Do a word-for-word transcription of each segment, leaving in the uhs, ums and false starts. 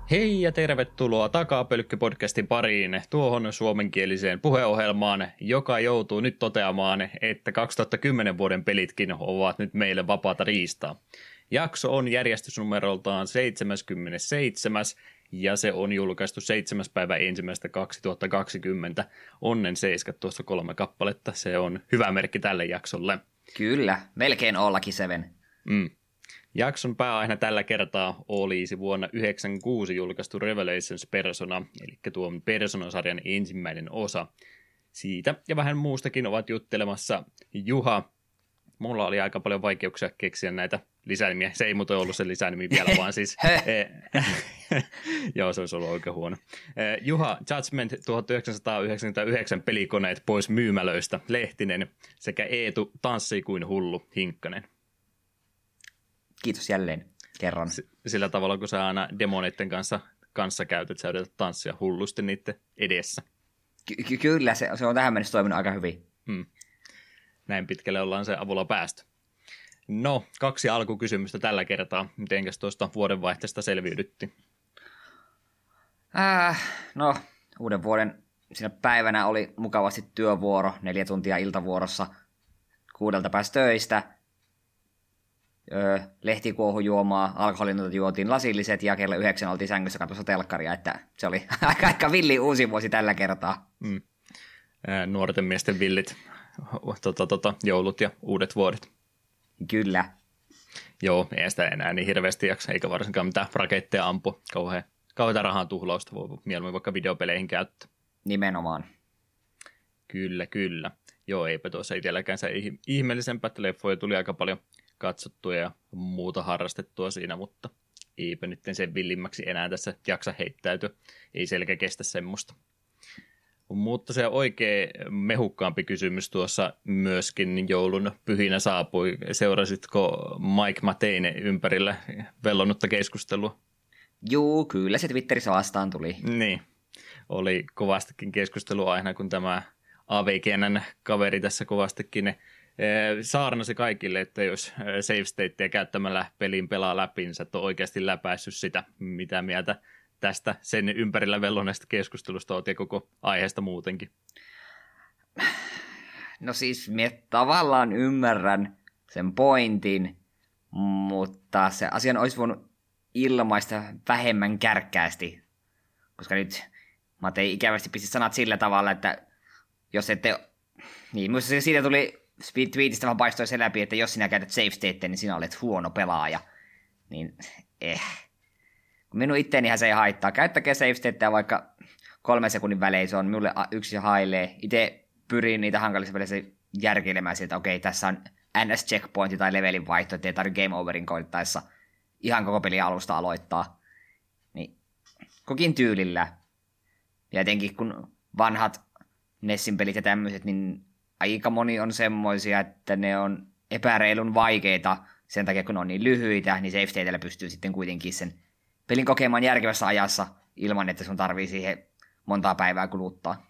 Hei ja tervetuloa Takapölkky-podcastin pariin, tuohon suomenkieliseen puheohjelmaan, joka joutuu nyt toteamaan, että kaksituhattakymmenen vuoden pelitkin ovat nyt meille vapaata riistaa. Jakso on järjestysnumeroltaan seitsemänkymmentäseitsemän ja se on julkaistu seitsemäs päivä ensimmäistä kaksituhattakaksikymmentä. Onnen seiskat tuossa kolme kappaletta, se on hyvä merkki tälle jaksolle. Kyllä, melkein Ollakin Seven. Mm. Jakson pääaihe tällä kertaa olisi vuonna yhdeksänkymmentäkuusi julkaistu Revelations Persona, eli tuon Persona-sarjan ensimmäinen osa. Siitä ja vähän muustakin ovat juttelemassa Juha. Mulla oli aika paljon vaikeuksia keksiä näitä lisänimiä. Se ei muuten ollut se lisänimi vielä, vaan siis... Joo, se olisi ollut oikein huono. Juha, Judgment tuhatyhdeksänsataayhdeksänkymmentäyhdeksän pelikoneet pois myymälöistä, Lehtinen sekä Eetu Tanssii kuin hullu, Hinkkanen. Kiitos jälleen kerran. S- sillä tavalla, kun sä aina demoneiden kanssa, kanssa käytät, sä yrität tanssia hullusti niiden edessä. Ky- ky- kyllä, se, se on tähän mennessä toiminut aika hyvin. Hmm. Näin pitkälle ollaan se avulla päästy. No, kaksi alkukysymystä tällä kertaa. Mitenkäs tuosta vuodenvaihteesta selviydytti? Äh, no, uuden vuoden siinä päivänä oli mukavasti työvuoro, neljä tuntia iltavuorossa, kuudelta pääsi töistä. Öö, lehtikuohujuomaa, alkoholinnoita juotiin lasilliset ja kello yhdeksän oltiin sängyssä katsossa telkkaria, että se oli aika, aika villi uusi vuosi tällä kertaa. Mm. Ää, nuorten miesten villit tota, tota, joulut ja uudet vuodet. Kyllä. Joo, ei sitä enää niin hirveästi jaksa, eikä varsinkaan mitään raketteja ampu. Kauhean, kauhean rahan tuhlausta voi mieluummin vaikka videopeleihin käyttää. Nimenomaan. Kyllä, kyllä. Joo, eipä tuossa itselläkään se ihmeellisempää, että leffoja tuli aika paljon katsottua ja muuta harrastettua siinä, mutta eipä nyt sen villimmäksi enää tässä jaksa heittäytyä. Ei selkä kestä semmoista. Mutta se oikein mehukkaampi kysymys tuossa myöskin joulun pyhinä saapui. Seurasitko Mike Matein ympärillä vellonutta keskustelua? Juu, kyllä se Twitterissä vastaan tuli. Niin, oli kovastikin keskustelua aina, kun tämä A V G N:n kaveri tässä kovastikin ne saarnasi kaikille, että jos save stateja käyttämällä pelin pelaa läpinsä, että on oikeasti läpäissyt sitä, mitä mieltä tästä sen ympärillä velloneesta keskustelusta oot ja koko aiheesta muutenkin. No siis minä tavallaan ymmärrän sen pointin, mutta se asian olisi voinut ilmaista vähemmän kärkkäästi, koska nyt Matei ikävästi pisti sanat sillä tavalla, että jos ette... Niin, minusta siitä tuli... Tweetistä vaan paistoi se läpi, että jos sinä käytät save state, niin sinä olet huono pelaaja. Niin, eh. Minun itteenihän se ei haittaa. Käyttäkää save statea vaikka kolmen sekunnin välein, se on minulle yksi hailee. Itse pyrin niitä hankalissa väleissä järkeilemään sieltä, okei, okay, tässä on N S-checkpointi tai levelin vaihto, ettei tarvitse game overin koittaessa ihan koko peli alusta aloittaa. Niin, kokin tyylillä. Ja etenkin kun vanhat Nessin pelit ja tämmöiset, niin aika moni on semmoisia, että ne on epäreilun vaikeita sen takia, kun ne on niin lyhyitä, niin save stateillä pystyy sitten kuitenkin sen pelin kokemaan järkevässä ajassa ilman, että sun tarvii siihen montaa päivää kuluttaa.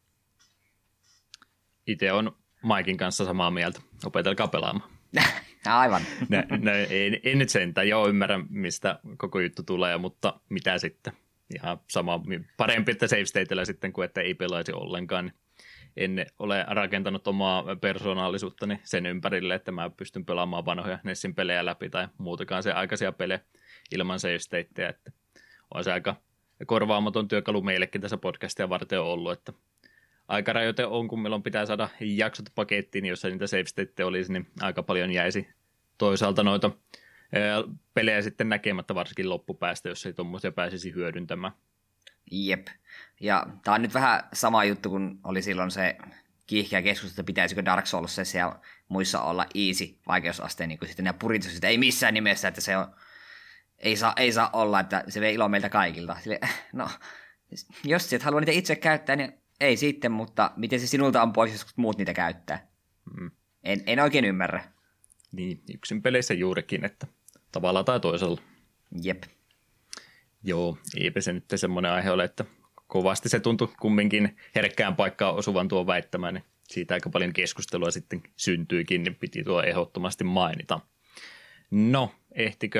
Itse on Maikin kanssa samaa mieltä. Opetelkaa pelaamaan. Aivan. No, no, ei, ei nyt sentään. Joo, ymmärrän, mistä koko juttu tulee, mutta mitä sitten? Ihan sama, parempi, että save stateillä sitten, kuin että ei pelaisi ollenkaan. En ole rakentanut omaa persoonallisuuttani sen ympärille, että mä pystyn pelaamaan vanhoja Nessin pelejä läpi tai muutakaan se aikaisia pelejä ilman save stateja. Että on se aika korvaamaton työkalu meillekin tässä podcastia varten on ollut, että aikarajoite on, kun milloin pitää saada jaksot pakettiin, niin jos niitä save stateja olisi, niin aika paljon jäisi toisaalta noita pelejä sitten näkemättä varsinkin loppupäästä, jos ei tuommoisia pääsisi hyödyntämään. Jep. Ja tää on nyt vähän sama juttu, kun oli silloin se kiihkeä keskustelu, että pitäisikö Dark Soulsissa ja muissa olla easy vaikeusasteen, niin kuin sitten ne puritus, että ei missään nimessä, että se on, ei, saa, ei saa olla, että se vie ilo meiltä kaikilta. Sille, no, jos et halua niitä itse käyttää, niin ei sitten, mutta miten se sinulta on pois, jos muut niitä käyttää? Mm. En, en oikein ymmärrä. Niin, yksin peleissä juurikin, että tavalla tai toisella. Jep. Joo, eipä se nyt semmoinen aihe ole, että kovasti se tuntui kumminkin herkkään paikkaan osuvan tuo väittämään, niin siitä aika paljon keskustelua sitten syntyikin, niin piti tuo ehdottomasti mainita. No, ehtikö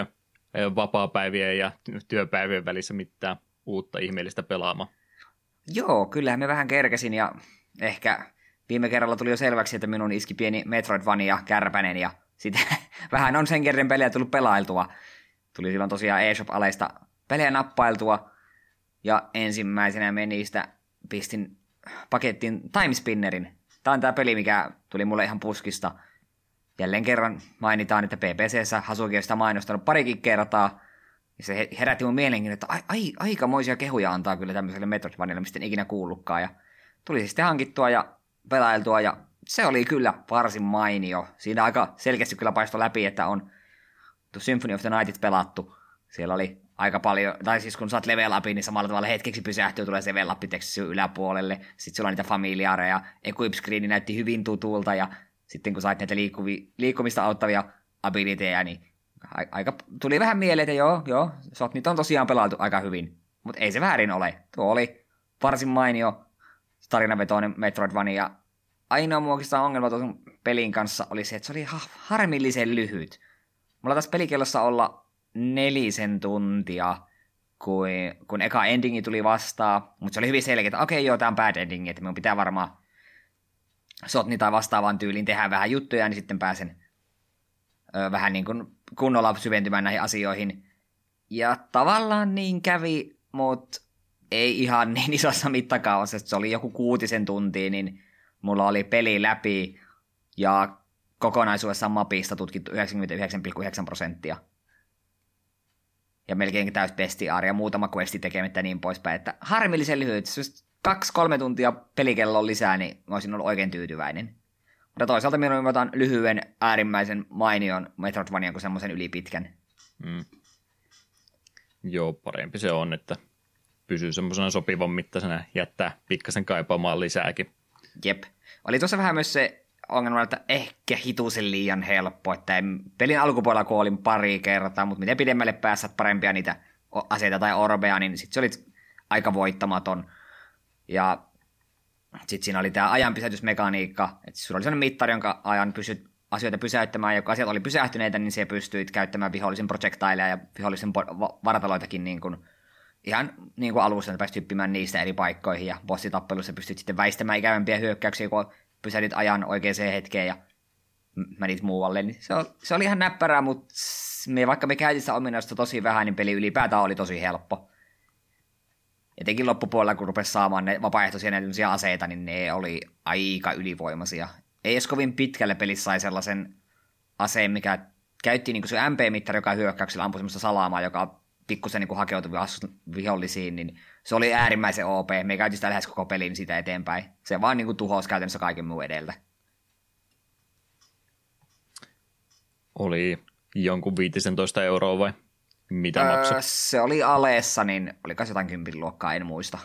vapaapäivien ja työpäivien välissä mitään uutta ihmeellistä pelaamaan. Joo, kyllähän me vähän kerkesin ja ehkä viime kerralla tuli jo selväksi, että minun iski pieni Metroidvania kärpänen ja sitten vähän on sen kerran pelejä tullut pelailtua. Tuli silloin tosiaan eShop-aleista pelejä nappailtua ja ensimmäisenä menistä pistin pakettiin Timespinnerin. Tämä on tämä peli, mikä tuli mulle ihan puskista. Jälleen kerran mainitaan, että P P C:ssä Hasuki on sitä mainostanut parikin kertaa. Ja se herätti mun mielenkiin, että ai, ai, aikamoisia kehuja antaa kyllä tämmöiselle Metroidvanialle, mistä en ikinä kuullutkaan. Ja tuli sitten hankittua ja pelailtua, ja se oli kyllä varsin mainio. Siinä aika selkeästi kyllä paistoi läpi, että on Symphony of the Nightit pelattu. Siellä oli aika paljon, tai siis kun saat level upin, niin samalla tavalla hetkeksi pysähtyy, tulee se level up-teksti yläpuolelle. Sitten sulla on niitä familiaareja, equip screeni näytti hyvin tutulta, ja sitten kun sait näitä liikkuvi, liikkumista auttavia abiliteja, niin aika, tuli vähän mieleen, että joo, joo, sot nyt on tosiaan pelailtu aika hyvin. Mutta ei se väärin ole. Tuo oli varsin mainio tarinavetoinen Metroidvania. Ainoa muokista ongelma tuon pelin kanssa oli se, että se oli ha- harmillisen lyhyt. Mulla taas pelikellossa olla nelisen tuntia, kun, kun eka endingi tuli vastaan, mutta se oli hyvin selkeä, että okei, okay, joo, tää on bad endingi, että minun pitää varmaan sotni tai vastaavan tyyliin tehdä vähän juttuja, niin sitten pääsen ö, vähän niin kuin kunnolla syventymään näihin asioihin. Ja tavallaan niin kävi, mutta ei ihan niin isossa mittakaavassa, että se oli joku kuutisen tuntia, niin mulla oli peli läpi ja kokonaisuudessaan mapista tutkittu yhdeksänkymmentäyhdeksän pilkku yhdeksän prosenttia. Ja melkein täys bestiaari ja muutama questi tekemättä niin poispäin, että harmillisen lyhyt. Jos kaksi kolme tuntia pelikello lisää, niin mä olisin ollut oikein tyytyväinen. Mutta toisaalta minun otan lyhyen äärimmäisen mainion Metroidvanian kuin semmoisen ylipitkän. Mm. Joo, parempi se on, että pysyy semmoisena sopivan mittaisena, jättää pikkasen kaipaamaan lisääkin. Jep. Oli tuossa vähän myös se ongelma, että ehkä hituisen liian helppo, että pelin alkupuolella kuolin pari kertaa, mutta miten pidemmälle pääsät parempia niitä aseita tai orbeja, niin sitten se oli aika voittamaton. Ja sitten siinä oli tämä ajanpysäytysmekaniikka, että sulla oli sellainen mittari, jonka ajan pysyt asioita pysäyttämään, ja kun asiat oli pysähtyneitä, niin se pystyit käyttämään vihollisen projectileja ja vihollisen vartaloitakin niin kuin, ihan niin kuin alussa, että pääsit hyppimään niistä eri paikkoihin, ja bossitappelussa pystyt sitten väistämään ikävämpiä hyökkäyksiä, kun pysähdyt ajan oikeaan hetkeen ja menit muualle. Niin se, oli, se oli ihan näppärää, mutta me, vaikka me käytiin sitä ominaisuutta tosi vähän, niin peli ylipäätään oli tosi helppo. Etenkin loppupuolella, kun rupesi saamaan ne vapaaehtoisia näitä aseita, niin ne oli aika ylivoimaisia. Ei edes kovin pitkälle pelissä sai sellaisen aseen, mikä käytti niin kuin se M P-mittari, joka hyökkäyksellä ampui semmoista salaamaa, joka pikkusen niin hakeutui vihollisiin, niin se oli äärimmäisen O P. Me käytiin sitä lähes koko pelin siitä eteenpäin. Se vaan niin kuin tuhosi käytännössä kaiken muun edeltä. Oli jonkun viisitoista euroa vai mitä öö, maksoi? Se oli aleessa, niin oliko se jotain kympin luokkaa, en muista.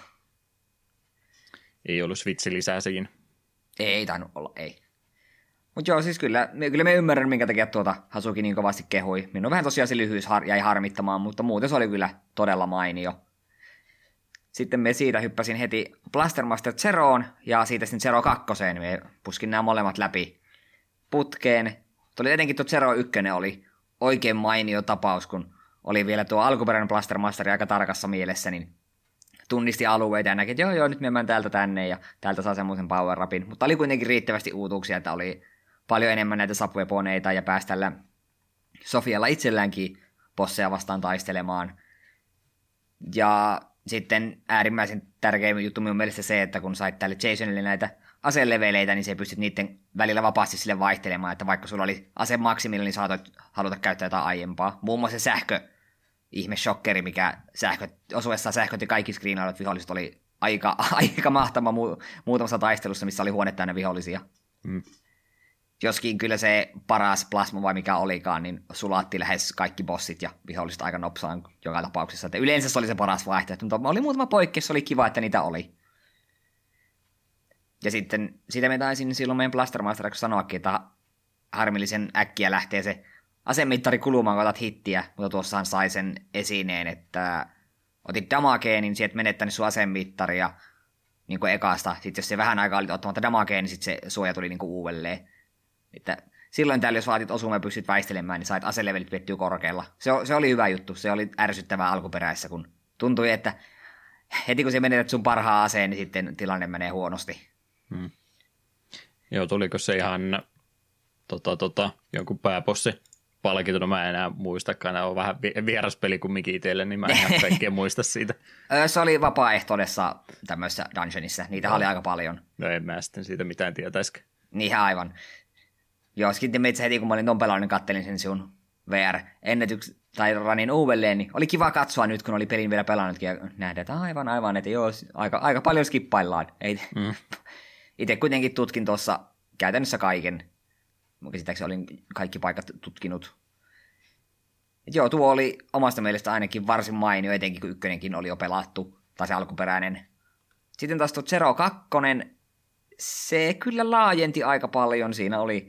Ei ollut Switchi lisää siinä. Ei tainnut olla, ei. Mutta joo, siis kyllä, kyllä me ymmärrän, minkä takia tuota Hasuki niin kovasti kehui. Minun vähän tosiaan se lyhyys har- jäi harmittamaan, mutta muuten se oli kyllä todella mainio. Sitten me siitä hyppäsin heti Blaster Master Zeroon ja siitä sitten Zero kakkoseen. Me puskin nämä molemmat läpi putkeen. Tuli etenkin tuo Zero yksi oli oikein mainio tapaus, kun oli vielä tuo alkuperäinen Blaster Master aika tarkassa mielessä, niin tunnisti alueita ja näki, että joo joo, nyt mennään täältä tänne ja täältä saa semmoisen power upin. Mutta oli kuitenkin riittävästi uutuuksia, että oli paljon enemmän näitä subweaponeita ja pääsi tällä Sofialla itselläänkin bosseja vastaan taistelemaan. Ja sitten äärimmäisen tärkeä juttu minun mielestä se, että kun sait tälle Jasonille näitä aseleveleitä, niin se pystyt niiden välillä vapaasti sille vaihtelemaan, että vaikka sulla oli ase maksimilla, niin saatoit haluta käyttää jotain aiempaa. Muun muassa se sähkö ihme shokkeri, mikä sähkö, osuessaan sähkötti kaikki screenailut viholliset, oli aika, aika mahtava mu- muutamassa taistelussa, missä oli huone täynnä vihollisia. Mm. Joskin kyllä se paras plasma vai mikä olikaan, niin sulatti lähes kaikki bossit ja viholliset aika nopsaan joka tapauksessa. Että yleensä se oli se paras vaihtoehto, mutta oli muutama poikkeus, oli kiva, että niitä oli. Ja sitten sitä me taisin silloin meidän Blaster Masterissa sanoakin, että harmillisen äkkiä lähtee se asemittari kulumaan, kun otat hittiä, mutta tuossahan sai sen esineen, että otit damagea, niin sieltä menettänyt sun asemittaria niin ekasta. Sitten jos se vähän aikaa oli ottamatta damagea, niin sitten se suoja tuli niin kuin uudelleen. Että silloin täällä, jos vaatit osumaan ja pystyt väistelemään, niin sait aselevelit piettyä korkealla. Se, se oli hyvä juttu, se oli ärsyttävää alkuperäisessä, kun tuntui, että heti kun se menetät sun parhaan aseen, niin sitten tilanne menee huonosti. Hmm. Joo, tuliko se ihan tota, tota, jonkun pääpossi palkituna? Mä en enää muistakaan, nämä on vähän vieras peli kumminkin itselle, niin mä en ihan kaikkea muista siitä. Se oli vapaaehtoisessa tämmöisessä dungeonissa, niitä no. oli aika paljon. No en mä sitten siitä mitään tietäisikö. Niin aivan. Joo, sitten meitä heti kun mä olin ton pelannut, niin kattelin sen sun V R-ennätyks tai ranin uudelleen, niin oli kiva katsoa nyt, kun oli pelin vielä pelannutkin ja nähdä, että aivan, aivan, että joo, aika, aika paljon skippaillaan. Ei, mm. Itse kuitenkin tutkin tuossa käytännössä kaiken. Käsittääkseni olin kaikki paikat tutkinut. Et joo, tuo oli omasta mielestä ainakin varsin mainio, etenkin kun ykkönenkin oli jo pelattu, tai se alkuperäinen. Sitten taas tuo Zero kaksi, se kyllä laajenti aika paljon. Siinä oli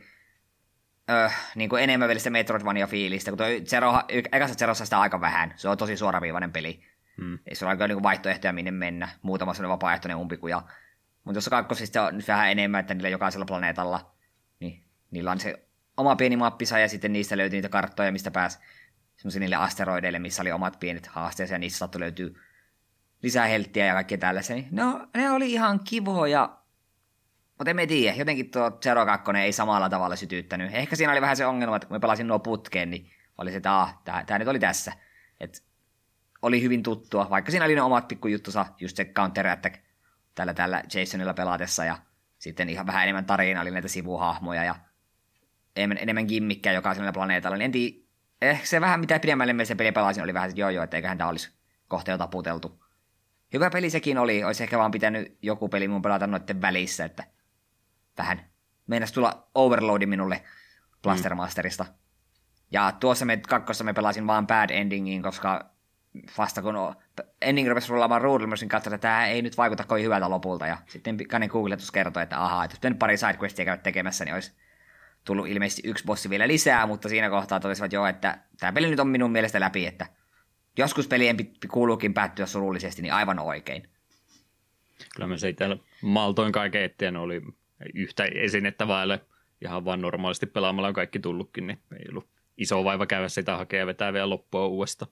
öö, niin kuin enemmän vielä sitä Metroidvania-fiilistä, kun tuo Zero, ekassa Zerossa sitä aika vähän. Se on tosi suoraviivainen peli. Hmm. Ei se ole aika niin vaihtoehtoja minne mennä. Muutama sellainen vapaaehtoinen umpikuja. Mutta tuossa kakkosissa on vähän enemmän, että niillä jokaisella planeetalla niin niillä on se oma pieni mappisa ja sitten niistä löytyi niitä karttoja, mistä pääsi semmoisille niille asteroideille, missä oli omat pienet haasteensa ja niissä saattoi löytyä lisää helttiä ja kaikkea tällaisia. No, ne oli ihan kivoja, mutta en tiedä, jotenkin tuo Zero kaksi ei samalla tavalla sytyttänyt. Ehkä siinä oli vähän se ongelma, että kun me pelasin nuo putkeen, niin oli se, että ah, tää, tää nyt oli tässä. Et oli hyvin tuttua, vaikka siinä oli ne omat pikkujuttusa, just se Counter Attack tällä, tällä Jasonilla pelatessa ja sitten ihan vähän enemmän tarinaa, oli näitä sivuhahmoja ja enemmän, enemmän gimmikkejä jokaisella planeetalla. Niin en tiedä, ehkä se vähän mitä pidemmälle me se peli pelasin, oli vähän se joo joo, että eiköhän tämä olisi kohta jo taputeltu. Hyvä peli sekin oli, olisi ehkä vaan pitänyt joku peli mun pelata noiden välissä, että vähän meinasi tulla overloadi minulle Blaster Masterista. Mm. Ja tuossa me kakkossa me pelasin vaan bad endingiin, koska vasta kun ending rupesi rullaamaan ruudulla, niin katsoin, että tämä ei nyt vaikuta kovin hyvältä lopulta. Ja sitten pikainen googletus kertoi, että ahaa, että jos nyt pari sidequestia käydä tekemässä, niin olisi tullut ilmeisesti yksi bossi vielä lisää, mutta siinä kohtaa totesivat jo, että tämä peli nyt on minun mielestä läpi, että joskus pelien kuuluukin päättyä surullisesti, niin aivan oikein. Kyllä me se täällä maltoin kaiken eteen oli yhtä esinettä vaille ihan vaan normaalisti pelaamalla on kaikki tullutkin, niin ei ollut iso vaiva käydä sitä hakea ja vetää vielä loppua uudestaan.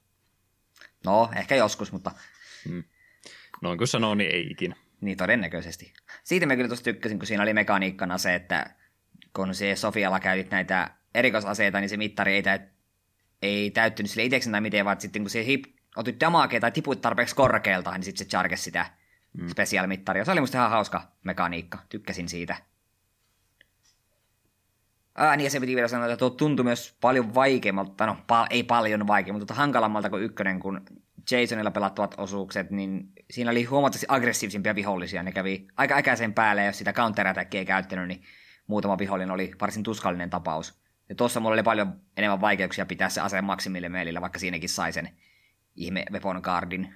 No, ehkä joskus, mutta Hmm. Noin kun sanoo, niin ei ikinä. Niin, todennäköisesti. Siitä mä kyllä tuossa tykkäsin, kun siinä oli mekaniikkana se, että kun se Sofialla käytit näitä erikoisaseita, niin se mittari ei, täyt, ei täyttynyt sille itsekseen tai miten, vaan sitten kun se hip, otit damakea tai tipuit tarpeeksi korkealta, niin sitten se chargesi sitä hmm. special-mittaria. Se oli musta ihan hauska mekaniikka. Tykkäsin siitä. Ää, niin ja se piti vielä sanoa, että tuo tuntui myös paljon vaikeammalta, no pa- ei paljon vaikeammalta, mutta hankalammalta kuin ykkönen, kun Jasonilla pelattavat osuukset, niin siinä oli huomattavasti aggressiivisimpia vihollisia. Ne kävi aika äkäisen päälle, ja jos sitä counter-attackia ei käyttänyt, niin muutama vihollinen oli varsin tuskallinen tapaus. Ja tuossa mulla oli paljon enemmän vaikeuksia pitää se aseen maksimille meilillä, vaikka siinäkin sai sen ihme weapon guardin.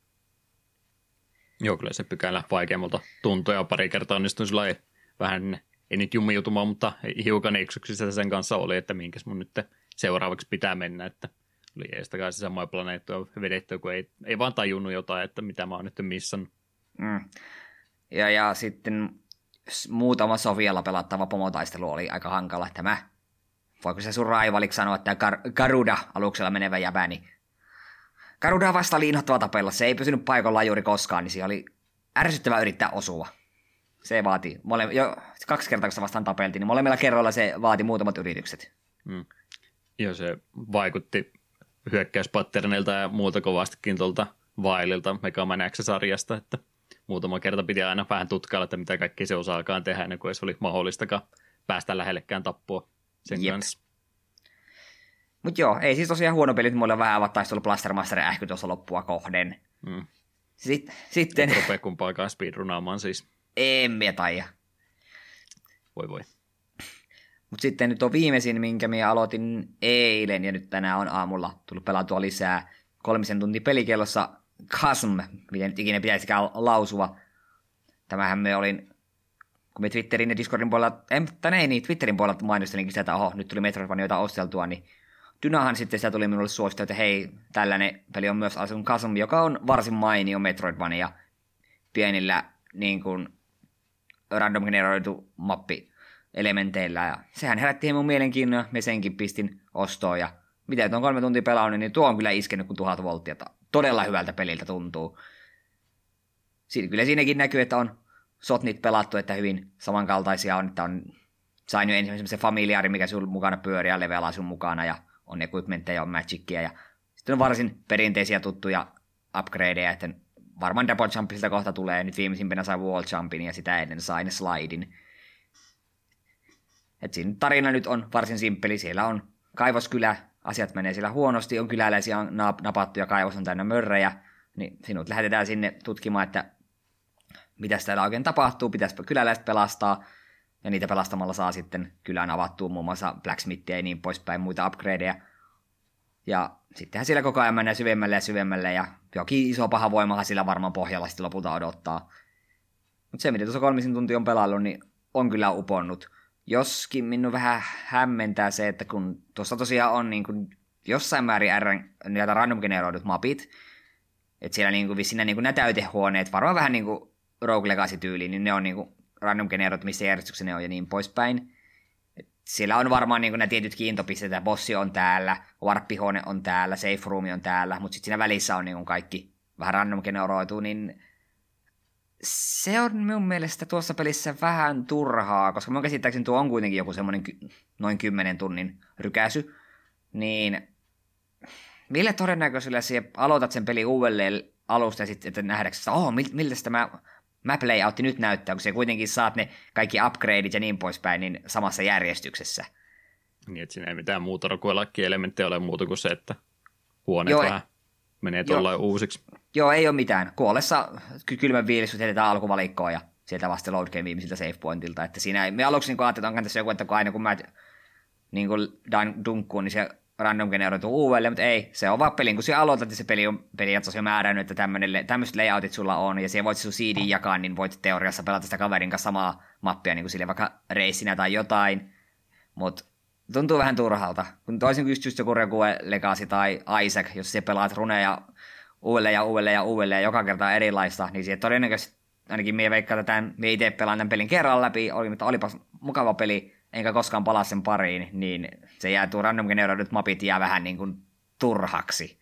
Joo, kyllä se pykälä vaikeammalta tuntui, ja pari kertaa onnistui sillä ei vähän, ei nyt jumiutumaan, mutta hiukan eksyksissä sen kanssa oli, että minkäs mun nyt seuraavaksi pitää mennä, että oli eestäkään se samoja planeettoja vedettyä, kun ei, ei vaan tajunnut jotain, että mitä mä oon nyt missannut. Mm. Ja, ja sitten muutama Sofialla pelattava pomotaistelu oli aika hankala. Tämä, voiko se sun raivaliksi sanoa, että Gar- Garuda-aluksella menevä jäbä, niin Garuda vasta oli inhottava tapella. Se ei pysynyt paikalla juuri koskaan, niin siinä oli ärsyttävää yrittää osua. Se vaati, mole- jo kaksi kertaa kun sitä vastaan tapeltiin, niin molemmilla kerroilla se vaati muutamat yritykset. Mm. Joo, se vaikutti hyökkäyspatterneilta ja muulta kovastikin tuolta Vaililta Mega Man X-sarjasta, että muutama kerta piti aina vähän tutkailla, että mitä kaikki se osaakaan tehdä, ennen kuin edes oli mahdollistakaan päästä lähellekään tappua sen Jep. kanssa. Mutta joo, ei siis tosiaan huono peli, mulla on vähän avattaisi tullut Blaster Masterin ähky tuossa loppua kohden. Mm. Sit, sitten... Et rupea kumpaakaan speedrunaamaan siis. En mä taija. Voi voi. Mutta sitten nyt on viimeisin, minkä minä aloitin eilen, ja nyt tänään on aamulla tullut pelattua lisää kolmisen tuntia pelikellossa Chasm, miten nyt ikinä pitäisikään lausua. Tämähän me olin, kun me Twitterin ja Discordin puolella, en, tai ei niin, Twitterin puolella mainostelin sitä, että oho, nyt tuli Metroidvanioita osteltua, niin Dynahan sitten sitä tuli minulle suosittua, että hei, tällainen peli on myös Asum Chasm, joka on varsin mainio Metroidvania pienillä niin kuin random generoitu mappi elementeillä. Ja sehän herätti mun mielenkiinnon, ja me senkin pistin ostoon. Ja miten tuon kolme tuntia pelannut, niin tuo on kyllä iskenyt kuin tuhat volttia. Todella hyvältä peliltä tuntuu. Siinä, kyllä siinäkin näkyy, että on sotnit pelattu, että hyvin samankaltaisia on, että on sain jo ensimmäisen semmoisen familiaari, mikä sun mukana pyörii ja levelaa sun mukana, ja on equipmentteja, on magicia, ja sitten on varsin perinteisiä tuttuja upgradeja, että varmaan double jumpisilta kohta tulee, nyt viimeisimpänä sai wall jumpin, ja sitä ennen sain slidin. Et siinä tarina nyt on varsin simppeli, siellä on kaivoskylä, asiat menee siellä huonosti, on kyläläisiä on napattu, ja kaivos on täynnä mörrejä, niin sinut lähetetään sinne tutkimaan, että mitä täällä oikein tapahtuu, pitäisi kyläläiset pelastaa, ja niitä pelastamalla saa sitten kylään avattua muun muassa blacksmithia ja niin poispäin, muita upgradeja. Ja sittenhän siellä koko ajan mennään syvemmälle ja syvemmälle, ja jokin iso paha voimahan sillä varmaan pohjalla sitten lopulta odottaa. Mutta se, mitä tuossa kolmisen tuntia on pelannut, niin on kyllä uponnut. Joskin minun vähän hämmentää se, että kun tuossa tosiaan on niin kuin jossain määrin R näitä random generoidut mapit, että siellä niin kuin vissiin niin kuin nämä täytehuoneet, varmaan vähän niin kuin Rogue Legacy-tyyliin, niin ne on niin kuin random generoit, missä järjestyksessä ne on ja niin poispäin. Et siellä on varmaan niin kuin nämä tietyt kiintopisteet, että bossi on täällä, warppihuone on täällä, safe room on täällä, mutta sitten siinä välissä on niin kuin kaikki vähän random generoitu, niin se on minun mielestä tuossa pelissä vähän turhaa, koska minun käsittääkseni tuo on kuitenkin joku semmoinen ky- noin kymmenen tunnin rykäsy, niin millä todennäköisellä sinä aloitat sen peli uudelleen alusta ja sitten että nähdäksesi, että oh, miltä tämä map layoutti nyt näyttää, kun se kuitenkin saat ne kaikki upgradeit ja niin poispäin niin samassa järjestyksessä. Niin, että siinä ei mitään muuta roguelike-elementtejä ole muuta kuin se, että huoneet Joo, vähän menee tuollain uusiksi. Joo, ei ole mitään. Kuollessa kylmän viilisut heitetään alkuvalikkoon ja sieltä vasta load game viimeisiltä save pointilta. Että siinä, me aluksi niin ajattelin, että onko tässä joku, että kun aina kun mä niin kuin dunkkuun, niin se random generoituu uudelleen, mutta ei, se on vaan pelin, kun sinä aloitat, niin se peli on periaatteessa jo määrännyt, että tämmöiset layoutit sulla on, ja siellä voit sun C D jakaa, niin voit teoriassa pelata sitä kaverin kanssa samaa mappia, niin kuin sille vaikka reissinä tai jotain, mutta tuntuu vähän turhalta, kun toisin kuin just, just joku Rogue Legacy tai Isaac, jos se pelaat runeja uudelleen ja uudelleen ja uudelleen, ja joka kerta erilaista, niin siihen todennäköisesti, ainakin mie veikkaan, että tämän, mie itse pelaan tämän pelin kerran läpi, oli, mutta olipas mukava peli, enkä koskaan palaa sen pariin, niin se jää tuo random generoidut mapit jää vähän niin kuin turhaksi.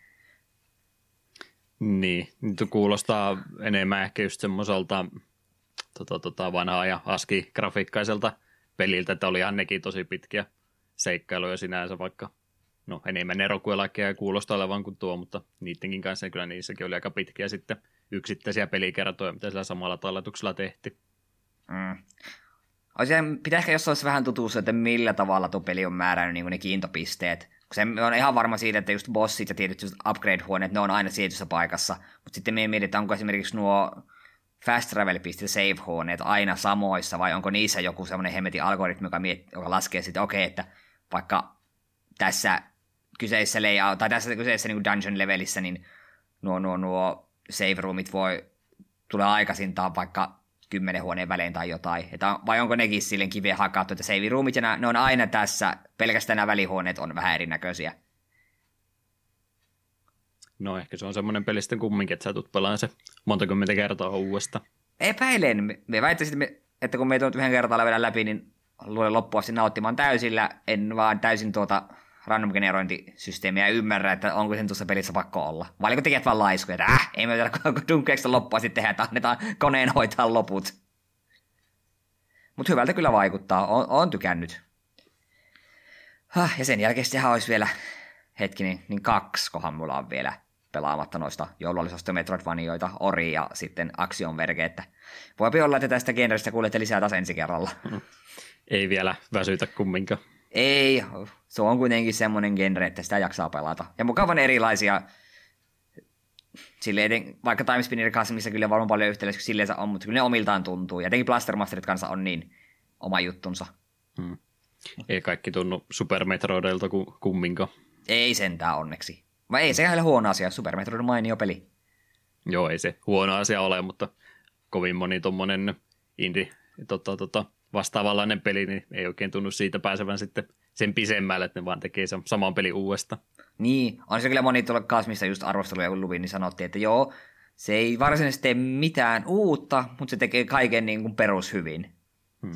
Niin, nyt kuulostaa enemmän ehkä just semmoiselta tota, tota, vanhaa ja ASCII-grafiikkaiselta peliltä, että olihan nekin tosi pitkiä seikkailuja sinänsä, vaikka no enemmän erokuelakeja kuulostaa olevan kuin tuo, mutta niidenkin kanssa kyllä niissäkin oli aika pitkiä sitten yksittäisiä pelikertoja, mitä sillä samalla talletuksella tehtiin. Mm. Pitää ehkä jossain vähän tutustua, että millä tavalla tuo peli on määrännyt niin ne kiintopisteet. Se on ihan varma siitä, että just bossit ja tietyt upgrade-huoneet, ne on aina tietyssä paikassa. Mutta sitten me mietitään, onko esimerkiksi nuo fast travel-pisteet, save-huoneet aina samoissa, vai onko niissä joku semmoinen hemmetin algoritmi, joka, miet, joka laskee sitten, okei, okay, että vaikka tässä kyseisessä layout, tai tässä kyseisessä niin dungeon-levelissä, niin nuo, nuo, nuo save-roomit voi tulla aikaisintaan vaikka kymmenen huoneen välein tai jotain. Että vai onko nekin silleen kiveen hakattu, että save-roomit, ja ne on aina tässä, pelkästään nämä välihuoneet on vähän erinäköisiä. No ehkä se on semmoinen peli sitten kumminkin, että sä tulet pelaan se monta kymmentä kertaa uudestaan. Epäilen. Me väittäisin, että kun me ei tuot yhden kertaa vielä läpi, niin luulen loppuun asti nauttimaan täysillä. En vaan täysin tuota random-generointisysteemiä ymmärrä, että onko sen tuossa pelissä pakko olla. Vai oliko tekijät vaan laiskuja, että äh, ei me tiedä dunkeeksi loppuun asti tehdä, että annetaan koneen hoitaa loput. Mutta hyvältä kyllä vaikuttaa. Oon, oon tykännyt. Ja sen jälkeen sehän olisi vielä hetkinen, niin kaksi kohan mulla on vielä pelaamatta noista joulullisista Metroidvanioita, Ori ja sitten Action Verge, että voipi olla, että tästä genrestä kuulette lisää taas ensi kerralla. Ei vielä väsytä kumminkaan. Ei, se on kuitenkin semmoinen genre, että sitä jaksaa pelata. Ja mukavan erilaisia, silleen, vaikka Time Spinner kanssa, missä kyllä varmaan paljon yhteydessä silleen on, mutta kyllä ne omiltaan tuntuu. Ja jotenkin Blaster Masterit kanssa on niin oma juttunsa. Hmm. Ei kaikki tunnu Super Metroideilta kumminkaan. Ei sentään onneksi. Vai ei se ole huono asia, Super Metroid on mainio peli. Joo, ei se huono asia ole, mutta kovin moni tommonen indie tota, tota, vastaavanlainen peli, niin ei oikein tunnu siitä pääsevän sitten sen pisemmälle, että ne vaan tekee sen saman pelin uudestaan. Niin, on se kyllä moni tuolla kanssa, missä just arvosteluja kun luvin, niin sanottiin, että joo, se ei varsinaisesti tee mitään uutta, mutta se tekee kaiken niin kuin perushyvin. Hmm.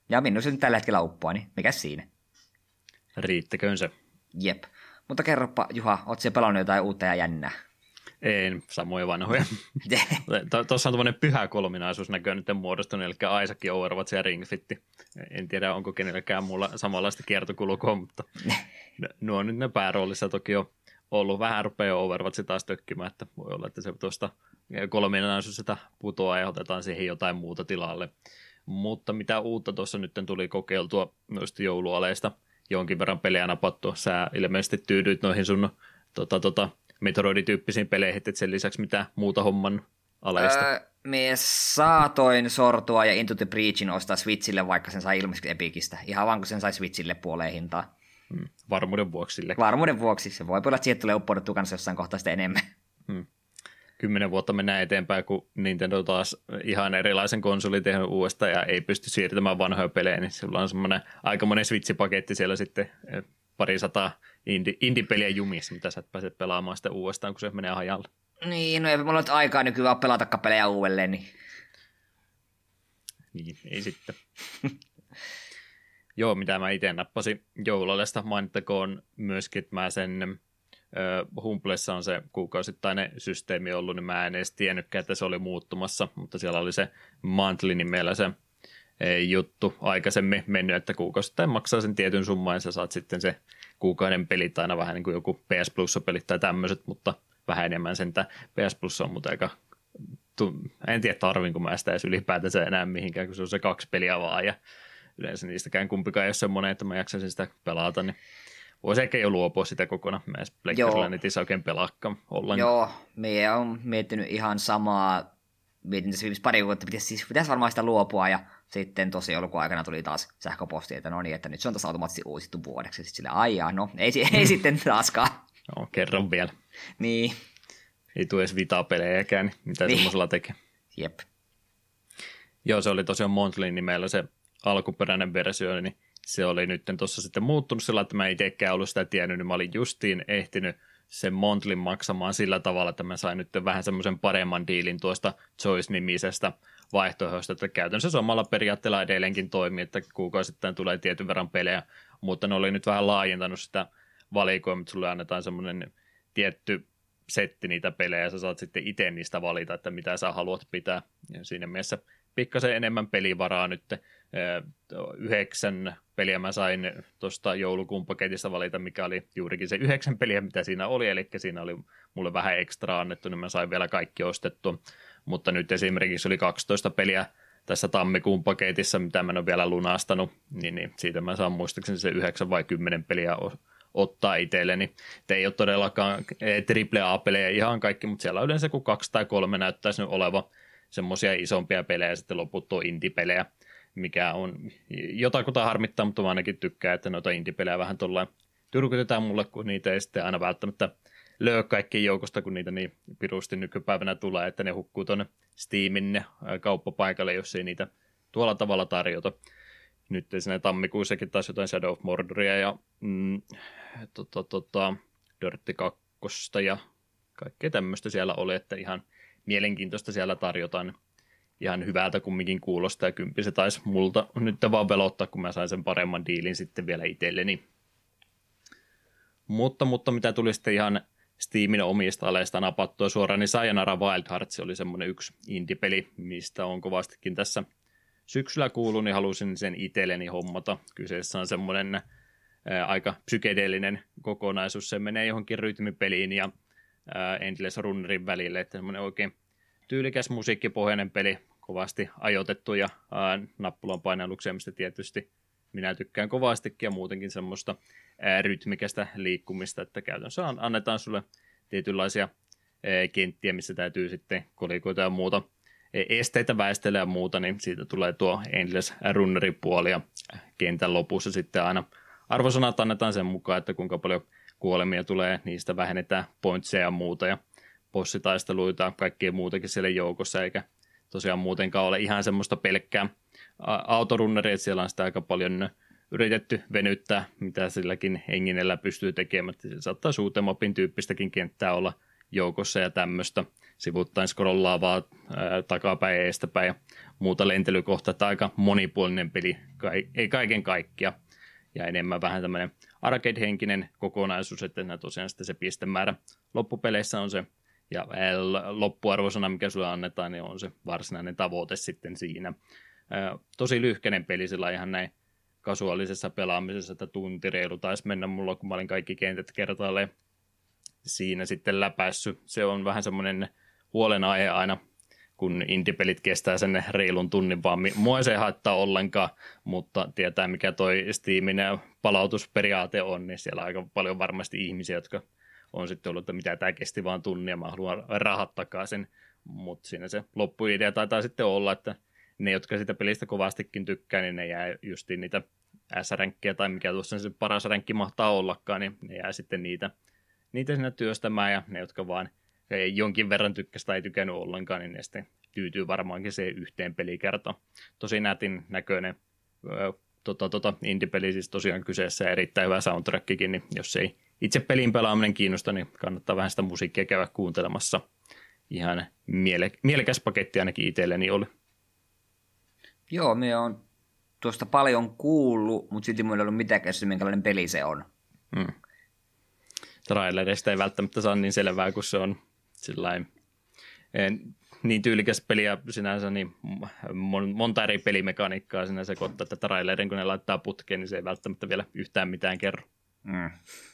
Ja minun se nyt tällä hetkellä uppoa, niin mikä siinä? Riittäköön se. Jep. Mutta kerropa, Juha, ootko se pelannut jotain uutta ja jännää? En, samoja vanhoja. Tuossa on tuommoinen pyhä kolminaisuus näköön nyt muodostunut, eli Isaac, Overwatch ja Ring Fit. En tiedä, onko kenelläkään mulla samanlaista kiertokulkua, mutta nuo nyt ne pääroolissa toki on ollut. Vähän rupeaa Overwatch taas tökkimään, että voi olla, että se tuosta kolminaisuus sitä putoaa ja otetaan siihen jotain muuta tilalle. Mutta mitä uutta tuossa nyt tuli kokeiltua noista joulualeista, jonkin verran pelejä napattua. Sä ilmeisesti tyydyit noihin sun tota, tota, Metroid-tyyppisiin peleihin, että sen lisäksi mitä muuta homman aleista. Öö, me saatoin sortua ja Into the Breachin ostaa Switchille, vaikka sen sai ilmeisesti Epicistä. Ihan vaan kun sen sai Switchille puoleen hintaa. Hmm. Varmuuden vuoksi sille. Varmuuden vuoksi. Se voi olla, että siihen tulee uppouduttu kanssa jossain kohtaa sitten enemmän. Hmm. Kymmenen vuotta mennään eteenpäin, kun Nintendo taas ihan erilaisen konsolin tehnyt uudestaan ja ei pysty siirtämään vanhoja pelejä, niin sulla on semmoinen aikamoinen Switch-paketti siellä sitten pari sataa indie, indie-peliä jumissa, mitä sä et pääse pelaamaan sitten uudestaan, kun se menee hajalle. Niin, no ei mulla nyt aikaa nykyään pelata pelejä uudelleen, niin... Niin, ei sitten. Joo, mitä mä itse nappasin joulualesta, mainittakoon myöskin, että mä sen... Humblessa on se kuukausittainen systeemi ollut, niin mä en edes tiennytkään, että se oli muuttumassa, mutta siellä oli se monthly nimellä se juttu aikaisemmin mennyt, että kuukausittain maksaa sen tietyn summan ja sä saat sitten se kuukauden pelit aina vähän niin kuin joku P S Plus-pelit tai tämmöiset, mutta vähän enemmän sen, että P S Plus on mutta aika, en tiedä tarvinko mä sitä edes ylipäätänsä enää mihinkään, kun se on se kaksi peliä vaan ja yleensä niistäkään kumpikaan ei ole semmoinen, että mä jaksaisin sitä pelata, niin voisi ehkä jo luopua sitä kokonaan. Mä en Pleikkarilla netissä oikein pelaakaan ollenkaan. Joo, me on miettinyt ihan samaa. Mietin tässä viimeis pari vuotta, pitäisi, siis pitäisi varmaan sitä luopua. Ja sitten tosi joulukuun aikana tuli taas sähköposti, että no niin, että nyt se on taas automaattisesti uusittu vuodeksi. Sitten sille aijaa, no ei, ei sitten taaskaan. No, kerran vielä. Niin. Ei tule edes Vita-pelejäkään, niin mitä niin. Semmoisella tekee. Jep. Joo, se oli tosiaan Monthly nimellä se alkuperäinen versio, niin se oli nyt tuossa sitten muuttunut sillä, että mä en itsekään ollut sitä tiennyt, niin mä olin justiin ehtinyt sen monthly maksamaan sillä tavalla, että mä sain nyt vähän semmoisen paremman diilin tuosta Choice-nimisestä vaihtoehdosta, että käytännössä samalla periaatteella edelleenkin toimii, että kuukausittain tulee tietyn verran pelejä, mutta ne oli nyt vähän laajentanut sitä valikoimaa, että sulle annetaan semmoinen tietty setti niitä pelejä, ja sä saat sitten itse niistä valita, että mitä sä haluat pitää, ja siinä mielessä pikkasen enemmän pelivaraa nyt. Yhdeksän peliä mä sain tuosta joulukuun paketista valita, mikä oli juurikin se yhdeksän peliä, mitä siinä oli, eli siinä oli mulle vähän ekstra annettu, niin mä sain vielä kaikki ostettua, mutta nyt esimerkiksi oli kaksitoista peliä tässä tammikuun paketissa, mitä mä en ole vielä lunastanut, niin, niin siitä mä saan muistaakseni se yhdeksän vai kymmenen peliä ottaa itselleni. Te ei ole todellakaan triple A-pelejä ihan kaikki, mutta siellä yleensä kun kaksi tai kolme näyttäisi nyt olevan semmoisia isompia pelejä ja sitten loput on indie-pelejä, mikä on jotakuta harmittaa, mutta mä ainakin tykkään, että noita indie-pelejä vähän tuollain tyrkytetään mulle, kun niitä ei sitten aina välttämättä löö kaikkien joukosta, kun niitä niin pirusti nykypäivänä tulee, että ne hukkuu tuonne Steamin kauppapaikalle, jos ei niitä tuolla tavalla tarjota. Nyt siinä tammikuussakin taas jotain Shadow of Mordoria ja mm, tota, tota, Dirty kaksi ja kaikkea tämmöistä siellä oli, että ihan mielenkiintoista siellä tarjotaan. Ihan hyvältä kumminkin kuulostaa ja kymppi se taisi multa nyt vaan velottaa, kun mä sain sen paremman diilin sitten vielä itselleni. Mutta, mutta mitä tuli sitten ihan Steamin omista aleista napattua suoraan, niin Sayonara Wild Hearts oli semmoinen yksi indie-peli, mistä on kovastikin tässä syksyllä kuullut, niin halusin sen itselleni hommata. Kyseessä on semmoinen ää, aika psykedeellinen kokonaisuus, se menee johonkin rytmipeliin ja ää, Endless Runnerin välille, että semmoinen oikein tyylikäs musiikkipohjainen peli, kovasti ajoitettu ja ää, nappulan painalluksemista tietysti minä tykkään kovastikin ja muutenkin semmoista ää, rytmikästä liikkumista, että käytännössä annetaan sulle tietynlaisia ää, kenttiä, missä täytyy sitten kolikoita ja muuta esteitä väistellä ja muuta, niin siitä tulee tuo Endless Runnerin puoli ja kentän lopussa sitten aina arvosanat annetaan sen mukaan, että kuinka paljon kuolemia tulee, niistä vähennetään pointseja ja muuta ja bossitaisteluita ja kaikkea muutakin siellä joukossa, eikä tosiaan muutenkaan ole ihan semmoista pelkkää autorunneria, että siellä on sitä aika paljon yritetty venyttää, mitä silläkin henginellä pystyy tekemään. Se saattaa shoot'em upin tyyppistäkin kenttää olla joukossa ja tämmöistä. Sivuttain scrollaavaa ää, takapäin, eestäpäin ja muuta lentelykohtaa. Tämä aika monipuolinen peli, ei kaiken kaikkia. Ja enemmän vähän tämmöinen arcade-henkinen kokonaisuus, että tosiaan sitten se pistemäärä loppupeleissä on se, ja loppuarvosana, mikä sulle annetaan, niin on se varsinainen tavoite sitten siinä. Ää, tosi lyhkäinen peli sillä ihan näin kasuaalisessa pelaamisessa, että tuntireilu taisi mennä mulla, kun mä olin kaikki kentät kertaalleen siinä sitten läpäissyt. Se on vähän semmoinen huolenaihe aina, kun indie-pelit kestää sen reilun tunnin, vaan mua ei se haittaa ollenkaan, mutta tietää mikä toi Steamin palautusperiaate on, niin siellä on aika paljon varmasti ihmisiä, jotka on sitten ollut, että mitä tämä kesti vaan tunnia, mä haluan rahat takaisin, mutta siinä se loppuidea taitaa sitten olla, että ne, jotka sitä pelistä kovastikin tykkää, niin ne jää justiin niitä S-ränkkiä tai mikä tuossa se paras ränkki mahtaa ollakaan, niin ne jää sitten niitä, niitä siinä työstämään, ja ne, jotka vaan ei jonkin verran tykkäsi tai ei tykännyt ollenkaan, niin ne sitten tyytyy varmaankin se yhteen pelikertaan. Tosi nätin näköinen tota, tota, indie-peli siis tosiaan kyseessä ja erittäin hyvä soundtrackikin, niin jos ei itse pelin pelaaminen kiinnosta, niin kannattaa vähän sitä musiikkia käydä kuuntelemassa. Ihan miele- mielekäs paketti ainakin itselleni oli. Joo, me on tuosta paljon kuullut, mutta silti mulla ei ollut mitään käsitystä, minkälainen peli se on. Hmm. Trailerista ei välttämättä saa niin selvää, kun se on sillain, niin tyylikäs peli ja sinänsä niin monta eri pelimekaniikkaa sinä sekoittaa, että trailerin kun ne laittaa putkeen, niin se ei välttämättä vielä yhtään mitään kerro. Hmm.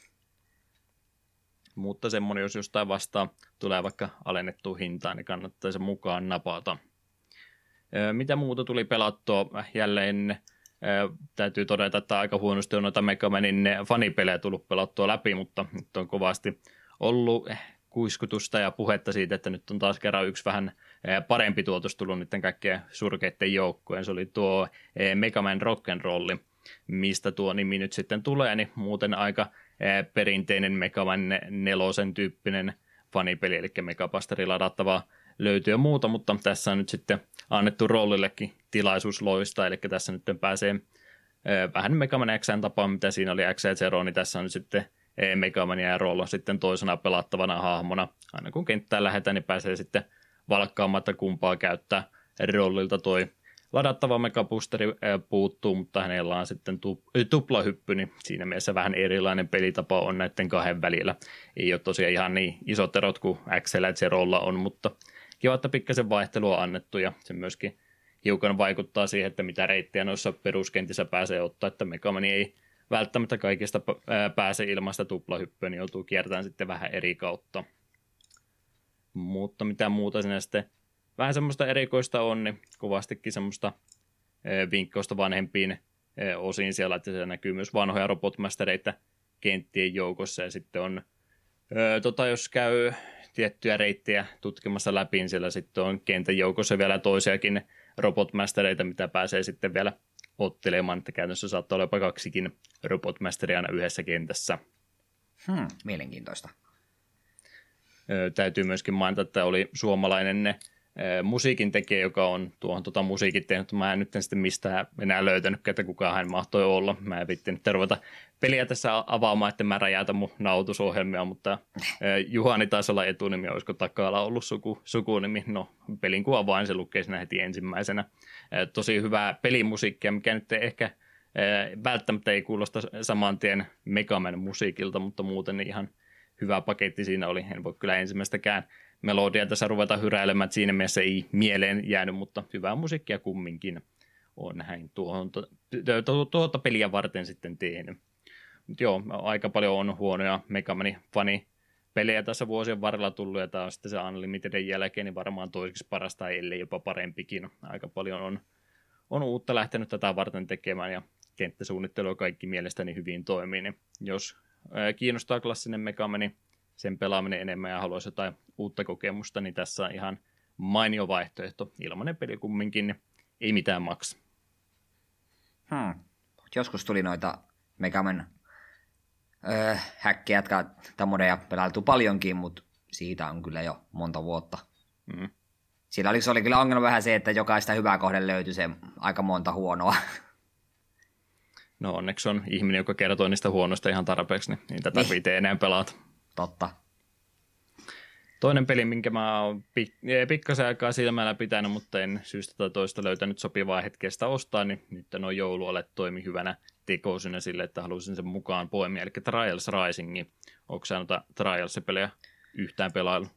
Mutta semmoinen, jos jostain vastaan tulee vaikka alennettua hintaan, niin kannattaa se mukaan napata. Mitä muuta tuli pelattua? Jälleen täytyy todeta, että aika huonosti on noita Mega Manin fanipelejä tullut pelattua läpi, mutta nyt on kovasti ollut kuiskutusta ja puhetta siitä, että nyt on taas kerran yksi vähän parempi tuotos tullut niiden kaikkien surkeiden joukkojen. Se oli tuo Mega Man Rock'n'Roll, mistä tuo nimi nyt sitten tulee, niin muuten aika perinteinen Mega Man nelosen tyyppinen fanipeli, eli Megabusteri ladattavaa löytyy ja muuta, mutta tässä on nyt sitten annettu roolillekin tilaisuus loistaa, eli tässä nyt pääsee vähän Mega Man X:n tapaan, mitä siinä oli X ja Zero, niin tässä on nyt sitten Mega Man ja Roll on sitten toisena pelattavana hahmona. Aina kun kenttään lähdetään, niin pääsee sitten valkkaamaan, että kumpaa käyttää. Rollilta toi ladattava Megabusteri puuttuu, mutta hänellä on sitten tuplahyppy, niin siinä mielessä vähän erilainen pelitapa on näiden kahden välillä. Ei ole tosiaan ihan niin isot erot kuin X ja Zerolla on, mutta kiva, että pikkasen vaihtelua on annettu ja se myöskin hiukan vaikuttaa siihen, että mitä reittejä noissa peruskentissä pääsee ottaa, että Mega Man ei välttämättä kaikista pääse ilmasta tuplahyppyä, niin joutuu kiertämään sitten vähän eri kautta. Mutta mitä muuta siinä sitten vähän semmoista erikoista on, niin kovastikin semmoista vinkkausta vanhempiin osiin siellä, että se näkyy myös vanhoja robotmastereita kenttien joukossa, ja sitten on, tota, jos käy tiettyjä reittejä tutkimassa läpi, niin siellä sitten on kentän joukossa vielä toisiakin robotmastereita, mitä pääsee sitten vielä ottelemaan, että käytännössä saattaa olla jopa kaksikin robotmasteria aina yhdessä kentässä. Hmm, mielenkiintoista. Ö, täytyy myöskin mainita, että oli suomalainen ne musiikin tekijä, joka on tuohon tota musiikit tehnyt. Mä en nyt sitten mistään enää löytänyt, että kukaan hän mahtoi olla. Mä en vitti nyt ruveta peliä tässä avaamaan, että mä räjäytä mun nautusohjelmia, mutta Juhani taisi olla etunimi, olisiko Takala ollut suku, sukunimi. No, pelin kuva vain se lukee siinä heti ensimmäisenä. Tosi hyvää pelimusiikkia, mikä nyt ehkä välttämättä ei kuulosta saman tien Mega Man musiikilta, mutta muuten ihan hyvä paketti siinä oli. En voi kyllä ensimmäistäkään melodia tässä ruveta hyräilemään, että siinä mielessä ei mieleen jäänyt, mutta hyvää musiikkia kumminkin on näin tuohon, tuota peliä varten sitten tehnyt. Mutta joo, aika paljon on huonoja Mega Manin fanipelejä tässä vuosien varrella tullut, ja tämä on sitten se Unlimitedin jälkeen niin varmaan toiseksi parasta, ellei jopa parempikin. Aika paljon on, on uutta lähtenyt tätä varten tekemään, ja kenttäsuunnittelu kaikki mielestäni hyvin toimii. Niin jos kiinnostaa klassinen Mega Man, sen pelaaminen enemmän ja haluaisi jotain uutta kokemusta, niin tässä on ihan mainio vaihtoehto. Ilmainen peli kumminkin, niin ei mitään maksa. Hmm. Joskus tuli noita Mega Man öö, häkkejä, jotka modeja pelailtu paljonkin, mutta siitä on kyllä jo monta vuotta. Hmm. Siinä oli, se oli kyllä ongelma vähän se, että jokaista hyvää kohden löytyi se aika monta huonoa. No onneksi on ihminen, joka kertoo niistä huonoista ihan tarpeeksi, niin niitä tarvitsee enää pelata. Totta. Toinen peli, minkä mä oon pik- pikkasen aikaa silmällä pitänyt, mutta en syystä tai toista löytänyt sopivaa hetkestä ostaa, niin nyt nuo joulualet toimi hyvänä tekosyynä sille, että halusin sen mukaan poimia, eli Trials Risingi. Onko sä noita Trials-pelejä yhtään pelailu?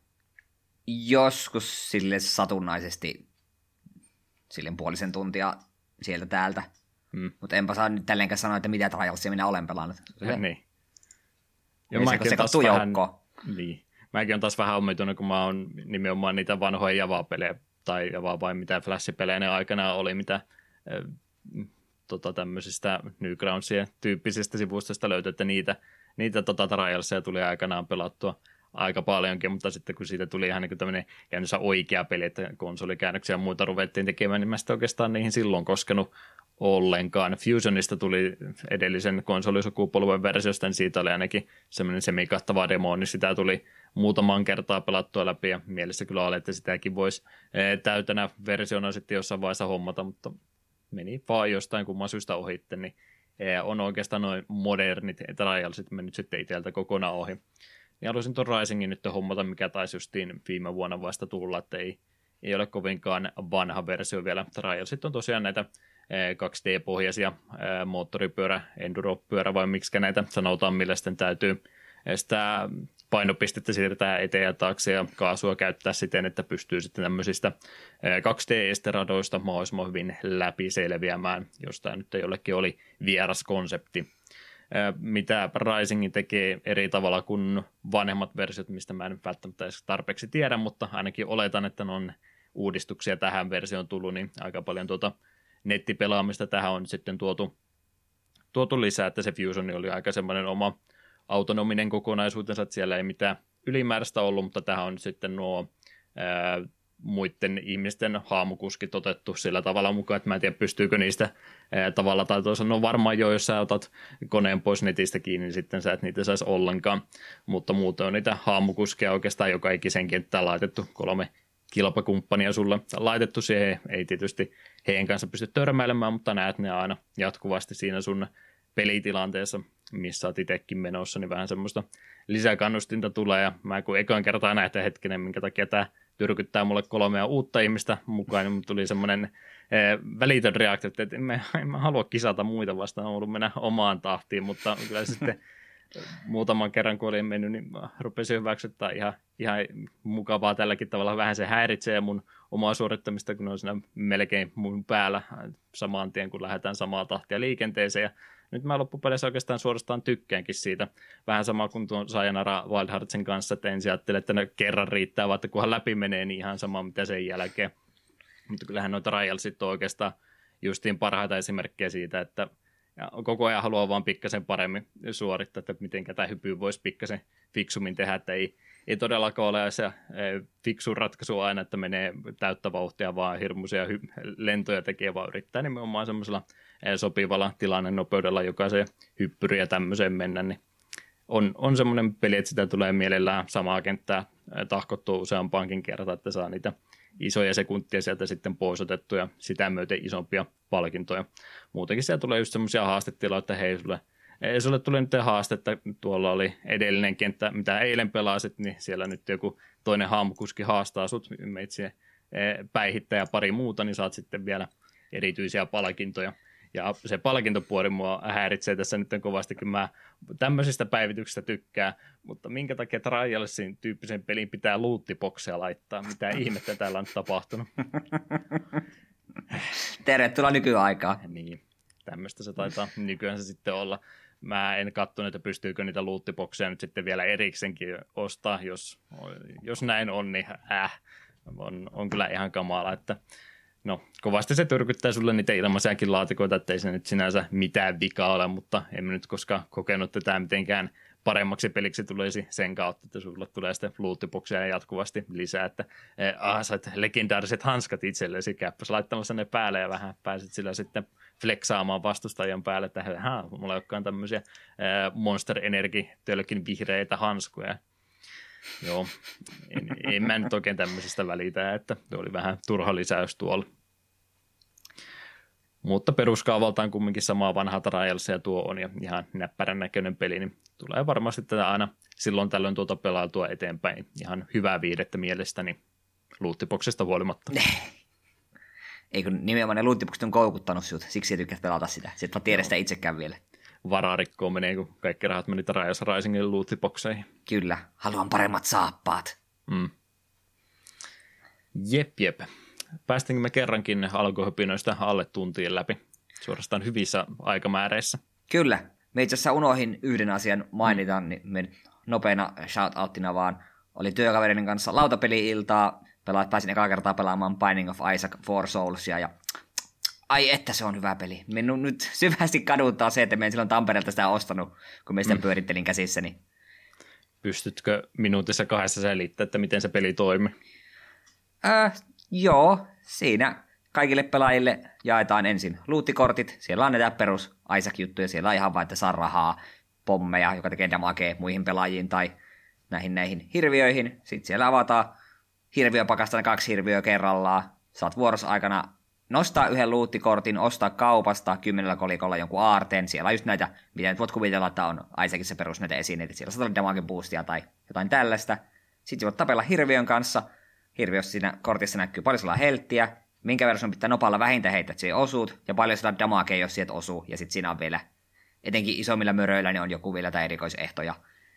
Joskus sille satunnaisesti silleen puolisen tuntia sieltä täältä. Hmm. Mutta enpä saa nyt tälleenkään sanoa, että mitä Trialsia minä olen pelannut. Ja niin. Ja mäkin on taas vähän... Niin. Mäkin on taas vähän omituinen, kun mä oon nimenomaan niitä vanhoja Java-pelejä, tai Java vai mitä Flash-pelejä ne aikana oli, mitä äh, tota, tämmöisistä Newgroundsien tyyppisistä sivustoista löytyi, että niitä, niitä tota, Trialsia tuli aikanaan pelattua aika paljonkin, mutta sitten kun siitä tuli ihan niin kuin tämmöinen käynnössä oikea peli, että konsolikäännöksiä ja muuta ruvettiin tekemään, niin mä sitten oikeastaan niihin silloin koskenut ollenkaan. Fusionista tuli edellisen konsolisukupolven versiosta, niin siitä oli ainakin semmoinen semikattava demo, niin sitä tuli muutaman kertaa pelattua läpi, ja mielessä kyllä oli, että sitäkin voisi täytänä versiona sitten jossain vaiheessa hommata, mutta meni vaan jostain kumman syystä ohitte, niin on oikeastaan noin modernit trialsit mennyt sitten itseltä kokonaan ohi. Ja haluaisin tuon Risingin nyt hommata, mikä taisi justiin viime vuonna vasta tulla, että ei, ei ole kovinkaan vanha versio vielä. Trialsit on tosiaan näitä kaksi D-pohjaisia moottoripyörä, enduro-pyörä vai miksi näitä sanotaan, millä sitten täytyy sitä painopistettä siirtää eteen ja taakse ja kaasua käyttää siten, että pystyy sitten tämmöisistä kaksi D-esteradoista mahdollisimman hyvin läpi selviämään, jos tämä nyt jollekin oli vieras konsepti. Mitä Rising tekee eri tavalla kuin vanhemmat versiot, mistä mä en välttämättä edes tarpeeksi tiedä, mutta ainakin oletan, että on uudistuksia tähän versioon tullut, niin aika paljon tuota nettipelaamista tähän on sitten tuotu, tuotu lisää, että se Fusion oli aika semmoinen oma autonominen kokonaisuutensa, että siellä ei mitään ylimääräistä ollut, mutta tähän on sitten nuo ää, muiden ihmisten haamukuskit otettu sillä tavalla mukaan, että mä en tiedä pystyykö niistä ää, tavalla tai toisaalta, no varmaan jo, jos sä otat koneen pois netistä kiinni, niin sitten sä et niitä saisi ollenkaan, mutta muuten on niitä haamukuskeja oikeastaan joka ikisen kenttään laitettu, kolme kilpakumppania sulle laitettu siihen, ei tietysti heidän kanssa pysty törmäilemään, mutta näet ne aina jatkuvasti siinä sun pelitilanteessa, missä olet itsekin menossa, niin vähän semmoista lisäkannustinta tulee, ja mä kun ekaan kertaa näitä hetkinen, minkä takia tämä tyrkyttää mulle kolmea uutta ihmistä mukaan, niin tuli semmoinen eh, välitön reaktio, että en mä, en mä halua kisata muita vastaan, on ollut mennä omaan tahtiin, mutta kyllä sitten muutaman kerran, kun olin mennyt, niin rupesin hyväksyttää ihan, ihan mukavaa tälläkin tavalla. Vähän se häiritsee mun omaa suorittamista, kun on siinä melkein mun päällä saman tien, kun lähdetään samaa tahtia liikenteeseen. Ja nyt mä loppupeleissä oikeastaan suorastaan tykkäänkin siitä. Vähän sama kuin tuon Sayonara Wild Heartsin kanssa, että ensin ajattelin, että ne kerran riittää, vaan että kunhan läpi menee, niin ihan sama mitä sen jälkeen. Mutta kyllähän noita Trialsit on oikeastaan justiin parhaita esimerkkejä siitä, että ja koko ajan haluaa vaan pikkasen paremmin suorittaa, että miten tämä hypy voisi pikkasen fiksummin tehdä, että ei, ei todellakaan ole se fiksu ratkaisu aina, että menee täyttä vauhtia, vaan hirmuisia hy- lentoja tekee, vaan yrittää nimenomaan semmoisella sopivalla tilanne nopeudella jokaisen hyppyriin ja tämmöiseen mennä, niin on, on semmoinen peli, että sitä tulee mielellään samaa kenttää tahkottua useampaankin kertaan, että saa niitä isoja sekuntia sieltä sitten pois otettu ja sitä myöten isompia palkintoja. Muutenkin siellä tulee just semmoisia haastetiloja, että hei sulle, ei sulle tuli nyt haaste, että tuolla oli edellinen kenttä, mitä eilen pelasit, niin siellä nyt joku toinen haamukuski haastaa sut, meitsi päihittää ja pari muuta, niin saat sitten vielä erityisiä palkintoja. Ja se palkintopuoli mua häiritsee tässä nyt kovasti, kun mä tämmöisistä päivityksistä tykkään, mutta minkä takia Trialsin tyyppisen pelin pitää lootboxeja laittaa? Mitä ihmettä täällä on tapahtunut? Tervetuloa nykyaikaan. Niin, tämmöistä se taitaa nykyään se sitten olla. Mä en katsonut, että pystyykö niitä lootboxeja nyt sitten vielä eriksenkin ostaa, jos, jos näin on, niin äh, on, on kyllä ihan kamala, että no, kovasti se tyrkyttää sulle niitä ilmaisiakin laatikoita, ettei se nyt sinänsä mitään vikaa ole, mutta en nyt koskaan kokenut tätä mitenkään paremmaksi peliksi tulisi sen kautta, että sulle tulee sitten lootboxia jatkuvasti lisää, että ah, sait legendaariset hanskat itsellesi, käyppäs laittamassa ne päälle ja vähän pääsit sillä sitten flexaamaan vastustajan päälle, että haa, mulla ei olekaan tämmöisiä Monster Energy tölkin vihreitä hanskoja. Joo, en, en mä nyt oikein tämmöisistä välitä, että oli vähän turha lisäys tuolla. Mutta peruskaavaltaan kumminkin samaa vanhaa Trials ja tuo on ja ihan näppärän näköinen peli, niin tulee varmasti tätä aina silloin tällöin tuota pelailtua eteenpäin. Ihan hyvää viidettä mielestäni lootboxista huolimatta. Eikö nimenomaan ne lootboxit on koukuttanut sinut, siksi et tykkäät pelata sitä. Sitten vaan tiedä sitä itsekään vielä. Vararikkoon menee, kun kaikki rahat meni Trials Risingin lootboxeihin. Kyllä, haluan paremmat saappaat. Mm. Jep, jep. Päästinkö me kerrankin alkuhöpinöistä alle tuntien läpi, suorastaan hyvissä aikamääreissä? Kyllä. Me itse asiassa unohin yhden asian mainita, niin me nopeana shout-outina vaan oli työkaverin kanssa lautapeli-iltaa, pelaat, pääsin ekaa kertaa pelaamaan Binding of Isaac Four Soulsia, ja ai että se on hyvä peli. Minun nyt syvästi kaduttaa se, että me en silloin Tampereelta sitä ostanut, kun me sitä mm. pyörittelin käsissäni. Pystytkö minuutissa kahdessa selittämään, että miten se peli toimi? Äh, joo, siinä kaikille pelaajille jaetaan ensin luuttikortit. Siellä on näitä perus Isaac-juttuja, siellä on ihan vaan, että saa rahaa, pommeja, joka tekee damagea muihin pelaajiin tai näihin näihin hirviöihin. Sitten siellä avataan hirviöpakasta kaksi hirviöä kerrallaan. Saat vuorossa aikana nostaa yhden luuttikortin, ostaa kaupasta kymmenellä kolikolla jonkun aarteen. Siellä on just näitä, mitä nyt voit kuvitella, että on Isaacissa perus näitä esineitä. Siellä saat olla damage boostia tai jotain tällaista. Sitten voit tapella hirviön kanssa. Hirviössä siinä kortissa näkyy paljon sulla helttiä, minkä verran sun pitää nopalla vähintään heittää, että siihen osuut, ja paljon sulla damagea, jos sieltä osuu. Ja sitten siinä on vielä, etenkin isommilla möröillä, niin on joku vielä tai erikoisehtoja.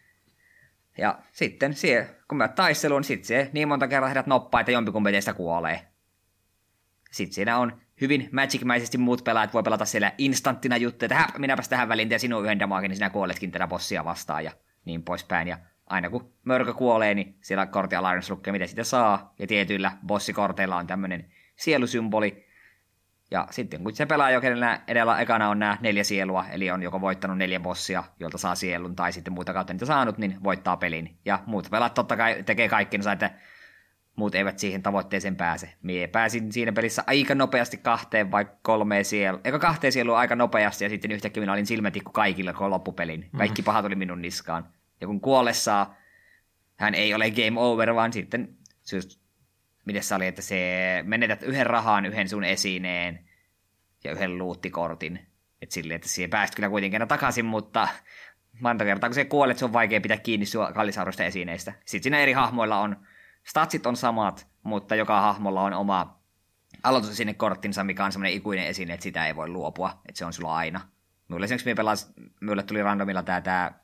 Ja sitten siihen, kun mä taisteluun, niin sitten se niin monta kertaa heidät noppaa, että jompikumpi teistä kuolee. Sitten siinä on hyvin magic-mäisesti muut pelaajat, voi pelata siellä instanttina juttuja, että häp, minäpäs tähän väliin teen sinun yhden damageen, niin sinä kuoletkin tätä bossia vastaan, ja niin poispäin. Ja aina kun mörkö kuolee, niin siellä kortti Alliance lukee, mitä sitä saa. Ja tietyillä bossikorteilla on tämmöinen sielusymboli. Ja sitten kun se pelaaja, kenellä edellä ekana on nämä neljä sielua, eli on joko voittanut neljä bossia, jolta saa sielun, tai sitten muuta kautta niitä saanut, niin voittaa pelin. Ja muut pelaat totta kai tekee kaikkinsa, että muut eivät siihen tavoitteeseen pääse. Mie pääsin siinä pelissä aika nopeasti kahteen vai kolmeen sielua. Eikä kahteen sielua aika nopeasti, ja sitten yhtäkkiä minä olin silmätikku kaikille koko loppupelin. Kaikki pahat oli minun niskaan. Ja kun kuollessaan, hän ei ole game over, vaan sitten, siis, miten se oli, että se menetät yhden rahan, yhden sun esineen ja yhden luuttikortin. Että silleen, että siihen pääsit kyllä kuitenkin takaisin, mutta monta kertaa kun se kuolet, se on vaikea pitää kiinni sua kallisarvoista esineistä. Sitten siinä eri hahmoilla on, statsit on samat, mutta joka hahmolla on oma aloitusesinekorttinsa, mikä on semmoinen ikuinen esine, että sitä ei voi luopua, että se on sulla aina. Mulle esimerkiksi me pelas, mulle tuli randomilla tää, tää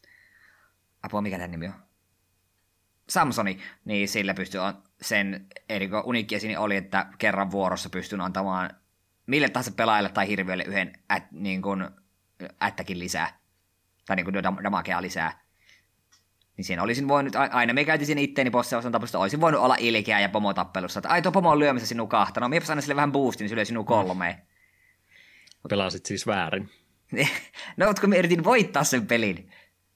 apua, mikä tämän nimi on? Samsoni, niin sillä pystyy sen eri uniikki esine oli, että kerran vuorossa pystyn antamaan mille tahansa pelaajalle tai hirviölle yhden ät, niin kuin, ättäkin lisää. Tai niin kuin damagea lisää. Niin siinä olisin voinut, aina me käytin siinä itteeni bossivasan tapusta, olisin voinut olla ilkeä ja pomotappelussa. Että ai tuo pomo on lyömässä sinun kahta. No miepä aina sille vähän boostin, niin se lyö sinun kolmeen. Pelasit siis väärin. No, mutta kun mä yritin voittaa sen pelin.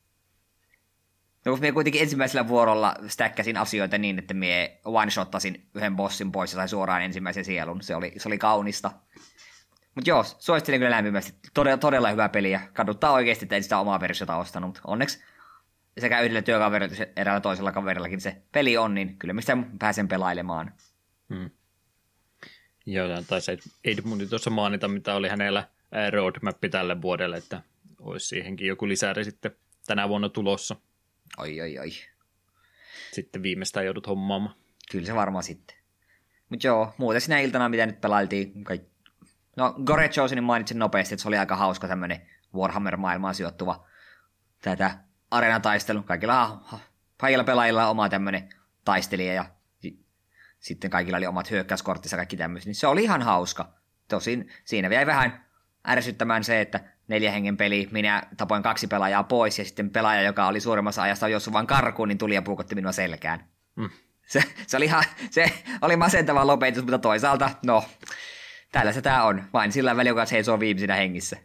No, kun minä kuitenkin ensimmäisellä vuorolla stäkkäsin asioita niin, että minä one-shottasin yhden bossin pois ja sai suoraan ensimmäisen sielun. Se oli, se oli kaunista. Mutta joo, suosittelen kyllä lämpimästi. Todella, todella hyvä peli ja kaduttaa oikeasti, että en sitä omaa versiota ostanut. Mutta onneksi sekä yhdellä työkaverilla että eräällä toisella kaverillakin se peli on, niin kyllä mistä pääsen pelailemaan. Hmm. Joo, taisi Edmundi tuossa mainita, mitä oli hänellä roadmappi tälle vuodelle, että olisi siihenkin joku lisäri sitten tänä vuonna tulossa. Oi, oi, oi. Sitten viimeistään joudut hommaamaan. Kyllä se varmaan sitten. Mutta joo, muuten sinä iltana, mitä nyt pelailtiin. Kaik... No, Gore Chosenin mainitsin nopeasti, että se oli aika hauska tämmöinen Warhammer-maailmaan sijoittuva tätä areenataistelu. Kaikilla, kaikilla pelaajilla on oma tämmöinen taistelija ja sitten kaikilla oli omat hyökkäyskorttinsa ja kaikki tämmöiset. Niin se oli ihan hauska. Tosin siinä jäi vähän ärsyttämään se, että neljä hengen peli, minä tapoin kaksi pelaajaa pois, ja sitten pelaaja, joka oli suuremmassa ajassa jossut vaan karkuun, niin tuli ja puukotti minua selkään. Mm. Se, se, oli ihan, se oli masentava lopetus, mutta toisaalta, no, tällaista tämä on. Vain sillä välillä, joka seisoo viimeisinä hengissä.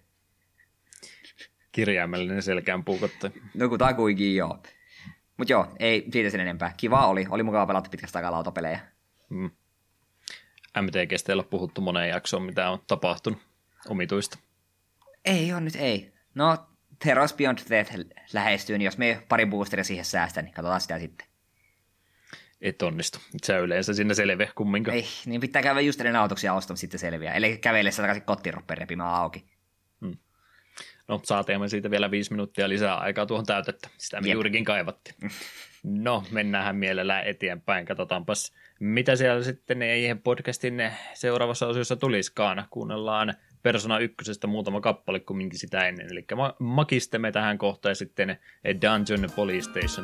Kirjaimellinen selkään puukotti. No kutakuinkin, joo. Mutta joo, ei siitä sen enempää. Kiva oli. Oli mukava pelata pitkästä aikaa lautapelejä. Mm. M T G:stä ei ole puhuttu moneen jaksoon, mitä on tapahtunut omituista. Ei on nyt, ei. No, Heroes Beyond Death lähestyy, niin jos me pari boosteria siihen säästän, niin katsotaan sitä sitten. Et onnistu. Sä yleensä sinne selviä kumminkaan. Ei, niin pitää käydä just ennen autoksia ostamassa sitten selviää. Eli kävellessä takaisin kotiin ruppeen repimään auki. Hmm. No, saatiin me siitä vielä viisi minuuttia lisää aikaa tuohon täytettä. Sitä me Jep. juurikin kaivattiin. No, mennäänhän mielellään eteenpäin. Katsotaanpas, mitä siellä sitten ei podcastin seuraavassa osiossa tuliskaan. Kuunnellaan Persona ykkösestä muutama kappale kumminkin sitä ennen. Eli makistemme tähän kohtaan ja sitten Dungeon Police Station.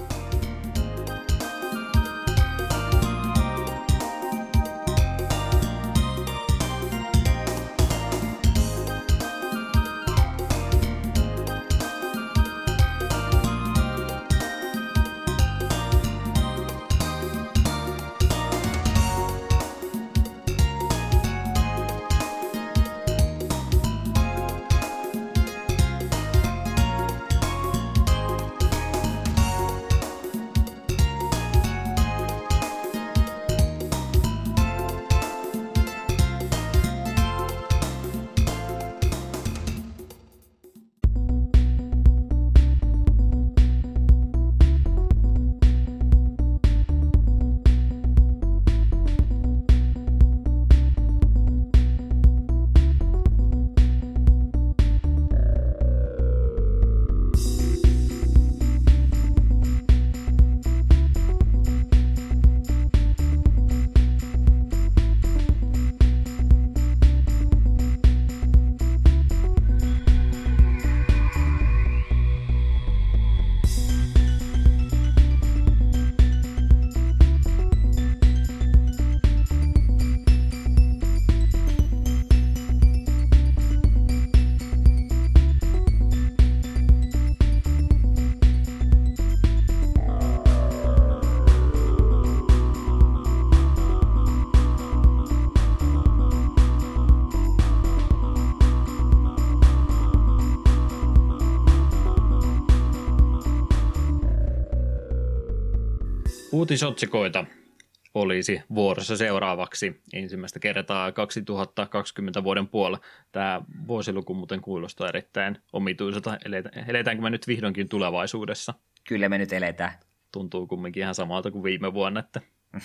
Uutisotsikoita olisi vuorossa seuraavaksi ensimmäistä kertaa kaksituhattakaksikymmentä vuoden puolella. Tämä vuosiluku muuten kuulostaa erittäin omituiselta. Eletäänkö me nyt vihdoinkin tulevaisuudessa? Kyllä me nyt eletään. Tuntuu kumminkin ihan samalta kuin viime vuonna, että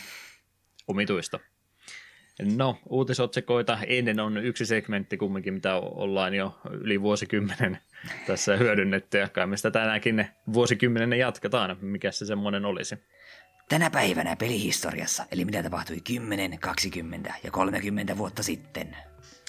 omituista. No, uutisotsikoita ennen on yksi segmentti kumminkin, mitä ollaan jo yli vuosikymmenen tässä hyödynnetty. Ja kai me sitä tänäänkin vuosikymmenen jatketaan. Mikä se semmoinen olisi? Tänä päivänä pelihistoriassa, eli mitä tapahtui kymmenen, kaksikymmentä ja kolmekymmentä vuotta sitten.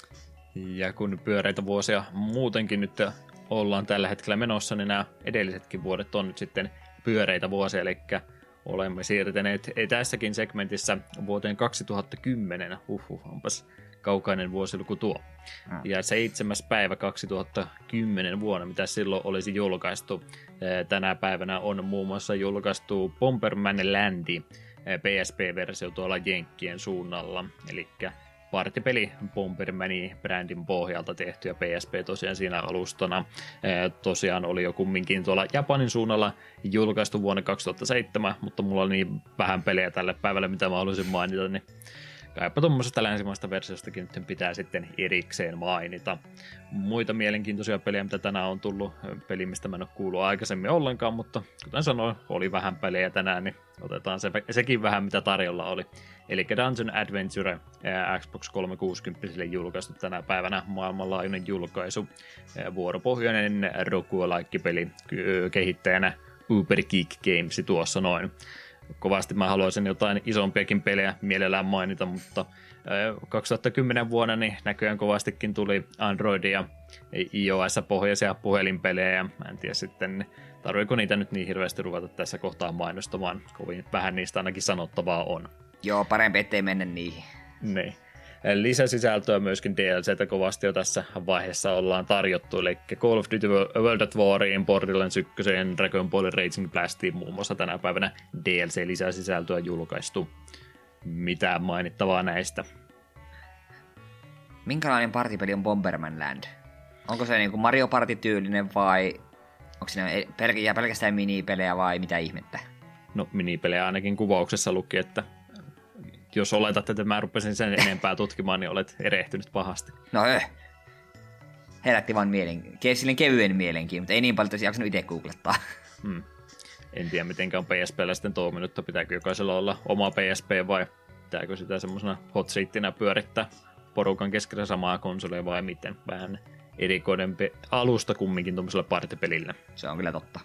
Ja kun pyöreitä vuosia muutenkin nyt ollaan tällä hetkellä menossa, niin nämä edellisetkin vuodet on nyt sitten pyöreitä vuosia, eli olemme siirtyneet tässäkin segmentissä vuoteen kaksituhattakymmenen. Huhhuh, onpas kaukainen vuosiluku tuo. Mm. Ja seitsemäs päivä kaksituhattakymmenen vuonna, mitä silloin olisi julkaistu. Tänä päivänä on muun muassa julkaistu Bomberman Landi, P S P-versio tuolla Jenkkien suunnalla. Eli partipeli Bombermani brändin pohjalta tehty ja P S P tosiaan siinä alustana. Tosiaan oli jo kumminkin tuolla Japanin suunnalla julkaistu vuonna kaksituhattaseitsemän, mutta mulla oli niin vähän pelejä tälle päivälle, mitä mä haluaisin mainita, niin kaipa tuommoisesta länsimaista versiostakin nyt pitää sitten erikseen mainita. Muita mielenkiintoisia pelejä, mitä tänään on tullut, peli, mistä mä en ole kuullut aikaisemmin ollenkaan, mutta kuten sanoin, oli vähän pelejä tänään, niin otetaan se, sekin vähän, mitä tarjolla oli. Eli Dungeon Adventure Xbox kolmesataakuusikymmentä julkaistu tänä päivänä, maailmanlaajuinen julkaisu, vuoropohjainen roguelike-peli kehittäjänä Uber Geek Games tuossa noin. Kovasti mä haluaisin jotain isompiakin pelejä mielellään mainita, mutta kaksituhattakymmenen vuonna niin näköjään kovastikin tuli Android- ja iOS-pohjaisia puhelinpelejä, ja mä en tiedä sitten, tarviiko niitä nyt niin hirveästi ruveta tässä kohtaa mainostamaan, kovin vähän niistä ainakin sanottavaa on. Joo, parempi ettei mennä niihin. Niin. Lisäsisältöä myöskin D L C:tä kovasti jo tässä vaiheessa ollaan tarjottu, eli Call of Duty World at Wariin, Borderlands yksi, Dragon Ball Raging Blastiin muun muassa tänä päivänä D L C-lisäsisältöä julkaistu. Mitään mainittavaa näistä? Minkälainen partipeli on Bomberman Land? Onko se niin kuin Mario Party-tyylinen vai onko siinä pel- pelkästään minipelejä vai mitä ihmettä? No minipelejä ainakin kuvauksessa luki, että jos oletat, että mä rupesin sen enempää tutkimaan, niin olet erehtynyt pahasti. No öh. Herätti vaan mielen... silleen kevyen mielenkiin, mutta ei niin paljon tosiaan jaksanut itse googlettaa. Hmm. En tiedä, miten on P S P:llä sitten toiminut, että pitääkö jokaisella olla oma P S P vai pitääkö sitä semmoisena hot seatinä pyörittää porukan keskellä samaa konsolia vai miten. Vähän erikoidempi alusta kumminkin tuollaisella partipelillä. Se on kyllä totta.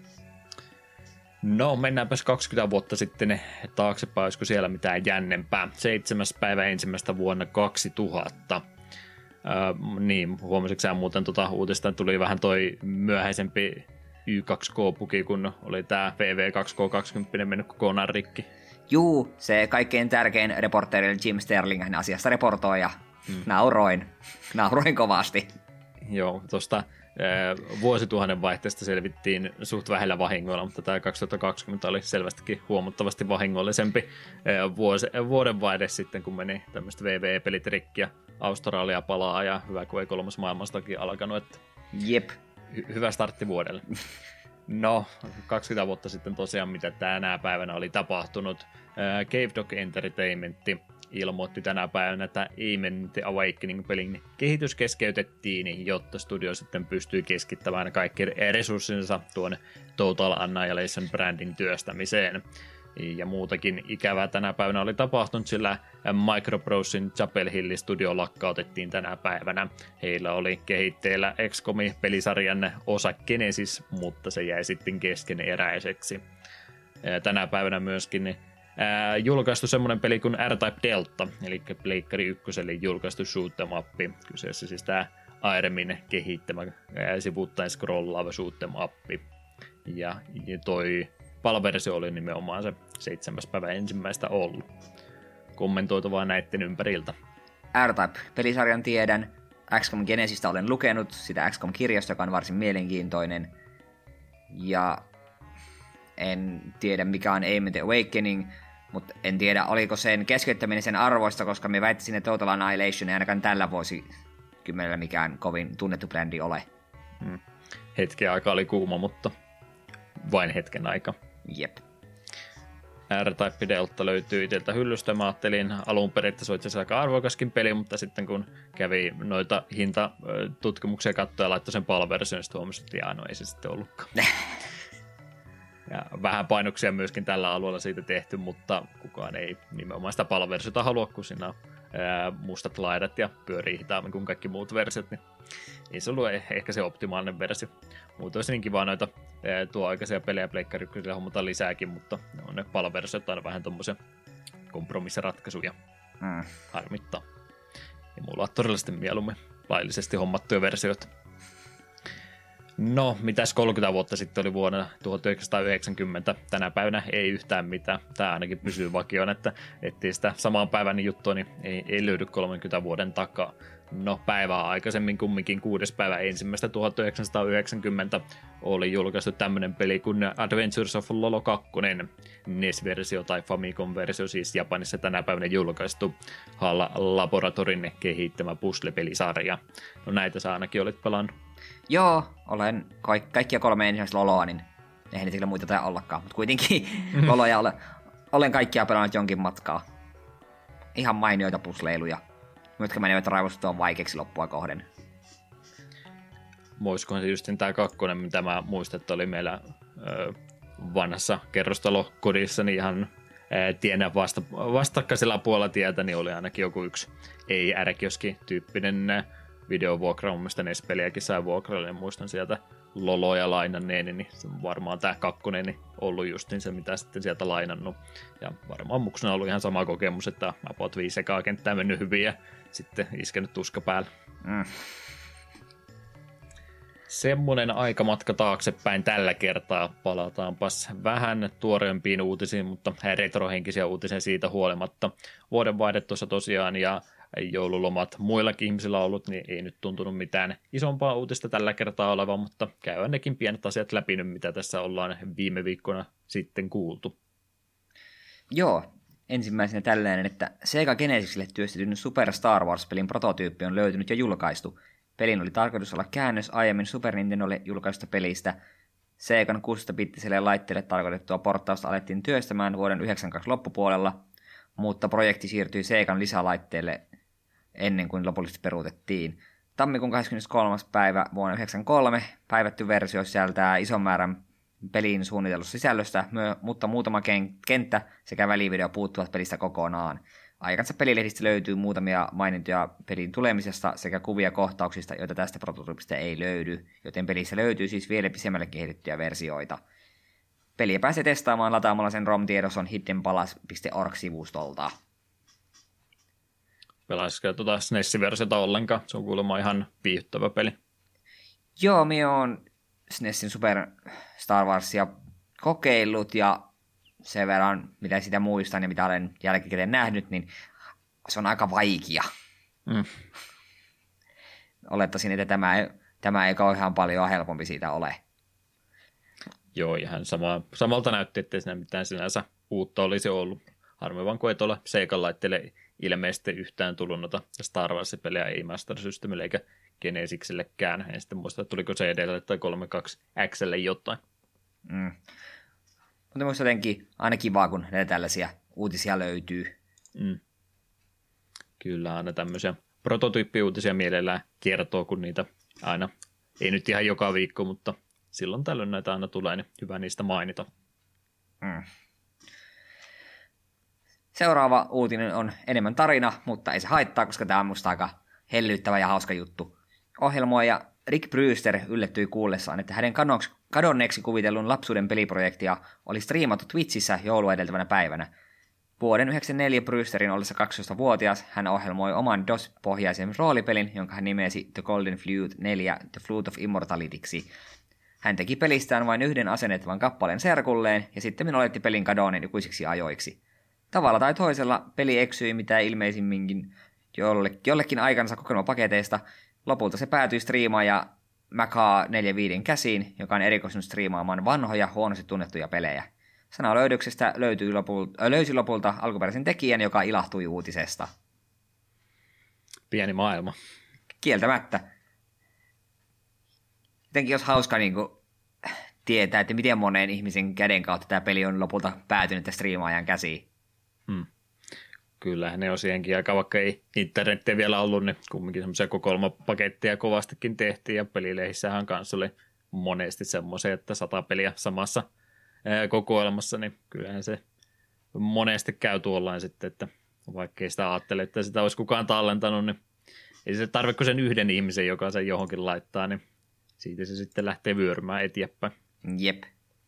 No, mennäänpäs kaksikymmentä vuotta sitten taaksepäin, olisiko siellä mitään jännempää. seitsemäs päivä ensimmäistä vuonna kaksituhatta. Äh, niin, huomasitko sä muuten tuota uutista, tuli vähän toi myöhäisempi Y kaksi K-puki, kun oli tää V V kaksi K kaksikymmentä mennyt kokonaan rikki. Juu, se kaikkein tärkein reporteri Jim Sterling hän asiasta reportoi ja hmm. nauroin. Nauroin kovasti. Joo, tuosta vuosituhannen vaihteesta selvittiin suht vähillä vahingoilla, mutta tämä kaksituhattakaksikymmentä oli selvästikin huomattavasti vahingollisempi vuosi, vuodenvaihde sitten, kun meni tämmöistä V V E-pelit rikki ja Australia palaa ja hyvä, kun ei kolmas maailmastakin alkanut. Että Jep. Hy- hyvä startti vuodelle. No, kaksikymmentä vuotta sitten tosiaan, mitä tänä päivänä oli tapahtunut. Cave Dog Entertainment ilmoitti tänä päivänä, että Amen The Awakening-pelin kehitys keskeytettiin, jotta studio sitten pystyy keskittämään kaikki resurssinsa tuon Total Annihilation brändin työstämiseen. Ja muutakin ikävää tänä päivänä oli tapahtunut, sillä Microprosin Chapel Hill Studio lakkautettiin tänä päivänä. Heillä oli kehitteillä X COM-pelisarjan osa Genesis, mutta se jäi sitten keskeneräiseksi. Tänä päivänä myöskin Ää, julkaistu semmoinen peli kuin R-Type Delta, eli Pleikkari ykköselle julkaistu shoot'em up. Kyseessä siis tämä Airemin kehittämä ää, sivuuttain scrollaava shoot'em up. Ja, ja toi PAL-versio oli nimenomaan se seitsemäs päivä ensimmäistä ollut. Kommentoitavaa näitten ympäriltä. R-Type-pelisarjan tiedän. X COM Genesistä olen lukenut sitä X COM-kirjasta, joka on varsin mielenkiintoinen. Ja en tiedä, mikä on Amen The Awakening, mutta en tiedä, oliko sen keskeyttäminen sen arvoista, koska me väittäisin, että Total Annihilation ei ainakaan tällä vuosikymmenellä mikään kovin tunnettu brändi ole. Hmm. Hetken aika oli kuuma, mutta vain hetken aika. Jep. R-Type Delta löytyy itseltä hyllystä. Mä ajattelin alun perin, että se on itse asiassa aika arvokaskin peli, mutta sitten kun kävi noita hintatutkimuksia katsoa ja laittoi sen PAL-version, niin sitten huomasin, että jaa, no ei se sitten ollutkaan. Ja vähän painoksia myöskin tällä alueella siitä tehty, mutta kukaan ei nimenomaan sitä PAL-versiota halua, kun siinä on ää, mustat laidat ja pyörii hitaammin kuin kaikki muut versiot, niin ei se ollut ehkä se optimaalinen versio. Muuten olisi niin kiva noita ää, tuo aikaisia pelejä Pleikkari ykkösellä hommata lisääkin, mutta ne on ne PAL-versiot aina vähän tommosia kompromissiratkaisuja. Mm. Harmittaa. Ja mulla on todellisesti mieluummin laillisesti hommattuja versioita. No, mitäs kolmekymmentä vuotta sitten oli vuonna tuhatyhdeksänsataayhdeksänkymmentä. Tänä päivänä ei yhtään mitään. Tämä ainakin pysyy vakioon, että etsii sitä samaan päivän juttua, niin ei, ei löydy kolmenkymmenen vuoden takaa. No, päivää aikaisemmin kumminkin kuudes päivä ensimmäistä tuhatyhdeksänsataayhdeksänkymmentä oli julkaistu tämmöinen peli kuin Adventures of Lolo kaksi, N E S-versio tai Famicom-versio, siis Japanissa tänä päivänä julkaistu Halla Laboratorin kehittämä puzzle-pelisarja. No näitä sä ainakin olit pelannut. Joo, olen ka- kaikkia kolme ensimmäistä Loloa, niin eihän niitä kyllä muita tai ollakaan, mutta kuitenkin Loloja olen, olen kaikkia pelannut jonkin matkaa. Ihan mainioita pusleiluja, jotka menevät raivostuttua vaikeaksi loppua kohden. Voisikohan se just tämä kakkonen, mitä mä muistan, että oli meillä ö, vanhassa kerrostalokodissa, niin ihan ää, tienä vasta, vastakkaisella puolella tietä, niin oli ainakin joku yksi ei-ärkioski-tyyppinen videovuokra. Mun mielestä N E S-peliäkin sai vuokralle, niin muistan sieltä Loloja lainanneeni, niin se on varmaan tämä kakkonen niin ollut justin se, mitä sitten sieltä lainannut. Ja varmaan muksena on ollut ihan sama kokemus, että about viisi ekaa kenttää mennyt hyvin ja sitten iskenyt tuska päällä. Mm. Semmoinen aikamatka taaksepäin tällä kertaa. Palataanpas vähän tuoreempiin uutisiin, mutta retrohenkisiä uutisia siitä huolimatta. Vuodenvaihde tuossa tosiaan ja joululomat muillakin ihmisillä on ollut, niin ei nyt tuntunut mitään isompaa uutista tällä kertaa olevan, mutta käydään nekin pienet asiat läpi nyt, mitä tässä ollaan viime viikkona sitten kuultu. Joo, ensimmäisenä tällainen, että Sega Genesisille työstetyn Super Star Wars-pelin prototyyppi on löytynyt ja julkaistu. Pelin oli tarkoitus olla käännös aiemmin Super Nintendolle julkaista pelistä. Segan kuusitoista-bittiselle laitteelle tarkoitettua porttausta alettiin työstämään vuoden yhdeksänkymmentäkaksi loppupuolella, mutta projekti siirtyi Segan lisälaitteelle ennen kuin lopullisesti peruutettiin. Tammikuun kahdeskymmeneskolmas päivä vuonna yhdeksänkymmentäkolme päivätty versio sisältää ison määrän pelin suunnitellusta sisällöstä, mutta muutama kenttä sekä välivideo puuttuvat pelistä kokonaan. Aikansa pelilehdistä löytyy muutamia mainintoja pelin tulemisesta sekä kuvia kohtauksista, joita tästä prototyypistä ei löydy, joten pelissä löytyy siis vielä pisemmälle kehitettyjä versioita. Peliä pääsee testaamaan lataamalla sen ROM-tiedoson hidden palace piste org-sivustolta. Pelaisiko tuota S N E S-versiota ollenkaan? Se on kuulemma ihan viihdyttävä peli. Joo, minä olen S N E Sin Super Star Warsia kokeillut ja sen verran, mitä sitä muistan ja mitä olen jälkikäteen nähnyt, niin se on aika vaikea. Mm. Olettaisin, että tämä ei, tämä ei kauhean paljon helpompi siitä ole. Joo, ihan sama, samalta näytti, ettei siinä mitään sinänsä uutta olisi ollut. Harmi vaan, kun ei tuolla Seikan laitteelle ilmeisesti yhtään tullut noita Star Wars-pelejä, ei Master Systemille eikä Genesiksellekään. En sitten muista, tuliko C D:lle tai kolmekymmentäkaksi X:lle jotain. Mm. Mutta minusta jotenkin aina kivaa, kun näitä tällaisia uutisia löytyy. Mm. Kyllä aina tämmöisiä prototyyppiuutisia mielellään kertoo, kun niitä aina, ei nyt ihan joka viikko, mutta silloin tällöin näitä aina tulee, niin hyvä niistä mainita. Mm. Seuraava uutinen on enemmän tarina, mutta ei se haittaa, koska tämä on musta aika hellyttävä ja hauska juttu. Ohjelmoija Rick Brewster yllättyi kuullessaan, että hänen kadonneeksi kuvitellun lapsuuden peliprojektia oli striimattu Twitchissä joulua edeltävänä päivänä. Vuoden yhdeksänkymmentäneljä Brewsterin ollessa kaksitoistavuotias hän ohjelmoi oman DOS-pohjaisen roolipelin, jonka hän nimesi The Golden Flute neljä The Flute of Immortalityksi. Hän teki pelistään vain yhden asennettavan kappaleen serkulleen ja sitten oletti pelin kadonneen ikuisiksi ajoiksi. Tavalla tai toisella peli eksyi mitä ilmeisimminkin jollekin aikansa kokoelmapaketeista. Lopulta se päätyi striimaaja Maca neljäkymmentäviisi käsiin, joka on erikoistunut striimaamaan vanhoja, huonosti tunnettuja pelejä. Sanalöydöksestä löytyi lopulta, löysi lopulta alkuperäisen tekijän, joka ilahtui uutisesta. Pieni maailma. Kieltämättä. Jotenkin olisi hauska niin kuin, tietää, että miten moneen ihmisen käden kautta tämä peli on lopulta päätynyt striimaajan käsiin. Hmm. Kyllähän ne on siihenkin aika, vaikka ei internettiä vielä ollut, niin kumminkin semmoisia kokoelmapaketteja kovastikin tehtiin, ja pelilehissähän kanssa oli monesti semmoisia, että sata peliä samassa ää, kokoelmassa, niin kyllähän se monesti käy tuollain sitten, että vaikka ei sitä ajattele, että sitä olisi kukaan tallentanut, niin ei se tarvitse sen yhden ihmisen, joka sen johonkin laittaa, niin siitä se sitten lähtee vyörymään eteenpäin. Jep.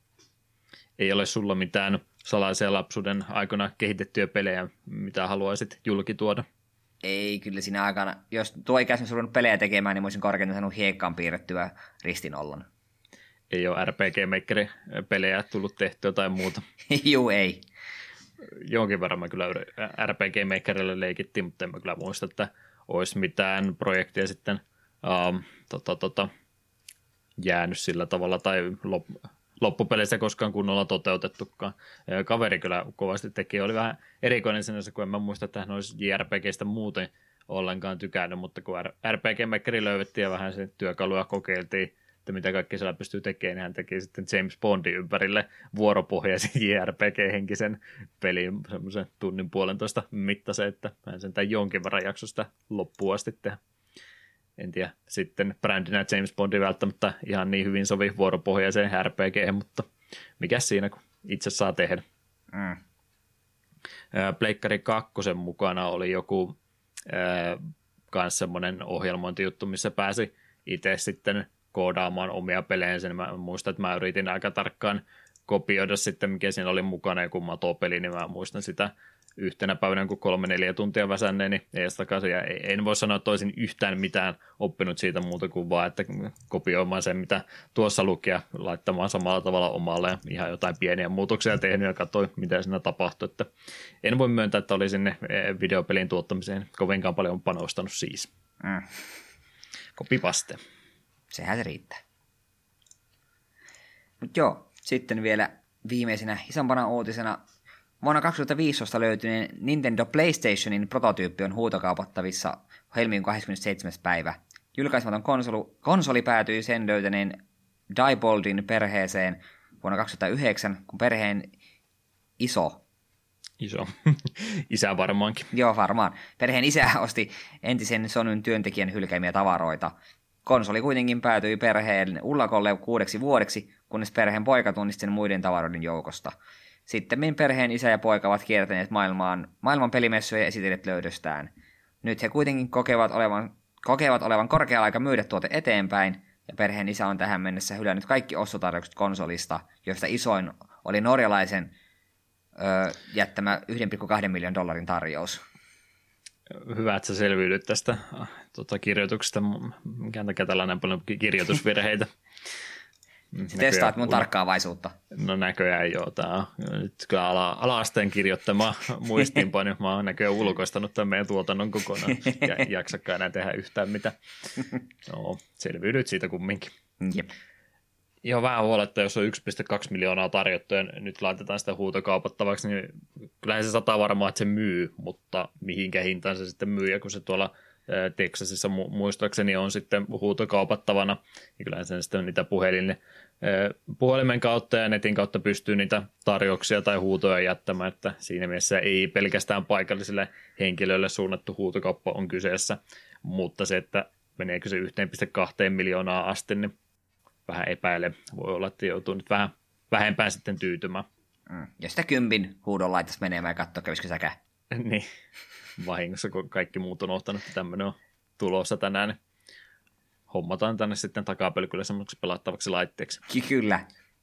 Ei ole sulla mitään salaisia lapsuuden aikana kehitettyjä pelejä, mitä haluaisit julki tuoda? Ei, kyllä siinä aikana. Jos tuo ikäisen ruvennut pelejä tekemään, niin mä olisin korkeintaan saanut hiekkaan piirrettyä ristinollan. Ei ole R P G Makerin pelejä tullut tehtyä tai muuta? Juu, ei. Jonkin verran mä kyllä R P G Makerille leikittiin, mutta en mä kyllä muista, että olisi mitään projektia sitten um, tota, tota, jäänyt sillä tavalla tai lop- loppupeleissä koskaan kunnolla toteutettukaan. Kaveri kyllä kovasti teki. Oli vähän erikoinen sinänsä, kun en mä muista, että hän olisi J R P G:stä muuten ollenkaan tykännyt, mutta kun R P G Makeri löydettiin ja vähän sen työkaluja kokeiltiin, että mitä kaikki siellä pystyy tekemään, niin hän teki sitten James Bondin ympärille vuoropohjaisen J R P G-henkisen pelin, semmoisen tunnin puolentoista mittaisen, että hän sen tämän jonkin verran jaksoi sitä loppuun asti tehdä. En tiedä, sitten brändinä James Bondi välttämättä ihan niin hyvin sovi vuoropohjaiseen R P G, mutta mikä siinä, kun itse saa tehdä. Mm. Pleikkari kakkosen mukana oli joku äh, kans semmoinen ohjelmointijuttu, missä pääsi itse sitten koodaamaan omia pelejä. Mä muistan, että mä yritin aika tarkkaan kopioida sitten, mikä siinä oli mukana, joku matopeli, niin mä muistan sitä yhtenä päivänä, kun kolme neljä tuntia väsänneeni ees takaisin, ja en voi sanoa, että olisin yhtään mitään oppinut siitä muuta kuin vaan, että kopioimaan sen, mitä tuossa luki, ja laittamaan samalla tavalla omalle, ja ihan jotain pieniä muutoksia tehnyt, ja katsoin, mitä siinä tapahtui, että en voi myöntää, että olisin sinne videopelin tuottamiseen kovinkaan paljon panostanut siis. Mm. Kopipaste. Sehän se riittää. Mut joo, sitten vielä viimeisenä isompana uutisena vuonna kaksituhattaviisitoista löytyneen Nintendo PlayStationin prototyyppi on huutokaupattavissa helmikuun kahdeskymmenesseitsemäs päivä. Julkaisematon konsoli, konsoli päätyi sen löytäneen Dieboldin perheeseen vuonna kaksituhattayhdeksän, kun perheen iso. Iso. Isä varmaankin. Joo, varmaan. Perheen isä osti entisen Sonyn työntekijän hylkäämiä tavaroita. Konsoli kuitenkin päätyi perheen ullakolle kuudeksi vuodeksi, kunnes perheen poika tunnisti sen muiden tavaroiden joukosta. Sitten perheen isä ja poika ovat kiertäneet maailmaan, maailman pelimessuja ja esitelleet löydöstään. Nyt he kuitenkin kokevat olevan, kokevat olevan korkealla aika myydä tuote eteenpäin, ja perheen isä on tähän mennessä hylännyt kaikki ostotarjoukset konsolista, joista isoin oli norjalaisen öö, jättämä yksi pilkku kaksi miljoonan dollarin tarjous. Hyvä, että sä selviydyt tästä tuota, kirjoituksesta. Minkään takia tällainen paljon kirjoitusvirheitä. Sä testaat mun tarkkaavaisuutta. No näköjään joo. Tämä on nyt kyllä ala, ala-asteen kirjoittama muistiinpano. Mä oon näköjään ulkoistanut tämän meidän tuotannon kokonaan. Ja jaksakaan enää tehdä yhtään mitä. No, selviydyt siitä kumminkin. Jep. Ihan vähän huoletta, jos on yksi pilkku kaksi miljoonaa tarjottu ja nyt laitetaan sitä huutokaupattavaksi, niin kyllähän se sataa varmaan, että se myy, mutta mihinkä hintaan se sitten myy, ja kun se tuolla Texasissa muistaakseni on sitten huutokaupattavana, niin kyllähän sen sitten niitä puhelin, puhelimen kautta ja netin kautta pystyy niitä tarjouksia tai huutoja jättämään, että siinä mielessä ei pelkästään paikallisille henkilöille suunnattu huutokauppa on kyseessä, mutta se, että meneekö se yksi pilkku kaksi miljoonaa asti, niin vähän epäile. Voi olla, että joutuu nyt vähän vähempään sitten tyytymään. Mm. Ja sitä kympin huudon laittaisi menemään ja katsoa, kävisikö säkä. Niin, vahingossa, kun kaikki muut on ottanut, että tämmöinen on tulossa tänään, niin hommataan tänne sitten takapölkylle semmoiseksi pelattavaksi laitteeksi. Kyllä.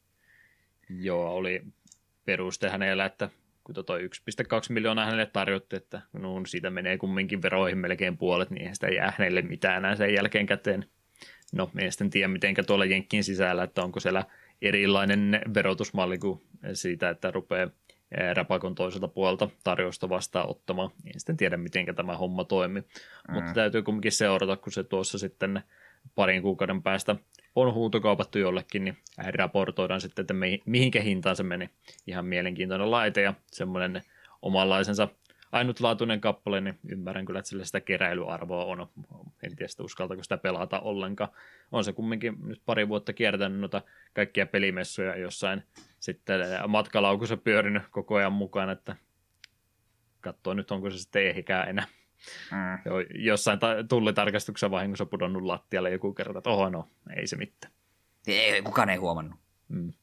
Joo, oli peruste hänellä, että kun toi yksi pilkku kaksi miljoonaa hänelle tarjotti, että no, siitä menee kumminkin veroihin melkein puolet, niin eihän sitä jää hänelle mitään enää sen jälkeen käteen. No, en sitten tiedä, miten tuolla Jenkkien sisällä, että onko siellä erilainen verotusmalli kuin siitä, että rupeaa rapakon toiselta puolelta tarjousta vastaan ottamaan. En sitten tiedä, miten tämä homma toimii, mm. mutta täytyy kumminkin seurata, kun se tuossa sitten parin kuukauden päästä on huutokaupattu jollekin, niin raportoidaan sitten, että mihinkä hintaan se meni. Ihan mielenkiintoinen laite ja semmoinen omanlaisensa ainutlaatuinen kappale, niin ymmärrän kyllä, että sillä sitä keräilyarvoa on. En tiedä, uskaltaako sitä pelata ollenkaan. On se kumminkin nyt pari vuotta kiertänyt noita kaikkia pelimessuja jossain sitten matkalaukussa pyörinyt koko ajan mukaan, että katsoo nyt, onko se sitten ehikään enää. Mm. Jossain ta- tullitarkastuksessa vahingossa pudonnut lattialle joku kerta, että oho no, ei se mitään. Ei, kukaan ei huomannut. Mm.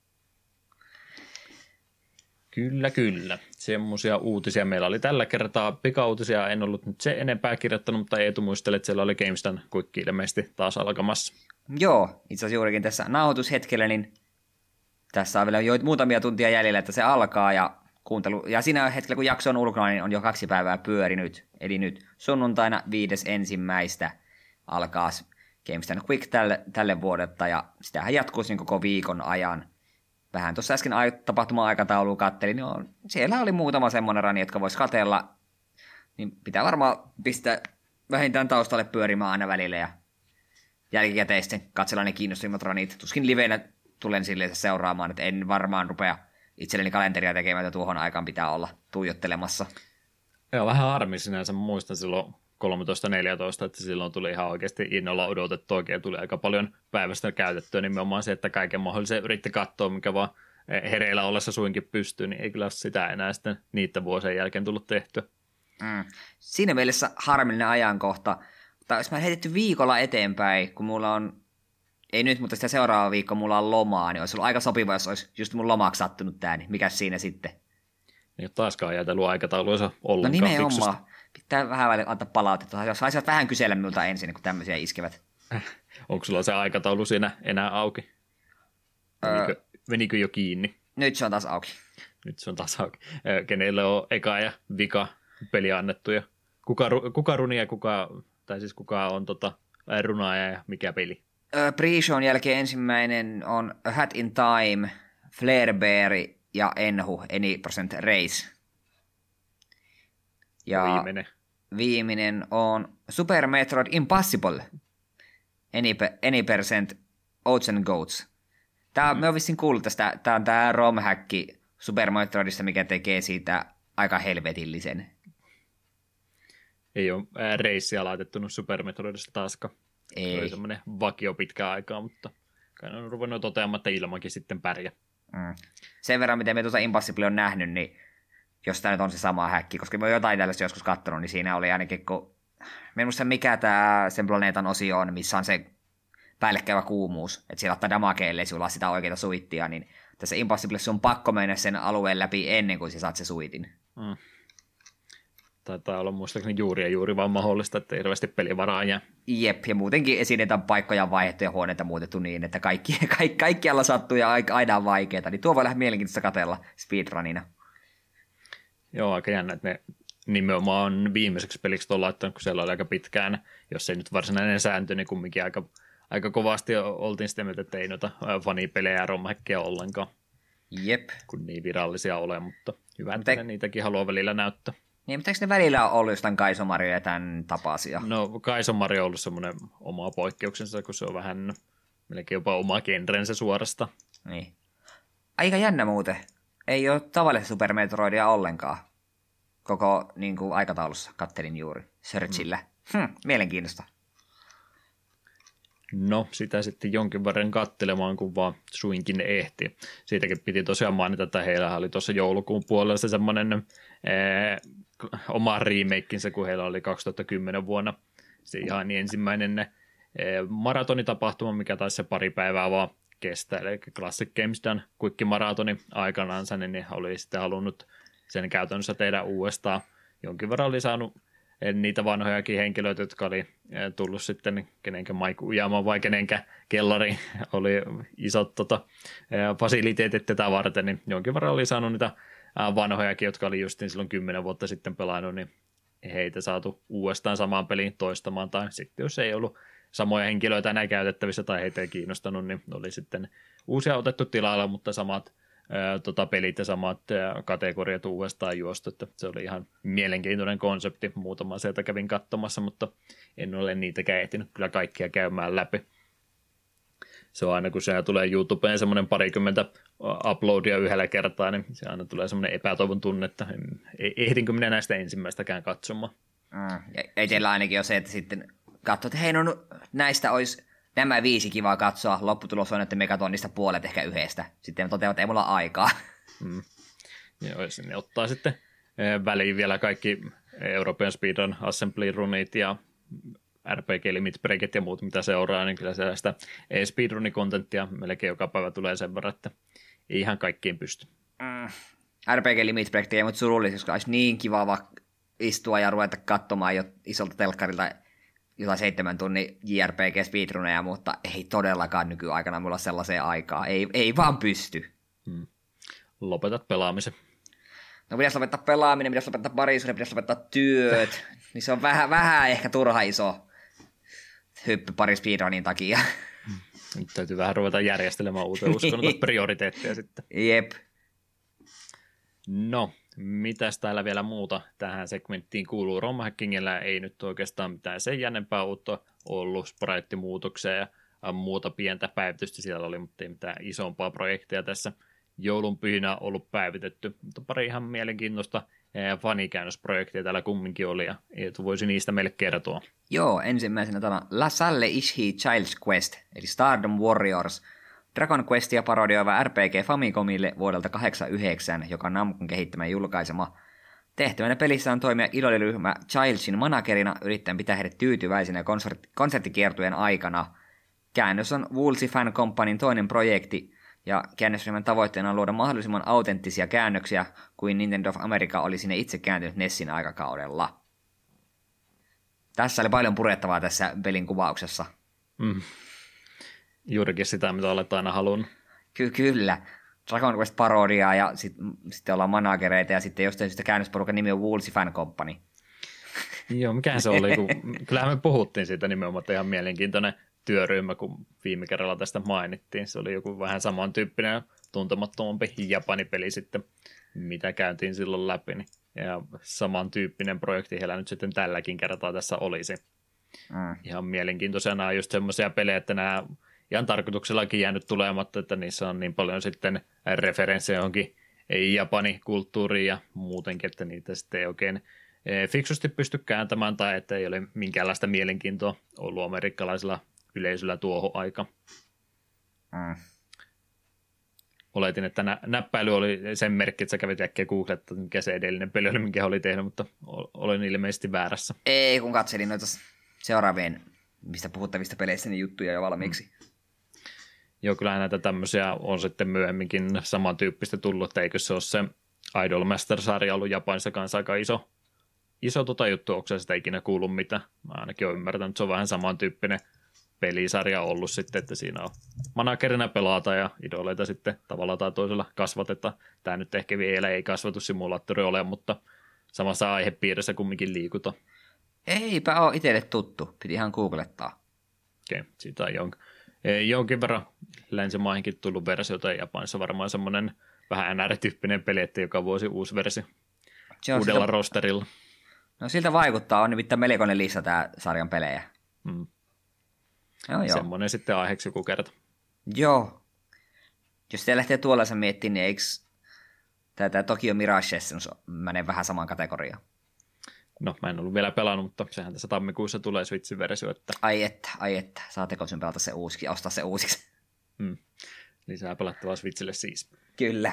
Kyllä, kyllä. Semmoisia uutisia meillä oli tällä kertaa. Pikauutisia en ollut nyt se enempää kirjoittanut, mutta Eetu muisteli, että siellä oli GameStan kuikki ilmeisesti taas alkamassa. Joo, itse asiassa juurikin tässä nauhoitushetkellä, niin tässä on vielä jo muutamia tuntia jäljellä, että se alkaa ja kuuntelu. Ja siinä hetkellä, kun jakso on ulkona, niin on jo kaksi päivää pyörinyt. Eli nyt sunnuntaina viides ensimmäistä alkaa GameStan Quick tälle, tälle vuodetta ja sitähän jatkuu sen koko viikon ajan. Vähän tuossa äsken tapahtuma-aikataulua kattelin, niin on, siellä oli muutama semmoinen rani, jotka vois katsella, niin pitää varmaan pistää vähintään taustalle pyörimään aina välillä ja jälkikäteen sitten katsella ne kiinnostavimmat ranit. Tuskin liveinä tulen silleen seuraamaan, että en varmaan rupea itselleni kalenteria tekemään, että tuohon aikaan pitää olla tuijottelemassa. Joo, vähän harmi sinänsä. Muistan silloin kolmetoista neljätoista, että silloin tuli ihan oikeasti innolla odotettu oikein ja tuli aika paljon päivästä käytettyä. Nimenomaan se, että kaiken mahdollisen yritti katsoa, mikä vaan hereillä ollessa suinkin pystyy, niin ei kyllä sitä enää sitten niitä vuosien jälkeen tullut tehtyä. Mm. Siinä mielessä harmillinen ajankohta. Tai jos mä heitetty viikolla eteenpäin, kun mulla on, ei nyt, mutta sitä seuraava viikko mulla on lomaa, niin olisi ollut aika sopiva, jos olisi just mun lomaksi sattunut tää, niin mikäs siinä sitten? Ei ole taaskaan ajatellut aikatauluissa ollenkaan. No nimenomaan. Pitää vähän välillä antaa palautetta. Jos saisivat vähän kysellä minulta ensin, kun tämmöisiä iskevät. Onko sulla se aikataulu siinä enää auki? Menikö, öö, menikö jo kiinni? Nyt se on taas auki. Nyt se on taas auki. Kenelle on eka ja vika peli annettu ja kuka, kuka runia, kuka, tai siis kuka on tota, runaaja ja mikä peli? Öö, Pre-shown jälkeen ensimmäinen on A Hat in Time, Flareberry ja Enhu, Any Percent Race. Ja viimeinen. viimeinen on Super Metroid Impossible, Any, any Percent Oats and Goats. Tää, mm. Me on vissiin kuullut tästä, tää on tää ROM-häkki Super Metroidista, mikä tekee siitä aika helvetillisen. Ei ole reissiä laitettu Super Metroidista taaskaan. Ei. Se oli semmoinen vakio pitkään aikaa, mutta kai on ruvennut toteamaan, että ilmankin sitten pärjää. Mm. Sen verran, miten me tuossa Impossible on nähnyt, niin jos tämä nyt on se sama häkki, koska me on jotain tällaista joskus katsonut, niin siinä oli ainakin, kun... Me en muista mikä tämä sen planeetan osio on, missä on se päällekkäyvä kuumuus, että siellä ottaa damagea, ellei sulla ole sitä oikeaa suittia, niin tässä Impossiblessa on pakko mennä sen alueen läpi ennen kuin sä saat se suitin. Mm. Taitaa olla muistaakseni juuri ja juuri vaan mahdollista, että hirveästi pelivaraa jää. Jep, ja muutenkin esineitä on paikkoja vaihdettu ja huoneita muutettu niin, että kaikki, kaikki, kaikkialla sattuu ja aina on vaikeaa, niin tuo voi lähteä mielenkiintoista katsella speedrunina. Joo, aika jännä, että ne nimenomaan viimeiseksi peliksi tuon laittanut, kun siellä oli aika pitkään, jos ei nyt varsinainen sääntö, niin kumminkin aika, aika kovasti oltiin sitä mieltä, että ei noita fanipelejä ja romhäkkejä ollenkaan. Jep. Kun niin virallisia ole, mutta hyvä, että Te... ne niitäkin haluaa välillä näyttää. Niin, mutta eikö ne välillä ole ollut jostain Kaizo Mario ja tämän tapaisia? No Kaizo Mario on ollut semmoinen oma poikkeuksensa, kun se on vähän melkein jopa oma genrensä suorasta. Niin. Aika jännä muuten. Ei ole tavallista Super Metroidia ollenkaan. Koko niin kuin, aikataulussa kattelin juuri Searchillä. Hmm. Hm, mielenkiintoista. No, sitä sitten jonkin verran katselemaan, kun vaan suinkin ehti. Siitäkin piti tosiaan mainita, että heillä oli tuossa joulukuun puolella se semmoinen ee, oma remakeinsä, kun heillä oli kaksituhattakymmenen vuonna se ihan niin ensimmäinen ee, maratonitapahtuma, mikä taisi se pari päivää vaan kestää, eli Classic Games Done Quick-maratoni aikanaansa, niin ne oli sitten halunnut sen käytännössä tehdä uudestaan. Jonkin verran oli saanut niitä vanhojakin henkilöitä, jotka oli tullut sitten kenenkä Mike Ujama vai kenenkä kellari oli isot tota, fasiliteetit tätä varten, niin jonkin verran oli saanut niitä vanhojakin, jotka oli justiin silloin kymmenen vuotta sitten pelannut, niin heitä saatu uudestaan samaan peliin toistamaan, tai sitten jos ei ollut samoja henkilöitä enää käytettävissä tai heitä ei kiinnostanut, niin oli sitten uusia otettu tilalla, mutta samat ää, tota, pelit ja samat ää, kategoriat uudestaan juostu, että se oli ihan mielenkiintoinen konsepti. Muutama sieltä kävin katsomassa, mutta en ole niitäkään ehtinyt kyllä kaikkia käymään läpi. Se on aina, kun se tulee YouTubeen semmoinen parikymmentä uploadia yhdellä kertaa, niin se aina tulee semmoinen epätoivon tunne, että ehdinkö minä näistä ensimmäistäkään katsomaan. Mm, ja itsellä ainakin on se, että sitten katsoo, että hei, no näistä olisi nämä viisi kivaa katsoa. Lopputulos on, että megatonnista puolet ehkä yhdestä. Sitten toteavat, että ei mulla aikaa. Mm. Joo, ja sinne ottaa sitten väliin vielä kaikki European Speedrun Assembly Runit ja R P G Limit Breakit ja muut, mitä seuraa, niin kyllä sellaista speedrun-kontenttia melkein joka päivä tulee sen verran, että ei ihan kaikkiin pysty. Mm. R P G Limit Break ei mut surullisesti, koska olisi niin kiva vaan istua ja ruveta katsomaan jo isolta telkkarilta jotain seitsemän tunnin J R P G speedruneja, mutta ei todellakaan nykyaikana mulla sellaiseen aikaa. Ei, ei vaan pysty. Hmm. Lopetat pelaamisen. No pitäisi lopettaa pelaaminen, pitäisi lopettaa parisuuden, pitäisi lopettaa työt. Niin se on vähän, vähän ehkä turha iso hyppy pari speedrunin takia. Nyt täytyy vähän ruveta järjestelemään uuteen uskon prioriteetteja sitten. Jep. No, mitäs täällä vielä muuta tähän segmenttiin kuuluu? ROM-hackingillä ei nyt oikeastaan mitään sen jännempää uutta ollut, sprite-muutoksia ja muuta pientä päivitystä siellä oli, mutta ei mitään isompaa projekteja tässä joulunpyhinä ollut päivitetty. Mutta pari ihan mielenkiintoista fanikäännösprojekteja täällä kumminkin oli, ja Eetu voisi niistä meille kertoa. Joo, ensimmäisenä tämä La Salle Ishii Child's Quest, eli Stardom Warriors, Dragon Questia parodioiva R P G Famicomille vuodelta kahdeksankymmentäyhdeksän, joka on Namcon kehittämä julkaisema. Tehtävänä pelissä on toimia idoliryhmä Childsin managerina, yrittäen pitää heidät tyytyväisenä konsert- konserttikiertueen aikana. Käännös on Woolsey Fan Companyn toinen projekti, ja käännösryhmän tavoitteena on luoda mahdollisimman autenttisia käännöksiä, kuin Nintendo of America oli sinne itse kääntynyt Nessin aikakaudella. Tässä oli paljon purettavaa tässä pelin kuvauksessa. Mm. Juurikin sitä, mitä olet aina halunnut. Ky- kyllä. Dragon Quest parodiaa ja sitten sit ollaan managereita ja sitten jostain syystä käännösporukan nimi on Woolsey Fan Company. Joo, mikähän se oli, kun kyllähän me puhuttiin siitä nimenomaan, että ihan mielenkiintoinen työryhmä, kun viime kerralla tästä mainittiin. Se oli joku vähän samantyyppinen tuntemattomampi Japanipeli sitten, mitä käyntiin silloin läpi. Niin. Ja samantyyppinen projekti heillä nyt sitten tälläkin kertaa tässä olisi. Mm. Ihan mielenkiintoisia nämä on just semmoisia pelejä, että nämä ihan tarkoituksellakin jäänyt tulematta, että niissä on niin paljon sitten referenssejä johonkin Japani-kulttuuriin ja muutenkin, että niitä sitten ei oikein fiksusti pysty kääntämään tai että ei ole minkäänlaista mielenkiintoa ollut amerikkalaisilla yleisöllä tuohon aika. Mm. Oletin, että nä- näppäily oli sen merkki, että sä kävit äkkiä googlettaa, mikä se edellinen peli oli, minkä oli tehnyt, mutta olen ilmeisesti väärässä. Ei, kun katselin noita seuraavien mistä puhuttavista peleistä niin juttuja jo valmiiksi. Mm. Joo, kyllähän näitä tämmöisiä on sitten myöhemminkin samantyyppistä tullut, että eikö se ole se Idolmaster-sarja ollut Japanissa kanssa aika iso, iso tota juttu, onko se sitä ikinä kuullut mitä? Mä ainakin olen ymmärtänyt, että se on vähän samantyyppinen pelisarja ollut sitten, että siinä on managerina pelata ja idoleita sitten tavalla tai toisella kasvatetta. Tämä nyt ehkä vielä ei kasvatussimulaattori ole, mutta samassa aihepiirissä kumminkin liikuta. Eipä ole itselle tuttu, piti ihan googlettaa. Okei, okay, siitä on jonkin, jonkin verran länsimaihinkin tullut versiota, ja Japanissa varmaan semmoinen vähän N R-tyyppinen peli, että joka vuosi uusi versio uudella siltä, rosterilla. No siltä vaikuttaa, on nimittäin melkoinen lista tämä sarjan pelejä. Mm. Joo, joo. Semmoinen sitten aiheeksi joku kerta. Joo. Jos te lähtee tuollaisen miettimään, niin eikö tämä Tokyo Mirage menee vähän samaan kategoriaan? No, mä en ollut vielä pelannut, mutta sehän tässä tammikuussa tulee Switchin versio. Että... Ai että, ai että. Saatteko sen pelata se uusiksi ja ostaa se uusiksi? Hmm. Lisää pelattavaa Switchille siis. Kyllä.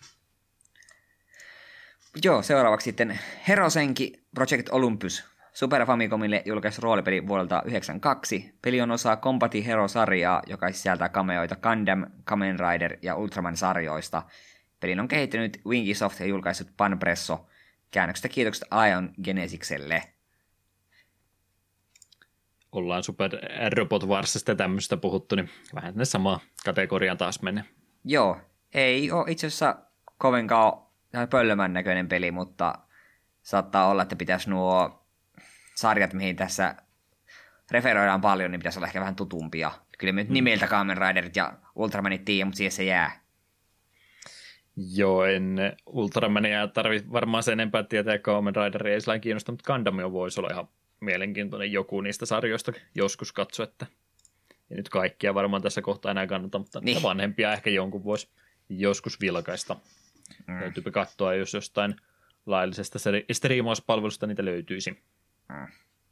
Joo, seuraavaksi sitten Herosenki Project Olympus. Super Famicomille julkaisu roolipeli vuodelta yhdeksänkymmentäkaksi. Peli on osa Combat Hero-sarjaa, joka sisältää cameoita Gundam, Kamen Rider ja Ultraman-sarjoista. Pelin on kehittänyt Wingisoft ja julkaissut Panpresso. Käännöksestä kiitokset Ion Genesikselle. Ollaan Super Robot Warsista ja tämmöistä puhuttu, niin vähän tänne samaa kategoriaan taas menee. Joo, ei ole itse asiassa kovinkaan pöllömän näköinen peli, mutta saattaa olla, että pitäisi nuo sarjat, mihin tässä referoidaan paljon, niin pitäisi olla ehkä vähän tutumpia. Kyllä me nyt nimeltä Kamen Riderit ja Ultramanit tiedä, mutta siihen se jää. Joo, en Ultramania tarvitse varmaan sen enempää tietää, Kamen Rider ei sillä kiinnosta, mutta Gundamia voisi olla ihan mielenkiintoinen joku niistä sarjoista joskus katso, että ei nyt kaikkia varmaan tässä kohtaa enää kannata, mutta niin. Vanhempia ehkä jonkun voisi joskus vilkaista. Mm. Löytyypä katsoa, jos jostain laillisesta striimauspalvelusta niitä löytyisi. Mm.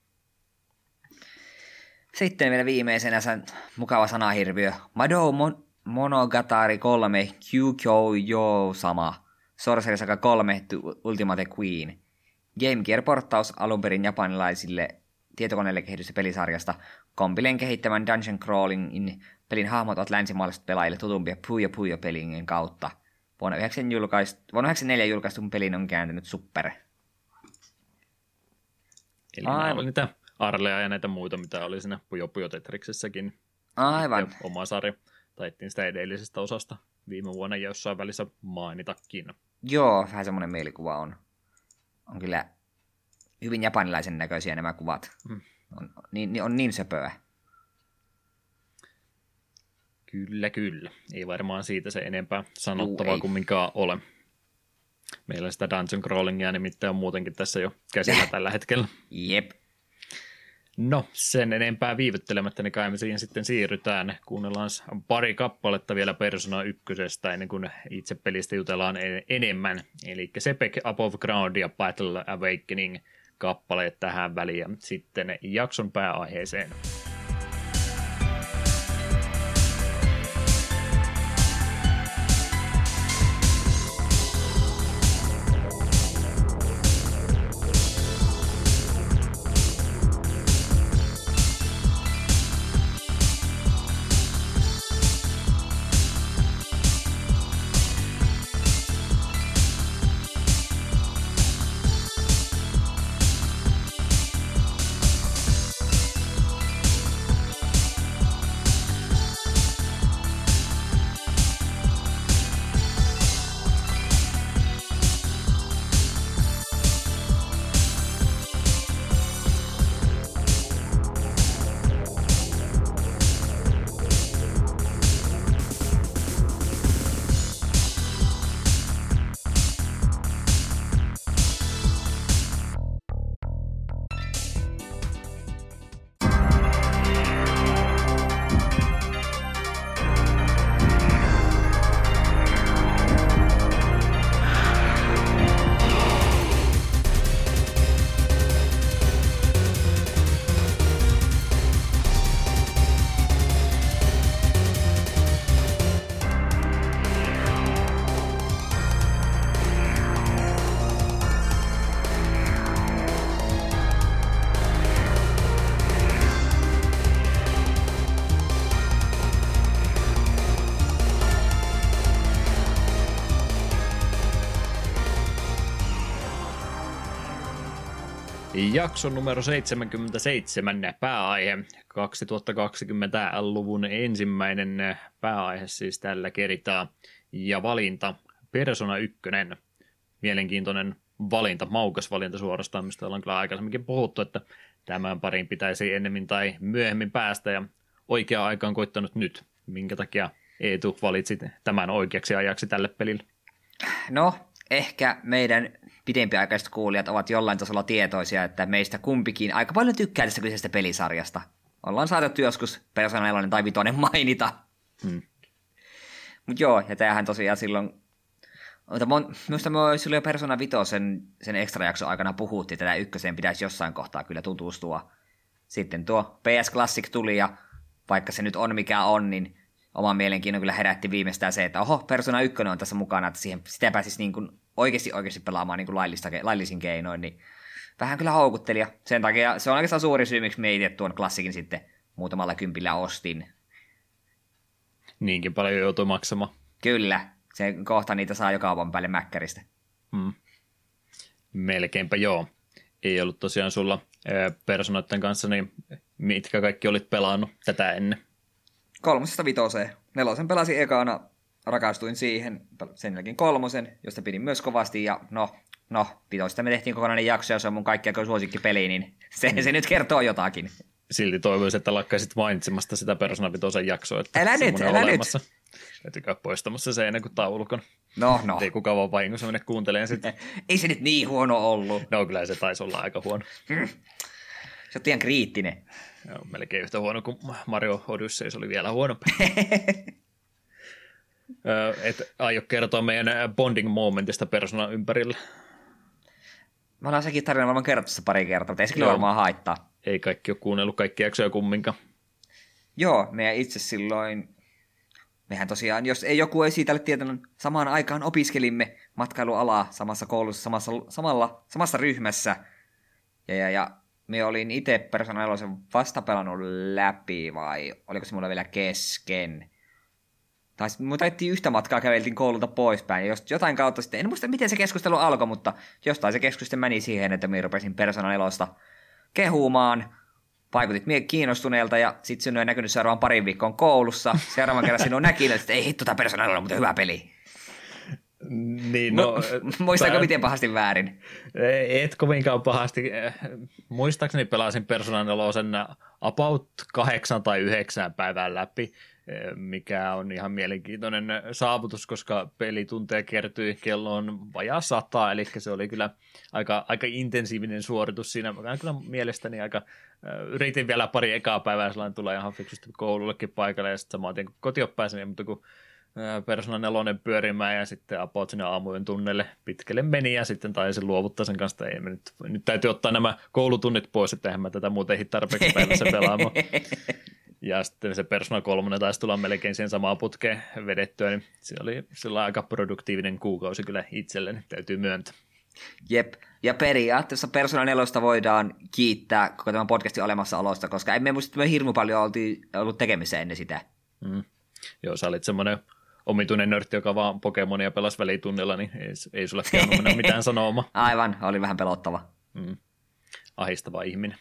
Sitten vielä viimeisenä sen mukava sanahirviö. Mado Mon- Monogatari kolme Kyukyou Yousama Sorcery Saga kolme Ultimate Queen. Game Gear-porttaus alun perin japanilaisille tietokoneelle kehittystä pelisarjasta. Kompilen kehittämän Dungeon Crawlingin pelin hahmot ovat länsimaalaiset pelaajille tutumpia Puyo Puyo pelin kautta. Vuonna yhdeksänkymmentäneljä julkaistun pelin on kääntynyt Super. Eli nämä oli niitä Arlea ja näitä muita, mitä oli siinä Puyo Puyo Tetriksessäkin. Aivan. Oma sarja. Taittiin sitä edellisestä osasta viime vuonna jossain välissä mainitakin. Joo, vähän semmoinen mielikuva on. On kyllä hyvin japanilaisen näköisiä nämä kuvat. Hmm. On, niin, on niin söpöä. Kyllä, kyllä. Ei varmaan siitä se enempää sanottavaa kumminkaan ole. Meillä sitä Dungeon Crawlingia nimittäin on muutenkin tässä jo käsillä tällä hetkellä. Jep. No, sen enempää viivyttelemättä, niin kai me siihen sitten siirrytään. Kuunnellaan pari kappaletta vielä Persona ykkösestä ennen kuin itse pelistä jutellaan enemmän. Eli Sepek Above Ground ja Battle Awakening kappaleet tähän väliin ja sitten jakson pääaiheeseen. Jakso numero seitsemänkymmentäseitsemän, pääaihe kaksituhattakaksikymmentäluvun ensimmäinen pääaihe siis tällä kertaa, ja valinta Persona yksi. Mielenkiintoinen valinta, maukas valinta suorastaan, mistä ollaan kyllä aikaisemminkin puhuttu, että tämän parin pitäisi ennemmin tai myöhemmin päästä, ja oikea aika on koittanut nyt. Minkä takia Eetu valitsit tämän oikeaksi ajaksi tälle pelille? No, ehkä meidän pidempiaikaiset kuulijat ovat jollain tasolla tietoisia, että meistä kumpikin aika paljon tykkää tästä kyseisestä pelisarjasta. Ollaan saatettu joskus Persona neljä tai viisi mainita. Hmm. Mutta joo, ja tämähän tosiaan silloin, minusta me silloin jo Persona viisi sen, sen extra jakson aikana puhuttiin, että tämä ykköseen pitäisi jossain kohtaa kyllä tutustua. Sitten tuo P S Classic tuli, ja vaikka se nyt on mikä on, niin oman mielenkiinnon kyllä herätti viimeistään se, että oho, Persona yksi on tässä mukana, että siihen, sitä pääsisi niin kuin oikeasti, oikeasti pelaamaan niin kuin laillista, laillisin keinoin, niin vähän kyllä houkutteli, ja sen takia se on oikeastaan suuri syy, miksi me itse tuon klassikin sitten muutamalla kympillä ostin. Niinkin paljon joutuu maksamaan. Kyllä, se kohta niitä saa jo kaupan päälle mäkkäristä. Hmm. Melkeinpä joo. Ei ollut tosiaan sulla Personoiden kanssa, niin mitkä kaikki olit pelannut tätä ennen? Kolmosesta vitoseen. Nelosen pelasin ekana, rakastuin siihen, sen jälkeen kolmosen, josta pidin myös kovasti, ja no, no, vitosta me tehtiin kokonainen jakso, ja se on mun kaikki aika suosikkipeli, niin se, mm. se nyt kertoo jotakin. Silti toivoisin, että lakkaisit mainitsemasta sitä Persona vitosen jaksoa, että älä nyt, älä olemassa. nyt. Täytyy käydä poistamassa se ennen kuin taulukon. No, no. Ei kukaan vaan vahingossa mene kuuntelemaan sitä. Ei se nyt niin huono ollut. No kyllä se taisi olla aika huono. Mm. Se on ihan kriittinen. Joo, melkein yhtä huono kuin Mario Odyssey, se oli vielä huonompi. Et aio kertoa meidän bonding momentista Persona ympärillä. Mä ollaan sekin tarina varmaan kertossa pari kertaa, mutta ei se kyllä varmaan haittaa. Ei kaikki ole kuunnellut kaikki jaksoja kumminkaan. Joo, meidän itse silloin, mehän tosiaan, jos ei joku ei siitä ole tietänyt, samaan aikaan opiskelimme matkailualaa samassa koulussa, samassa, samalla, samassa ryhmässä. Ja, ja, ja me olin itse Persona neljä vasta pelannut läpi, vai oliko se mulla vielä kesken? Tai me taittiin yhtä matkaa, käveltiin koululta poispäin, ja jotain kautta sitten, en muista miten se keskustelu alkoi, mutta jostain se keskustelu meni siihen, että minä rupesin Persona neljä kehumaan, vaikutit mie kiinnostuneelta, ja sitten sinun ei näkynyt seuraavan parin viikkoon koulussa. Seuraavan kerran sinun näkin, että ei hitto, tämä Persona neljä on muuten hyvä peli. Niin, no, muistaako miten pahasti väärin? Et kovinkaan pahasti. Muistaakseni pelasin Persona neljä about kahdeksan tai yhdeksän päivän läpi, mikä on ihan mielenkiintoinen saavutus, koska pelitunteja kertyi kelloon vajaa sata, eli se oli kyllä aika, aika intensiivinen suoritus siinä. Mä kyllä mielestäni aika, yritin vielä pari ekaa päivää, sellainen tulee ihan fiksusti koulullekin paikalle, ja sitten samaan tien kun kotiin pääsin, mutta kun Persona neljä pyörimään ja sitten about sinne aamujen tunnelle pitkälle meni ja sitten taisin luovuttaa sen kanssa, että ei, nyt, nyt täytyy ottaa nämä koulutunnit pois, että eihän mä tätä muuten ehdi tarpeeksi päivässä pelaamaan. Ja sitten se Persona kolme taisi tulla melkein siihen samaan putkeen vedettyä, niin se oli sillä aika produktiivinen kuukausi kyllä itselleni, täytyy myöntää. Jep, ja periaatteessa Persona neljä voidaan kiittää koko tämän podcastin olemassaolosta, koska emme muista, että me hirmu paljon oltiin ollut tekemissä ennen sitä. Mm. Joo, sä olit semmoinen omituinen nörtti, joka vaan Pokemonia pelasi välitunnilla, niin ei, ei sulle käynyt mennä mitään sanomaan. Aivan, oli vähän pelottava. Mm. Ahistava ihminen.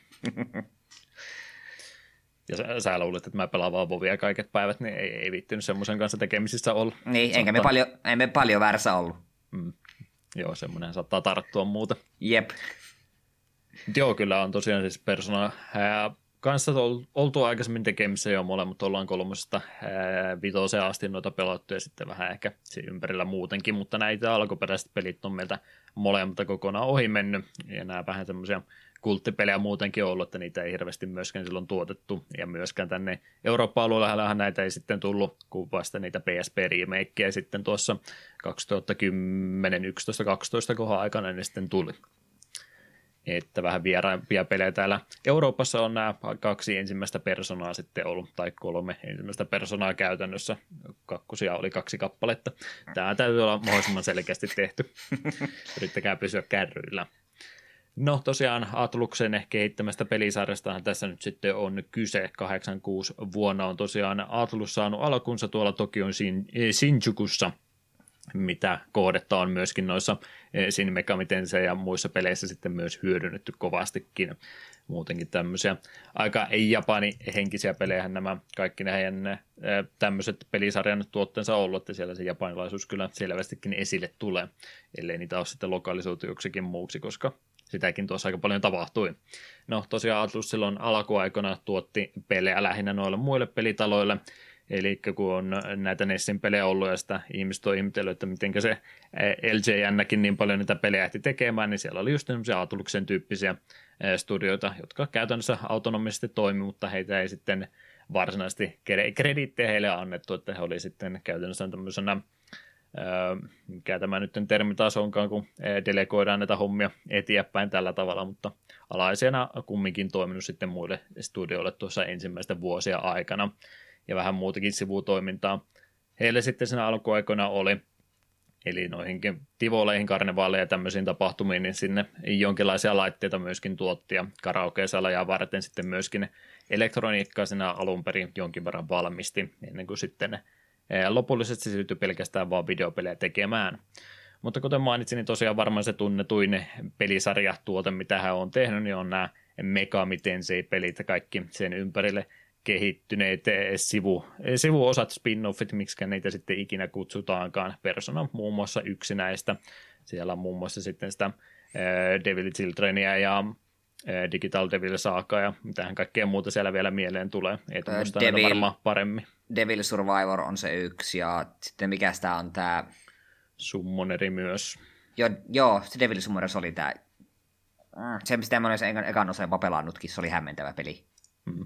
Ja sä, sä luulet, että mä pelaan vaan Vovia kaiket päivät, niin ei, ei viittynyt semmoisen kanssa tekemisissä olla. Niin, enkä saattaa... me paljon, emme paljon väärässä ollut. Mm. Joo, semmoinen saattaa tarttua muuta. Jep. Joo, kyllä on tosiaan siis Persona ää, kanssa oltu aikaisemmin tekemissä jo molemmat, ollaan kolmosesta vitoseen asti noita pelattu ja sitten vähän ehkä siinä ympärillä muutenkin, mutta näitä alkuperäiset pelit on meiltä molemmat kokonaan ohi mennyt ja nämä vähän semmoisia kulttipelejä muutenkin on ollut, että niitä ei hirveästi myöskään silloin tuotettu ja myöskään tänne Eurooppa-alueella näitä ei sitten tullut, kun vasta niitä P S P-remakeja sitten tuossa kaksituhattakymmenen, yksitoista, kaksitoista kohan aikana ne sitten tuli. Että vähän vieraimpia pelejä täällä Euroopassa on nämä kaksi ensimmäistä personaa sitten ollut, tai kolme ensimmäistä personaa käytännössä. Kakkosia oli kaksi kappaletta. Tämä täytyy olla mahdollisimman selkeästi tehty. Yrittäkää pysyä kärryillä. No tosiaan Atluxen kehittämästä pelisarjastahan tässä nyt sitten on kyse. kahdeksankymmentäkuusi vuonna on tosiaan Atlus saanut alkunsa tuolla Tokion Shin- Shinjukussa. mitä kohdetta on myöskin noissa Shin Megami Tensei ja muissa peleissä sitten myös hyödynnetty kovastikin. Muutenkin tämmöisiä aika japani-henkisiä pelejä nämä kaikki heidän tämmöiset pelisarjan tuotteensa ollut, että siellä se japanilaisuus kyllä selvästikin esille tulee, ellei niitä ole sitten lokalisoitu joksikin muuksi, koska sitäkin tuossa aika paljon tapahtui. No tosiaan Atlus silloin alkuaikana tuotti pelejä lähinnä noille muille pelitaloille, eli kun on näitä Nessin pelejä ollut ja sitä ihmiset on ihmetellyt, että miten se L J N:kin niin paljon niitä pelejä ehti tekemään, niin siellä oli just tämmöisiä Atluksen tyyppisiä studioita, jotka käytännössä autonomisesti toimi, mutta heitä ei sitten varsinaisesti krediittejä heille annettu, että he oli sitten käytännössä tämmöisenä, mikä tämä nyt termi taas onkaan, kun delegoidaan näitä hommia eteenpäin tällä tavalla, mutta alaisena kumminkin toiminut sitten muille studioille tuossa ensimmäisten vuosia aikana. Ja vähän muutakin sivutoimintaa heille sitten siinä alkuaikoina oli. Eli noihinkin tivoleihin, karnevaaleihin ja tämmöisiin tapahtumiin, niin sinne jonkinlaisia laitteita myöskin tuotti ja karaoke-saleja varten sitten myöskin elektroniikkaa siinä alun perin jonkin verran valmisti, ennen kuin sitten lopullisesti siirtyi pelkästään vaan videopelejä tekemään. Mutta kuten mainitsin, niin tosiaan varmaan se tunnetuin pelisarjatuote, mitä hän on tehnyt, niin on nämä Megami Tensei-pelit ja kaikki sen ympärille kehittyneet sivu, sivuosat, spin-offit, miksi niitä sitten ikinä kutsutaankaan. Persona muun muassa yksi näistä. Siellä on muun muassa sitten sitä äh, Devil Childrenia ja äh, Digital Devil Saakaa ja mitähän kaikkea muuta siellä vielä mieleen tulee. Ei tuommoista Devil, varmaan paremmin. Devil Survivor on se yksi ja sitten mikä sitä on tämä... Summoneri myös. Jo, joo, se Devil Summoner oli tämä... Se, mistä mä olen ekan, ekan osan pelannutkin, se oli hämmentävä peli. Mm.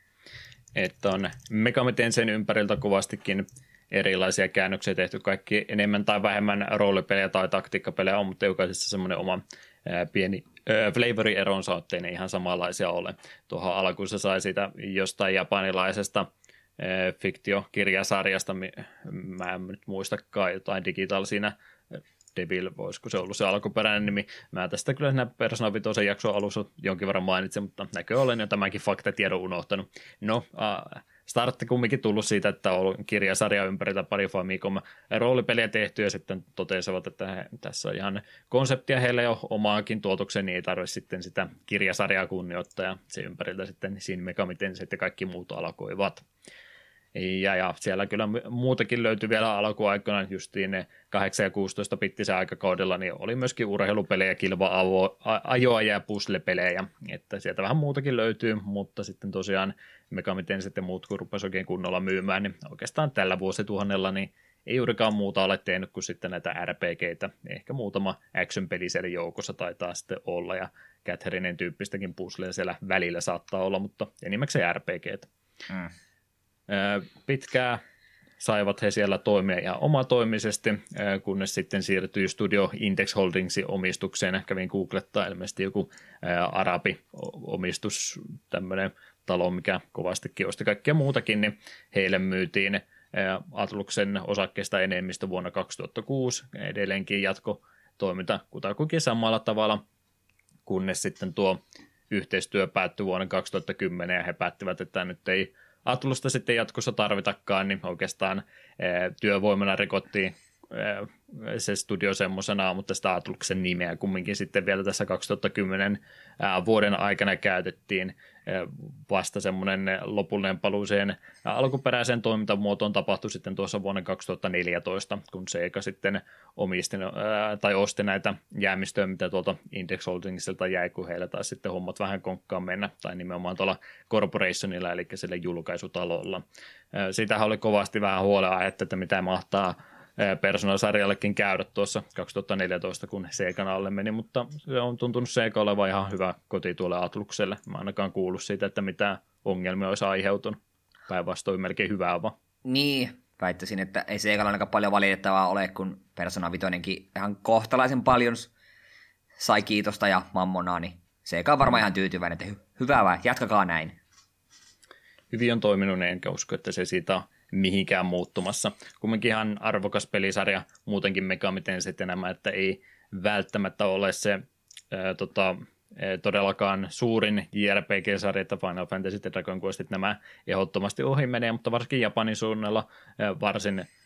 Että on Megami Tensein ympäriltä kovastikin erilaisia käännöksiä tehty. Kaikki enemmän tai vähemmän roolipelejä tai taktiikkapelejä on, mutta jokaisessa semmoinen oma ää, pieni ää, flavori-eronsa, ettei ne ihan samanlaisia ole. Tuohon alkuun se sai siitä jostain japanilaisesta ää, fiktiokirjasarjasta, mä en nyt muistakaan, jotain Digital siinä, Devil, voisiko se ollut se alkuperäinen nimi. Mä tästä kyllä siinä Persona viisi jakson alussa jonkin verran mainitsin, mutta näkö olen jo tämänkin faktatiedon unohtanut. No, äh, startti kumminkin tullut siitä, että on ollut kirjasarja ympäriltä pari Famicom roolipeliä tehty ja sitten totesivat, että he, tässä on ihan konseptia heille jo omaakin tuotukseen, niin ei tarvitse sitten sitä kirjasarjaa kunnioittaa ja se ympäriltä sitten Shin Megami Tensei ja kaikki muut alkoivat. Ja, ja siellä kyllä muutakin löytyi vielä alkuaikoina, justiin ne kahdeksan ja kuusitoista bittisen aikakaudella, niin oli myöskin urheilupelejä, kilva-ajoa ja puzzle-pelejä, että sieltä vähän muutakin löytyy, mutta sitten tosiaan Megami Tensei ja muut, kun rupesi oikein kunnolla myymään, niin oikeastaan tällä vuosituhannella niin ei juurikaan muuta ole tehnyt kuin sitten näitä R P G:tä, ehkä muutama action-peli siellä joukossa taitaa sitten olla, ja Catherinen tyyppistäkin puzzleja siellä välillä saattaa olla, mutta enimmäkseen R P G:tä. Mm. Pitkään saivat he siellä toimia ihan omatoimisesti, kunnes sitten siirtyi Studio Index Holdingsin omistukseen. Kävin googlettaa ilmeisesti joku arabi-omistus, tämmöinen talo, mikä kovastikin osti kaikkea muutakin, niin heille myytiin Atluksen osakkeesta enemmistö vuonna kaksituhattakuusi. Edelleenkin jatko toiminta kutakuinkin samalla tavalla, kunnes sitten tuo yhteistyö päättyi vuonna kaksituhattakymmenen ja he päättivät, että nyt ei Atlusta sitten jatkossa tarvitakaan, niin oikeastaan e, työvoimana rikottiin e, se studio semmoisena, mutta sitä Atluksen nimeä kumminkin sitten vielä tässä kaksituhattakymmenen ää, vuoden aikana käytettiin. E, vasta semmoinen lopullinen paluuseen alkuperäiseen toimintamuotoon tapahtui sitten tuossa vuonna kaksituhattaneljätoista, kun Sega sitten omisti ää, tai osti näitä jäämistöjä, mitä tuolta Index Holdingsilta jäi, kun heillä taas sitten hommat vähän konkkaan mennä, tai nimenomaan tuolla Corporationilla, eli sillä julkaisutalolla. Ää, siitähän oli kovasti vähän huolenaihetta, että mitä mahtaa Persona-sarjallekin käydä tuossa kaksituhattaneljätoista, kun Segan alle meni, mutta se on tuntunut Sega olevan ihan hyvä koti tuolle Atlukselle. Mä ainakaan kuullut siitä, että mitään ongelmia olisi aiheutunut. Päinvastoin melkein hyvää vaan. Niin, väittäisin, että ei Segalla ainakaan paljon valitettavaa ole, kun Persona vitonenkin ihan kohtalaisen paljon sai kiitosta ja mammonaa, niin Sega on varmaan ihan tyytyväinen, että hy- hyvä vai, jatkakaa näin. Hyvin on toiminut, enkä usko, että se siitä on mihinkään muuttumassa. Kumminkin ihan arvokas pelisarja, muutenkin Megami Tensei enemmän, että ei välttämättä ole se ää, tota, ää, todellakaan suurin J R P G-sarja, että Final Fantasy ja Dragon Questit nämä ehdottomasti ohi menee, mutta varsinkin Japanin suunnalla ää, varsin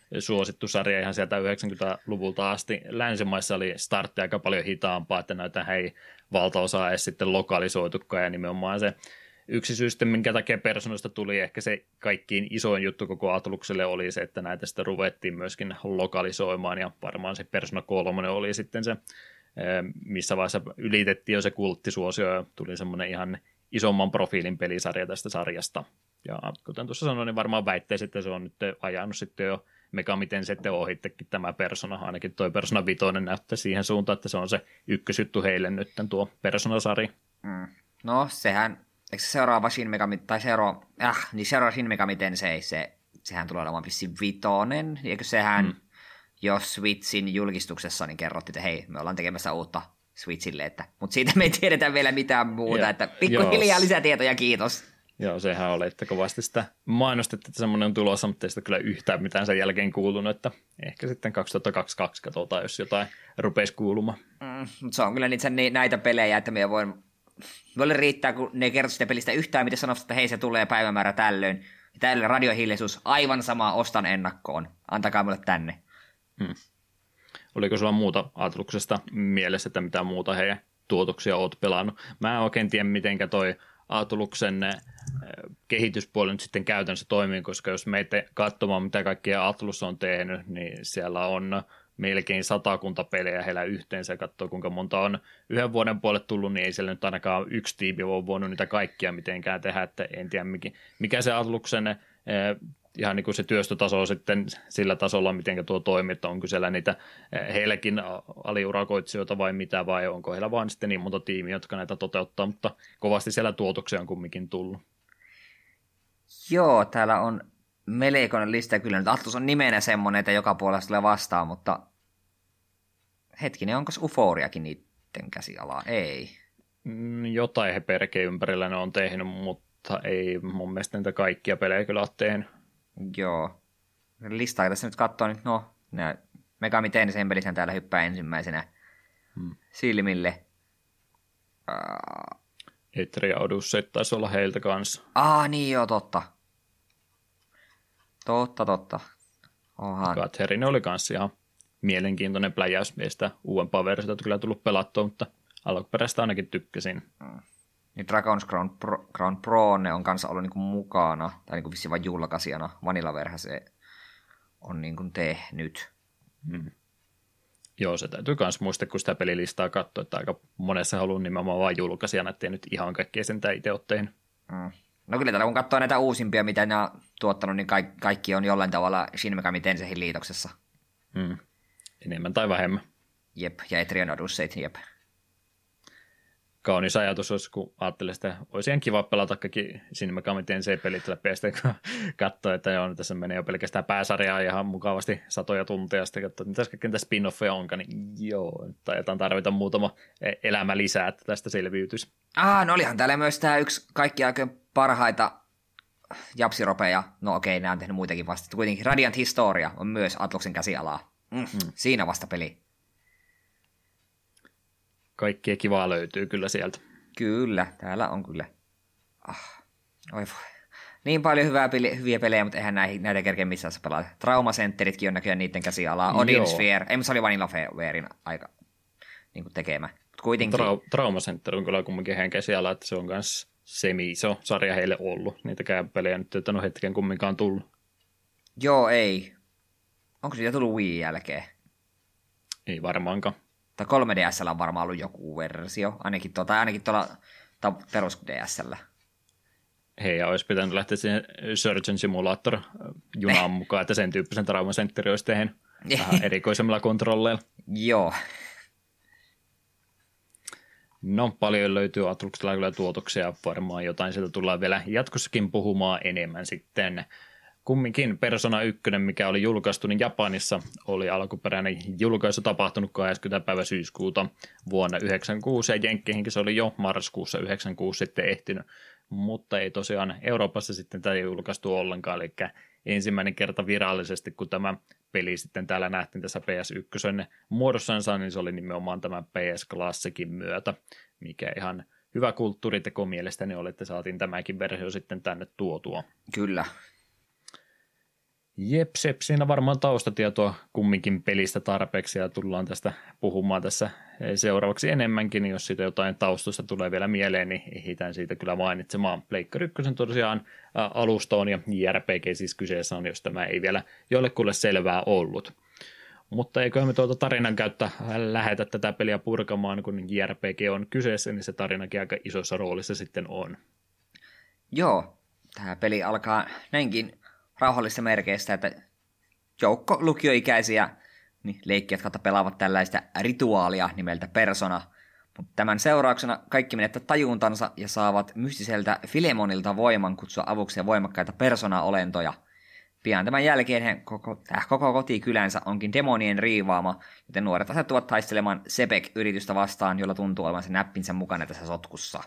suosittu sarja ihan sieltä yhdeksänkymmentäluvulta asti. Länsimaissa oli startti aika paljon hitaampaa, että näitä ei valtaosa edes sitten lokalisoitukaan, ja nimenomaan se yksi syy sitten, minkä takia Personasta tuli ehkä se kaikkiin isoin juttu koko Atlukselle oli se, että näitä sitten ruvettiin myöskin lokalisoimaan, ja varmaan se Persona kolme oli sitten se, missä vaiheessa ylitettiin jo se kulttisuosio, ja tuli semmoinen ihan isomman profiilin pelisarja tästä sarjasta. Ja kuten tuossa sanoin, niin varmaan väittäisi, että se on nyt ajanut sitten jo Megami Tenseitte ohittekin tämä Persona, ainakin toi Persona viisi näyttää siihen suuntaan, että se on se ykkösjuttu heille nyt tuo Persona-sarja. Mm. No sehän, eikö se seuraava Shin Megami, tai seuraava, äh, niin seuraava Shin Megami Tensei, se, sehän tulee olemaan vissiin vitonen, eikö sehän, mm. jos Switchin julkistuksessa, niin kerrottiin, että hei, me ollaan tekemässä uutta Switchille, että, mutta siitä me ei tiedetä vielä mitään muuta, ja, että pikkuhiljaa lisätietoja, kiitos. Joo, sehän oli, että kovasti sitä mainostettiin, että semmoinen on tulossa, mutta ei sitä kyllä yhtään mitään sen jälkeen kuulunut, että ehkä sitten kaksituhattakaksikymmentäkaksi katsotaan, jos jotain rupeisi kuulumaan. Mm, mutta se on kyllä niitä, näitä pelejä, että me voin, meille riittää, kun ne kertoo sitä pelistä yhtään, miten sanoo, että hei, se tulee päivämäärä tällöin. Ja tällöin radiohiljaisuus, aivan sama, ostan ennakkoon. Antakaa mulle tänne. Hmm. Oliko sulla muuta Atluksesta mielessä, että mitä muuta heidän tuotoksia oot pelannut? Mä en oikein tiedä, mitenkä toi Atluksen kehityspuoli nyt sitten käytännössä toimii, koska jos meitä katsomaan, mitä kaikkia Atlus on tehnyt, niin siellä on melkein satakunta pelejä heillä yhteensä, ja katsoo kuinka monta on yhden vuoden puolelle tullut, niin ei siellä nyt ainakaan yksi tiimi ole voinut niitä kaikkia mitenkään tehdä, että en tiedä mikä se Atluksen ihan niin kuin se työstötaso sitten sillä tasolla, miten tuo toimii, että onko siellä niitä heilläkin aliurakoitsijoita vai mitä, vai onko heillä vaan sitten niin monta tiimiä, jotka näitä toteuttaa, mutta kovasti siellä tuotoksia on kumminkin tullut. Joo, täällä on melkoinen lista kyllä. Nyt Atlus on nimenä semmoinen, että joka puolesta tulee vastaan, mutta hetkinen, onko Uforiakin niiden käsialaa? Ei. Jotain he perkeen ympärillä ne on tehnyt, mutta ei mun mielestä niitä kaikkia pelejä kyllä ole tehnyt. Joo. Listaa tässä nyt katsoo, niin no, Megami Tensei pelisen täällä hyppää ensimmäisenä hmm. silmille. Uh... Etria Odyssey taisi olla heiltä kanssa. Ah, niin joo, totta. Totta, totta. Ohan. Catherine oli kanssa ihan mielenkiintoinen pläjäys. Miestä uudempaa versiota kyllä tullut pelattua, mutta alkuperäistä ainakin tykkäsin. Hmm. Niin Dragon's Crown Pro, Crown Pro ne on kanssa ollut niinku mukana, tai niinku vissiin vain julkaisijana. Vanilla-verha se on niinku tehnyt. Hmm. Joo, se täytyy myös muistaa, kun sitä pelilistaa katsoo, että aika monessa haluaa nimenomaan vain julkaisijana, ettei nyt ihan kaikkea sen itse ole tehnyt. Hmm. No kyllä täällä kun katsoo näitä uusimpia, mitä ne on tuottanut, niin kaikki, kaikki on jollain tavalla Shin Megami Tenseihin liitoksessa. Hmm. Enemmän tai vähemmän. Jep, ja Etrian Odysseyt, jep. Kaunis ajatus olisi, kun ajattelee sitä, olisi ihan kiva pelata kaikki Shin Megami Tensei-pelit läpi, ja sitten kun katsoo, että joo, tässä menee jo pelkästään pääsarjaa ihan mukavasti satoja tunteja, ja sitten katsoo, että mitäs kaikki niitä spin-offeja onkaan, niin joo, taidetaan tarvita muutama elämä lisää, että tästä selviytyisi. Ah, no olihan täällä myös tämä yksi kaikki oikein parhaita japsiropeja, no okei, nämä on tehnyt muitakin vasta, kuitenkin Radiant Historia on myös Atluksen käsialaa. Mm, mm. Siinä vasta peli. Kaikkea kivaa löytyy kyllä sieltä. Kyllä, täällä on kyllä. Ah, oi voi. Niin paljon hyvää peli, hyviä pelejä, mutta eihän näitä, näitä kerkeä missään pelata. Trauma Centeritkin on näköjään niiden käsialaa. Odin Sphere, ei, se oli Vanilla Fairin aika niin kuin tekemä. Kuitenkin. Trau- Trauma Center on kyllä kumminkin heidän käsialaa, että se on myös semi-iso sarja heille ollut. Niitäkään pelejä nyt ei ole hetken kumminkaan tullut. Joo, ei. Onko siitä tullut Wii jälkeen? Ei varmaankaan. Tai kolme D S:llä on varmaan ollut joku versio, ainakin, tuota, ainakin tuolla perus D S:llä. Hei, ja olisi pitänyt lähteä siihen Surgeon Simulator-junaan mukaan, että sen tyyppisen Trauma Centerin olisi tehnyt vähän erikoisemmilla kontrolleilla. Joo. No, paljon löytyy Atluksella kyllä tuotoksia, varmaan jotain sieltä tullaan vielä jatkossakin puhumaan enemmän sitten. Kumminkin Persona yksi, mikä oli julkaistu, niin Japanissa oli alkuperäinen julkaisu tapahtunut kahdeskymmenes päivä syyskuuta vuonna yhdeksänkymmentäkuusi, ja Jenkkeihinkin se oli jo marraskuussa yhdeksänkymmentäkuusi sitten ehtinyt, mutta ei tosiaan Euroopassa sitten tätä julkaistu ollenkaan, eli ensimmäinen kerta virallisesti, kun tämä peli sitten täällä nähtiin tässä P S yksi muodossansa, niin se oli nimenomaan tämä P S Classicin myötä, mikä ihan hyvä kulttuuriteko mielestäni oli, että saatiin tämäkin versio sitten tänne tuotua. Kyllä. Jep, sep, siinä varmaan taustatietoa kumminkin pelistä tarpeeksi ja tullaan tästä puhumaan tässä seuraavaksi enemmänkin, jos siitä jotain taustoista tulee vielä mieleen, niin ehditään siitä kyllä mainitsemaan. Pleikkari ykkösen tosiaan alusta on ja J R P G siis kyseessä on, jos tämä ei vielä jollekulle selvää ollut. Mutta eiköhän me tuota tarinan käyttä lähetä tätä peliä purkamaan, kun J R P G on kyseessä, niin se tarinakin aika isossa roolissa sitten on. Joo, tämä peli alkaa näinkin rauhallisista merkeistä, että joukko lukioikäisiä niin leikkijät kautta pelaavat tällaista rituaalia nimeltä Persona. Mutta tämän seurauksena kaikki menettävät tajuntansa ja saavat mystiseltä Filemonilta voiman kutsua avuksi ja voimakkaita persona-olentoja. Pian tämän jälkeen he koko, äh, koko kotikylänsä onkin demonien riivaama, joten nuoret asettuvat taistelemaan Sepek-yritystä vastaan, jolla tuntuu olevan se näppinsä mukana tässä sotkussa.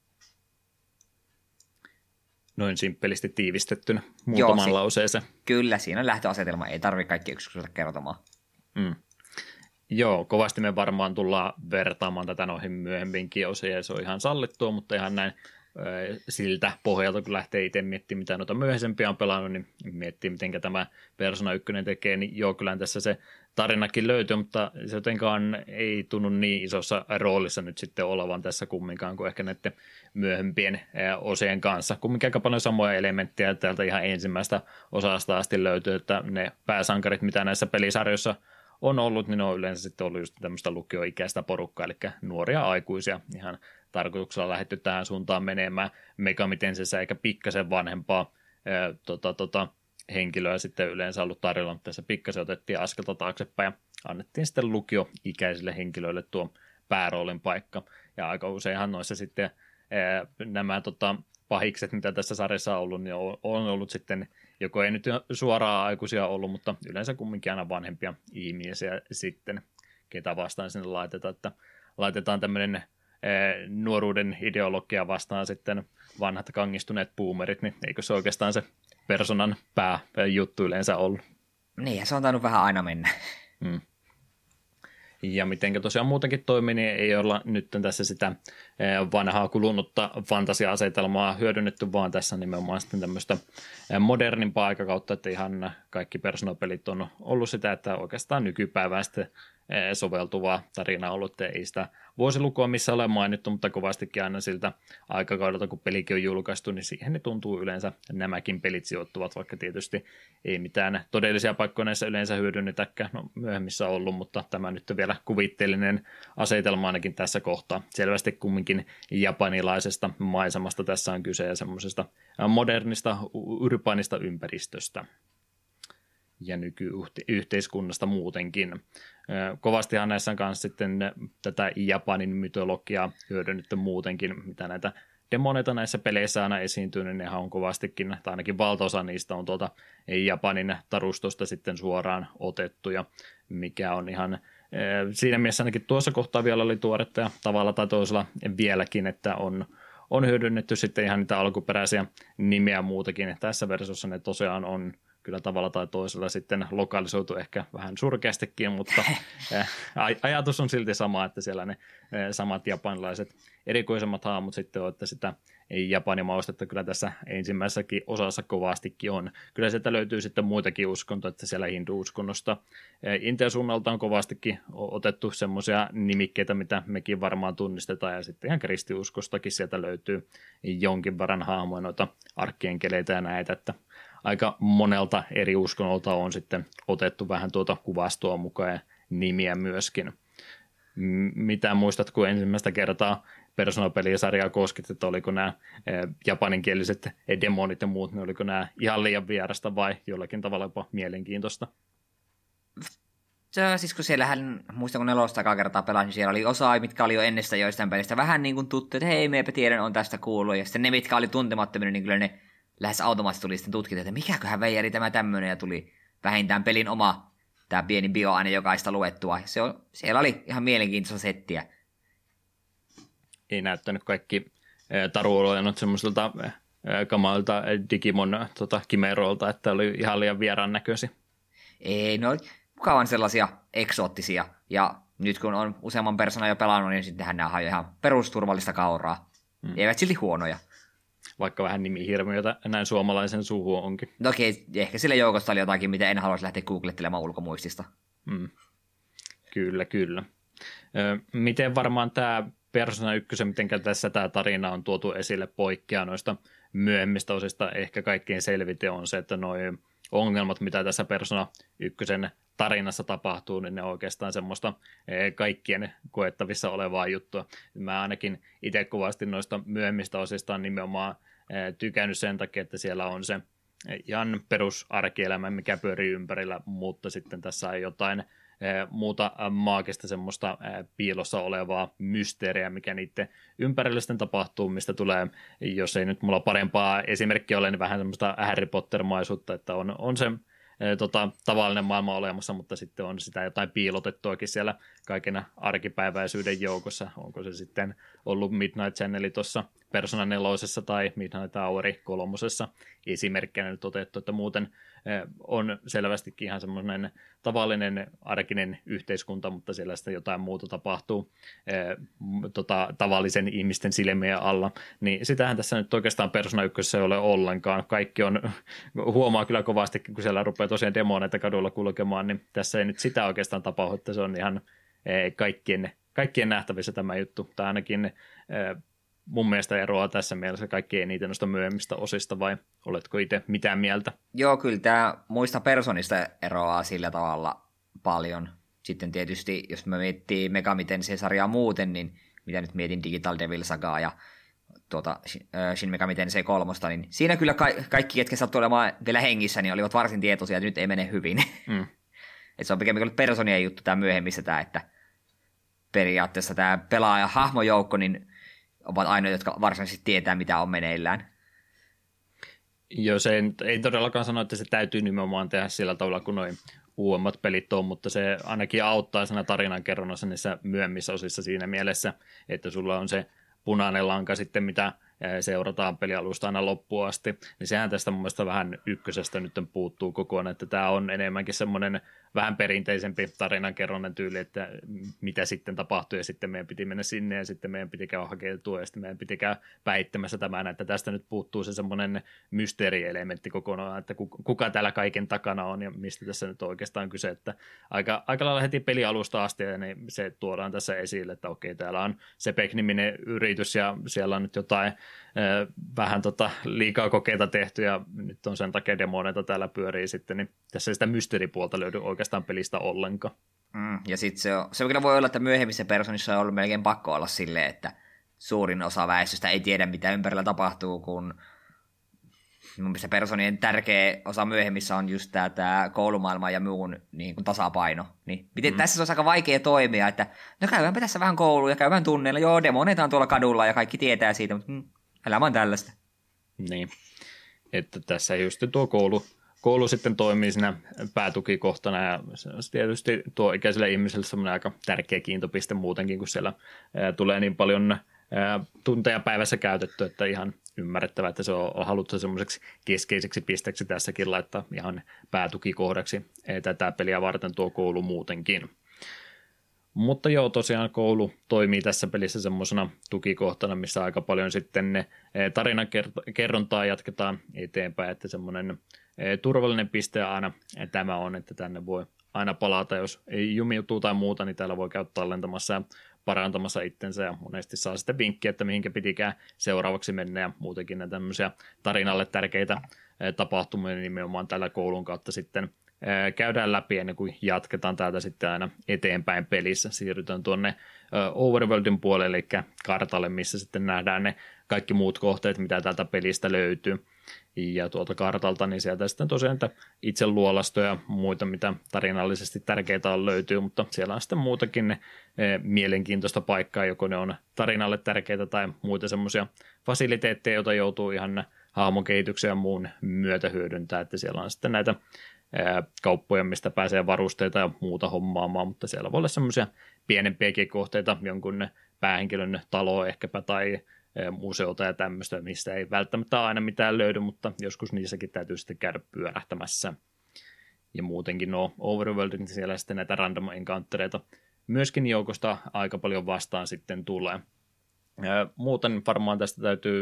Noin simppelisti tiivistettynä muutaman Joo, si- lauseeseen. Kyllä, siinä on lähtöasetelma, ei tarvitse kaikki yksityiskohtia kertomaan. Mm. Joo, kovasti me varmaan tullaan vertaamaan tätä noihin myöhemminkin osiin, ja se on ihan sallittua, mutta ihan näin siltä pohjalta, kun lähtee itse miettimään, mitä noita myöhempiä on pelannut, niin miettii, miten tämä Persona yksi tekee, niin joo, kyllä tässä se tarinakin löytyy, mutta se jotenkaan ei tunnu niin isossa roolissa nyt sitten olevan tässä kumminkaan kuin ehkä näiden myöhempien osien kanssa. Kumminkin aika paljon samoja elementtejä täältä ihan ensimmäistä osasta asti löytyy, että ne pääsankarit, mitä näissä pelisarjoissa on ollut, niin ne on yleensä sitten ollut just tämmöistä lukioikäistä porukkaa, eli nuoria aikuisia ihan tarkoituksella lähdetty tähän suuntaan menemään Megamitensessä eikä pikkasen vanhempaa ää, tota, tota, henkilöä sitten yleensä ollut tarjolla, mutta tässä pikkasen otettiin askelta taaksepäin ja annettiin sitten lukioikäisille henkilöille tuo pääroolin paikka. Ja aika useinhan noissa sitten ää, nämä tota, pahikset, mitä tässä sarjassa on ollut, niin on, on ollut sitten, joko ei nyt suoraan aikuisia ollut, mutta yleensä kumminkin aina vanhempia ihmisiä sitten, ketä vastaan sinne laitetaan, että laitetaan tämmöinen nuoruuden ideologia vastaan sitten vanhat kangistuneet boomerit, niin eikö se oikeastaan se Personan pääjuttu yleensä ollut? Niin, se on tainnut vähän aina mennä. Hmm. Ja mitenkä tosiaan muutenkin toimii, niin ei olla nyt tässä sitä vanhaa kulunutta fantasia-asetelmaa hyödynnetty, vaan tässä nimenomaan sitten tämmöistä modernimpaa aikakautta, että ihan kaikki Persona-pelit on ollut sitä, että oikeastaan nykypäivään sitten soveltuvaa tarinaa ollut, että ei sitä vuosilukua missä ole mainittu, mutta kovastikin aina siltä aikakaudelta, kun pelikin on julkaistu, niin siihen ne tuntuu yleensä nämäkin pelit sijoittuvat, vaikka tietysti ei mitään todellisia paikkoja näissä yleensä hyödynnetäkään, no myöhemmissä on ollut, mutta tämä nyt on vielä kuvitteellinen asetelma ainakin tässä kohtaa. Selvästi kumminkin japanilaisesta maisemasta tässä on kyse ja semmoisesta modernista, urbaanista ympäristöstä ja nykyyhteiskunnasta muutenkin. Kovastihan näissä on kanssa sitten tätä Japanin mytologiaa hyödynnetty muutenkin, mitä näitä demoneita näissä peleissä aina esiintyy, niin nehän on kovastikin, tai ainakin valtaosa niistä on tuolta Japanin tarustosta sitten suoraan otettuja, mikä on ihan siinä mielessä ainakin tuossa kohtaa vielä oli tuoretta ja tavalla tai toisella vieläkin, että on, on hyödynnetty sitten ihan niitä alkuperäisiä nimiä muutakin. Tässä versiossa ne tosiaan on kyllä tavalla tai toisella sitten lokalisoitu ehkä vähän surkeastikin, mutta ajatus on silti sama, että siellä ne samat japanilaiset erikoisemmat haamut sitten on, että sitä japanimaustetta kyllä tässä ensimmäisessäkin osassa kovastikin on. Kyllä sieltä löytyy sitten muitakin uskontoja, että siellä hindu-uskonnosta Intian suunnalta on kovastikin otettu semmoisia nimikkeitä, mitä mekin varmaan tunnistetaan, ja sitten ihan kristiuskostakin sieltä löytyy jonkin verran haamoja noita arkkienkeleitä ja näitä, että aika monelta eri uskonnolta on sitten otettu vähän tuota kuvastoa mukaan ja nimiä myöskin. Mitä muistat, kun ensimmäistä kertaa Persona-pelisarjaa koskit, että oliko nämä japaninkieliset demonit ja muut, niin oliko nämä ihan liian vierasta vai jollakin tavalla jopa mielenkiintoista? Se, siis kun siellähän, muistan kun nelosta ekaa kertaa pelasin, niin siellä oli osa, mitkä oli jo ennestä joistain pelistä vähän niin kuin tuttu, että hei, meipä tiedän, on tästä kuullut, ja sitten ne, mitkä oli tuntemattomia, niin kyllä ne lähes automaattisesti tuli sitten tutkita, että mikäköhän veijari tämä tämmöinen, ja tuli vähintään pelin oma tämä pieni bioaine jokaista luettua. Se on, siellä oli ihan mielenkiintoista settiä. Ei näyttänyt kaikki taruolojannut semmoisilta kamalta Digimon tota, kimeroilta, että oli ihan liian vieraan näköisiä. Ei, ne oli mukavan sellaisia eksoottisia. Ja nyt kun on useamman persoonan jo pelannut, niin sittenhän nämä on ihan perusturvallista kauraa. Hmm. Eivät silti huonoja. vaikka vähän nimihirmiötä näin suomalaisen suuhun onkin. No okei, ehkä sillä joukosta oli jotakin, mitä en haluaisi lähteä googlettelemaan ulkomuistista. Mm. Kyllä, kyllä. Ö, miten varmaan tämä Persona yksi, miten tässä tämä tarina on tuotu esille poikkeaa noista myöhemmistä osista, ehkä kaikkein selvite on se, että nuo ongelmat, mitä tässä Persona ykkösen tarinassa tapahtuu, niin ne on oikeastaan semmoista kaikkien koettavissa olevaa juttua. Mä ainakin itse kovasti noista myöhemmistä osista on nimenomaan tykännyt sen takia, että siellä on se ihan perusarkielämä, mikä pyörii ympärillä, mutta sitten tässä on jotain muuta maagista semmoista piilossa olevaa mysteeriä, mikä niiden ympärillä sitten tapahtuu, mistä tulee, jos ei nyt mulla parempaa esimerkkiä ole, niin vähän semmoista Harry Potter-maisuutta, että on, on se tota, tavallinen maailma olemassa, mutta sitten on sitä jotain piilotettuakin siellä kaikena arkipäiväisyyden joukossa. Onko se sitten ollut Midnight Channel tuossa Persona nelosessa tai Midnight Hour kolmosessa esimerkkinä nyt otettu, että muuten on selvästikin ihan semmoinen tavallinen arkinen yhteiskunta, mutta siellä sitten jotain muuta tapahtuu tota, tavallisen ihmisten silmien alla, niin sitähän tässä nyt oikeastaan Persona ykkössä ei ole ollenkaan. Kaikki on, huomaa kyllä kovasti, kun siellä rupeaa tosiaan demoneita kadulla kulkemaan, niin tässä ei nyt sitä oikeastaan tapahdu, että se on ihan kaikkien, kaikkien nähtävissä tämä juttu, tai ainakin mun mielestä eroaa tässä mielessä kaikki eniten noista myöhemmistä osista, vai oletko itse mitään mieltä? Joo, kyllä tämä muista Personista eroaa sillä tavalla paljon. Sitten tietysti, jos me miettii Megami Tensei-sarjaa muuten, niin mitä nyt mietin Digital Devil Sagaa ja tuota, Shin Megami Tensei kolme, niin siinä kyllä ka- kaikki, ketkä sattuivat olemaan vielä hengissä, niin olivat varsin tietoisia, että nyt ei mene hyvin. Mm. Et se on pikemminkin ollut Personien juttu tämä myöhemmissä tämä, että periaatteessa tämä pelaaja-hahmojoukko, niin ovat ainoa, jotka varsinaisesti tietää, mitä on meneillään. Joo, se ei, ei todellakaan sano, että se täytyy nimenomaan tehdä sillä tavalla, kun noin uudemmat pelit on, mutta se ainakin auttaa siinä tarinankerronnassa niissä myöhemmissä osissa siinä mielessä, että sulla on se punainen lanka sitten, mitä seurataan pelialusta aina loppuun asti, niin sehän tästä mun mielestä vähän ykkösestä nyt puuttuu kokonaan, että tämä on enemmänkin semmoinen vähän perinteisempi tarinankerronnan tyyli, että mitä sitten tapahtui ja sitten meidän piti mennä sinne ja sitten meidän piti käydä hakeutua ja sitten meidän piti käydä päittämässä tämän, että tästä nyt puuttuu se semmoinen mysteerielementti kokonaan, että kuka täällä kaiken takana on ja mistä tässä nyt on oikeastaan kyse, että aika, aika lailla heti pelialusta asti ja niin se tuodaan tässä esille, että okei, täällä on se Sepek-niminen yritys ja siellä on nyt jotain vähän tota liikaa kokeita tehty ja nyt on sen takia demoneita täällä pyörii sitten, niin tässä ei sitä mysteeripuolta löydy oikeastaan pelistä ollenkaan. Mm, ja sitten se, on, se kyllä voi olla, että myöhemmissä Personissa on ollut melkein pakko olla silleen, että suurin osa väestöstä ei tiedä, mitä ympärillä tapahtuu, kun mun mielestä Personien tärkeä osa myöhemmissä on just tämä, tämä koulumaailma ja muun niin kuin tasapaino. Niin, miten mm. tässä se olisi aika vaikea toimia, että no käydäänpä tässä vähän kouluja, käydään tunneilla, joo, demoneita on tuolla kadulla ja kaikki tietää siitä, mutta mm, elämä on tällaista. Niin, että tässä just tuo koulu, koulu sitten toimii siinä päätukikohtana ja se tietysti tuo ikäiselle ihmiselle semmoinen aika tärkeä kiintopiste muutenkin, kun siellä ää, tulee niin paljon ää, tunteja päivässä käytetty, että ihan ymmärrettävää, että se on haluttu semmoiseksi keskeiseksi pisteeksi tässäkin laittaa ihan päätukikohdaksi tätä peliä varten tuo koulu muutenkin. Mutta joo, tosiaan koulu toimii tässä pelissä semmoisena tukikohtana, missä aika paljon sitten ne tarinankerrontaa jatketaan eteenpäin, että semmoinen turvallinen piste aina tämä on, että tänne voi aina palata, jos ei jumiutuu tai muuta, niin täällä voi käydä tallentamassa ja parantamassa itsensä ja monesti saa sitten vinkkiä, että mihinkä pitikään seuraavaksi mennä ja muutenkin näitä tämmöisiä tarinalle tärkeitä tapahtumia nimenomaan tällä koulun kautta sitten käydään läpi ennen kuin jatketaan täältä sitten aina eteenpäin pelissä. Siirrytään tuonne Overworldin puolelle, eli kartalle, missä sitten nähdään ne kaikki muut kohteet, mitä täältä pelistä löytyy. Ja tuolta kartalta, niin sieltä sitten tosiaan itse luolastoja ja muita, mitä tarinallisesti tärkeitä on löytyy, mutta siellä on sitten muutakin ne mielenkiintoista paikkaa, joko ne on tarinalle tärkeitä tai muita semmoisia fasiliteetteja, joita joutuu ihan hahmon kehityksen ja muun myötä hyödyntää, että siellä on sitten näitä kauppoja, mistä pääsee varusteita ja muuta hommaamaan, mutta siellä voi olla semmoisia pienempiäkin kohteita, jonkun päähenkilön talo ehkäpä tai museota ja tämmöistä, mistä ei välttämättä aina mitään löydy, mutta joskus niissäkin täytyy sitten käydä pyörähtämässä. Ja muutenkin no Overworldin siellä sitten näitä random encountereita myöskin joukosta aika paljon vastaan sitten tulee. Muuten varmaan tästä täytyy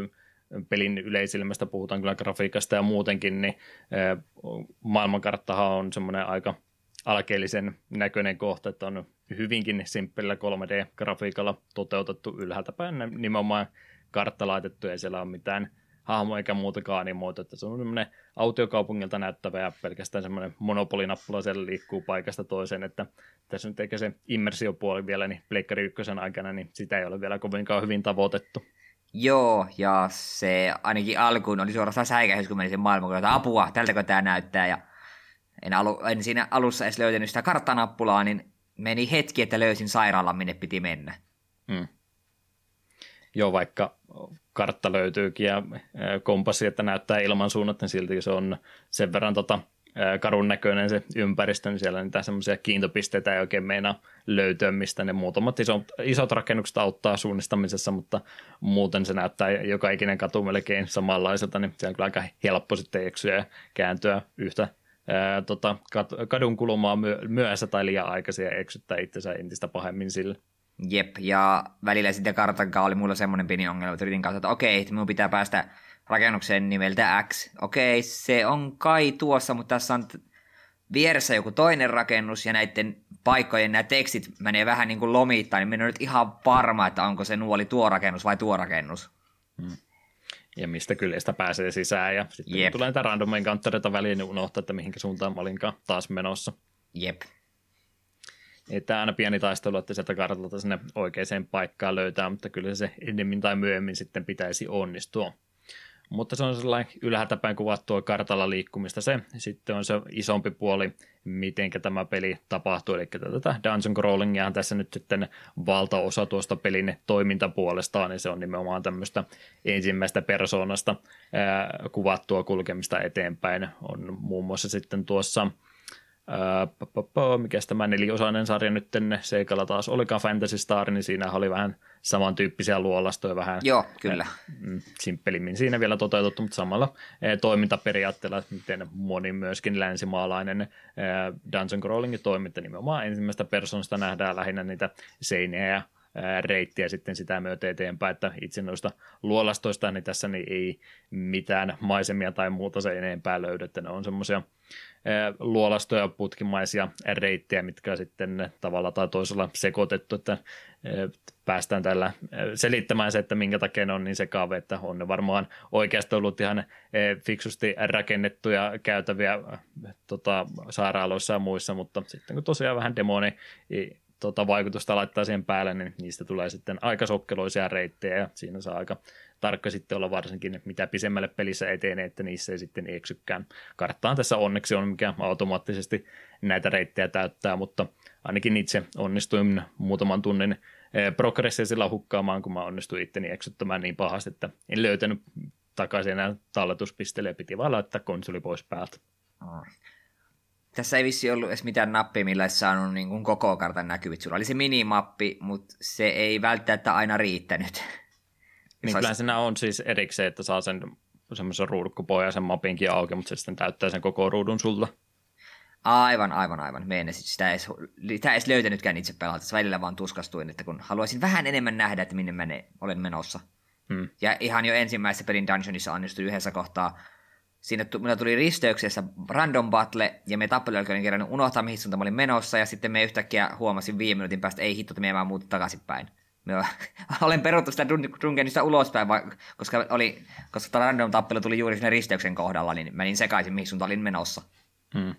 pelin yleisilmästä puhutaan kyllä grafiikasta ja muutenkin, niin maailmankarttahan on semmoinen aika alkeellisen näköinen kohta, että on hyvinkin simppelillä kolme D-grafiikalla toteutettu ylhäältä päin nimenomaan kartta laitettu, ja siellä on mitään hahmo eikä muutakaan animoitu, että se on semmoinen autiokaupungilta näyttävä ja pelkästään semmoinen monopolinappula siellä liikkuu paikasta toiseen, että tässä nyt eikä se immersiopuoli vielä, niin Pleikkari ykkösen aikana, niin sitä ei ole vielä kovinkaan hyvin tavoitettu. Joo, ja se ainakin alkuun oli suorastaan säikähdys, kun meni sen maailman, että apua, tältäkö tämä näyttää, ja en, alu, en siinä alussa edes löytänyt sitä karttanappulaa, niin meni hetki, että löysin sairaalan, minne piti mennä. Hmm. Joo, vaikka kartta löytyykin ja kompassi, että näyttää ilmansuunnat, niin silti se on sen verran tota, karun näköinen se ympäristö, niin siellä niitä semmoisia kiintopisteitä ei oikein meinaa löytyä, mistä ne muutamat isot, isot rakennukset auttaa suunnistamisessa, mutta muuten se näyttää joka ikinen katu melkein samanlaiselta, niin se on kyllä aika helppo sitten eksyä ja kääntyä yhtä ää, tota, kadun kulmaa myö, myöhässä tai liian aikaisin ja eksyttää itsensä entistä pahemmin sille. Jep, ja välillä sitten kartan kanssa oli mulla semmoinen pieni ongelma, että yritin katsoa, että okei, että minun pitää päästä rakennukseen nimeltä X. Okei, se on kai tuossa, mutta tässä on vieressä joku toinen rakennus, ja näiden paikkojen nämä tekstit menee vähän niin kuin lomittain, niin minä olen nyt ihan varma, että onko se nuoli tuo rakennus vai tuo rakennus. Hmm. Ja mistä kyllä sitä pääsee sisään, ja sitten Jep. kun tulee niitä random encountereita väliin, niin unohtaa, että mihinkä suuntaan mä olinkaan taas menossa. Jep. Että aina pieni taistelu, että sieltä kartalta sinne oikeaan paikkaan löytää, mutta kyllä se ennemmin tai myöhemmin sitten pitäisi onnistua. Mutta se on sellainen ylhäältä päin kuvattua kartalla liikkumista se. Sitten on se isompi puoli, miten tämä peli tapahtuu. Eli tätä dungeon crawlingiahan tässä nyt sitten valtaosa tuosta pelin toimintapuolestaan, niin se on nimenomaan tämmöistä ensimmäistä persoonasta ää, kuvattua kulkemista eteenpäin. On muun muassa sitten tuossa Uh, mikäs tämä neliosainen sarja nyt Seikalla taas olikaan Fantasy Star, niin siinä oli vähän samantyyppisiä luolastoja, vähän Joo, kyllä. Mm, simppelimmin siinä vielä toteutettu, mutta samalla eh, toimintaperiaatteella, miten moni myöskin länsimaalainen eh, dungeon crawlingin toiminta nimenomaan ensimmäistä persoonasta nähdään lähinnä niitä seiniä ja eh, reittiä sitten sitä myötä eteenpäin, että itse noista luolastoista niin tässä niin ei mitään maisemia tai muuta se enempää löydä, että ne on semmoisia luolastoja, putkimaisia reittejä, mitkä sitten tavalla tai toisella sekoitettu, että päästään tällä selittämään se, että minkä takia ne on niin sekaavia, että on ne varmaan oikeasti ollut ihan fiksusti rakennettuja käytäviä tota, sairaaloissa ja muissa, mutta sitten kun tosiaan vähän demoni tota, vaikutusta laittaa siihen päälle, niin niistä tulee sitten aika sokkeloisia reittejä ja siinä saa aika tarkka sitten olla varsinkin, mitä pisemmälle pelissä etenee, että niissä ei sitten eksykään. Karttaan tässä onneksi on, mikä automaattisesti näitä reittejä täyttää, mutta ainakin itse onnistuin muutaman tunnin progressia sillä hukkaamaan, kun mä onnistuin itteni eksyttämään niin pahasti, että en löytänyt takaisin enää talletuspisteelle ja piti vaan laittaa konsoli pois päältä. Oh. Tässä ei vissi ollut edes mitään nappia, millä olisi saanut niin kuin koko kartan näkyvät. Sulla oli se minimappi, mutta se ei välttämättä aina riittänyt. Niin kyllä siinä on siis erikseen, että saa sen semmoisen ruudukkopohjaisen mapinkin auki, mutta se sitten täyttää sen koko ruudun sulta. Aivan, aivan, aivan. Me en sitä edes, sitä edes löytänytkään itse pelata. Välillä vaan tuskastuin, että kun haluaisin vähän enemmän nähdä, että minne mene, olen menossa. Hmm. Ja ihan jo ensimmäisessä pelin dungeonissa onnistui yhdessä kohtaa. Siinä meillä tuli risteyksessä random battle, ja me tappelijoilla olin kerran unohtaa, mihin suuntaan mä olin menossa, ja sitten me yhtäkkiä huomasin viime minuutin päästä, ei hitto, että me ei vaan muuta takaisinpäin. Me olen peruttu sitä dungeonista ulospäin, koska, oli, koska random tappelu tuli juuri siinä risteyksen kohdalla, niin menin sekaisin, mihin suuntaan olin menossa. Hmm.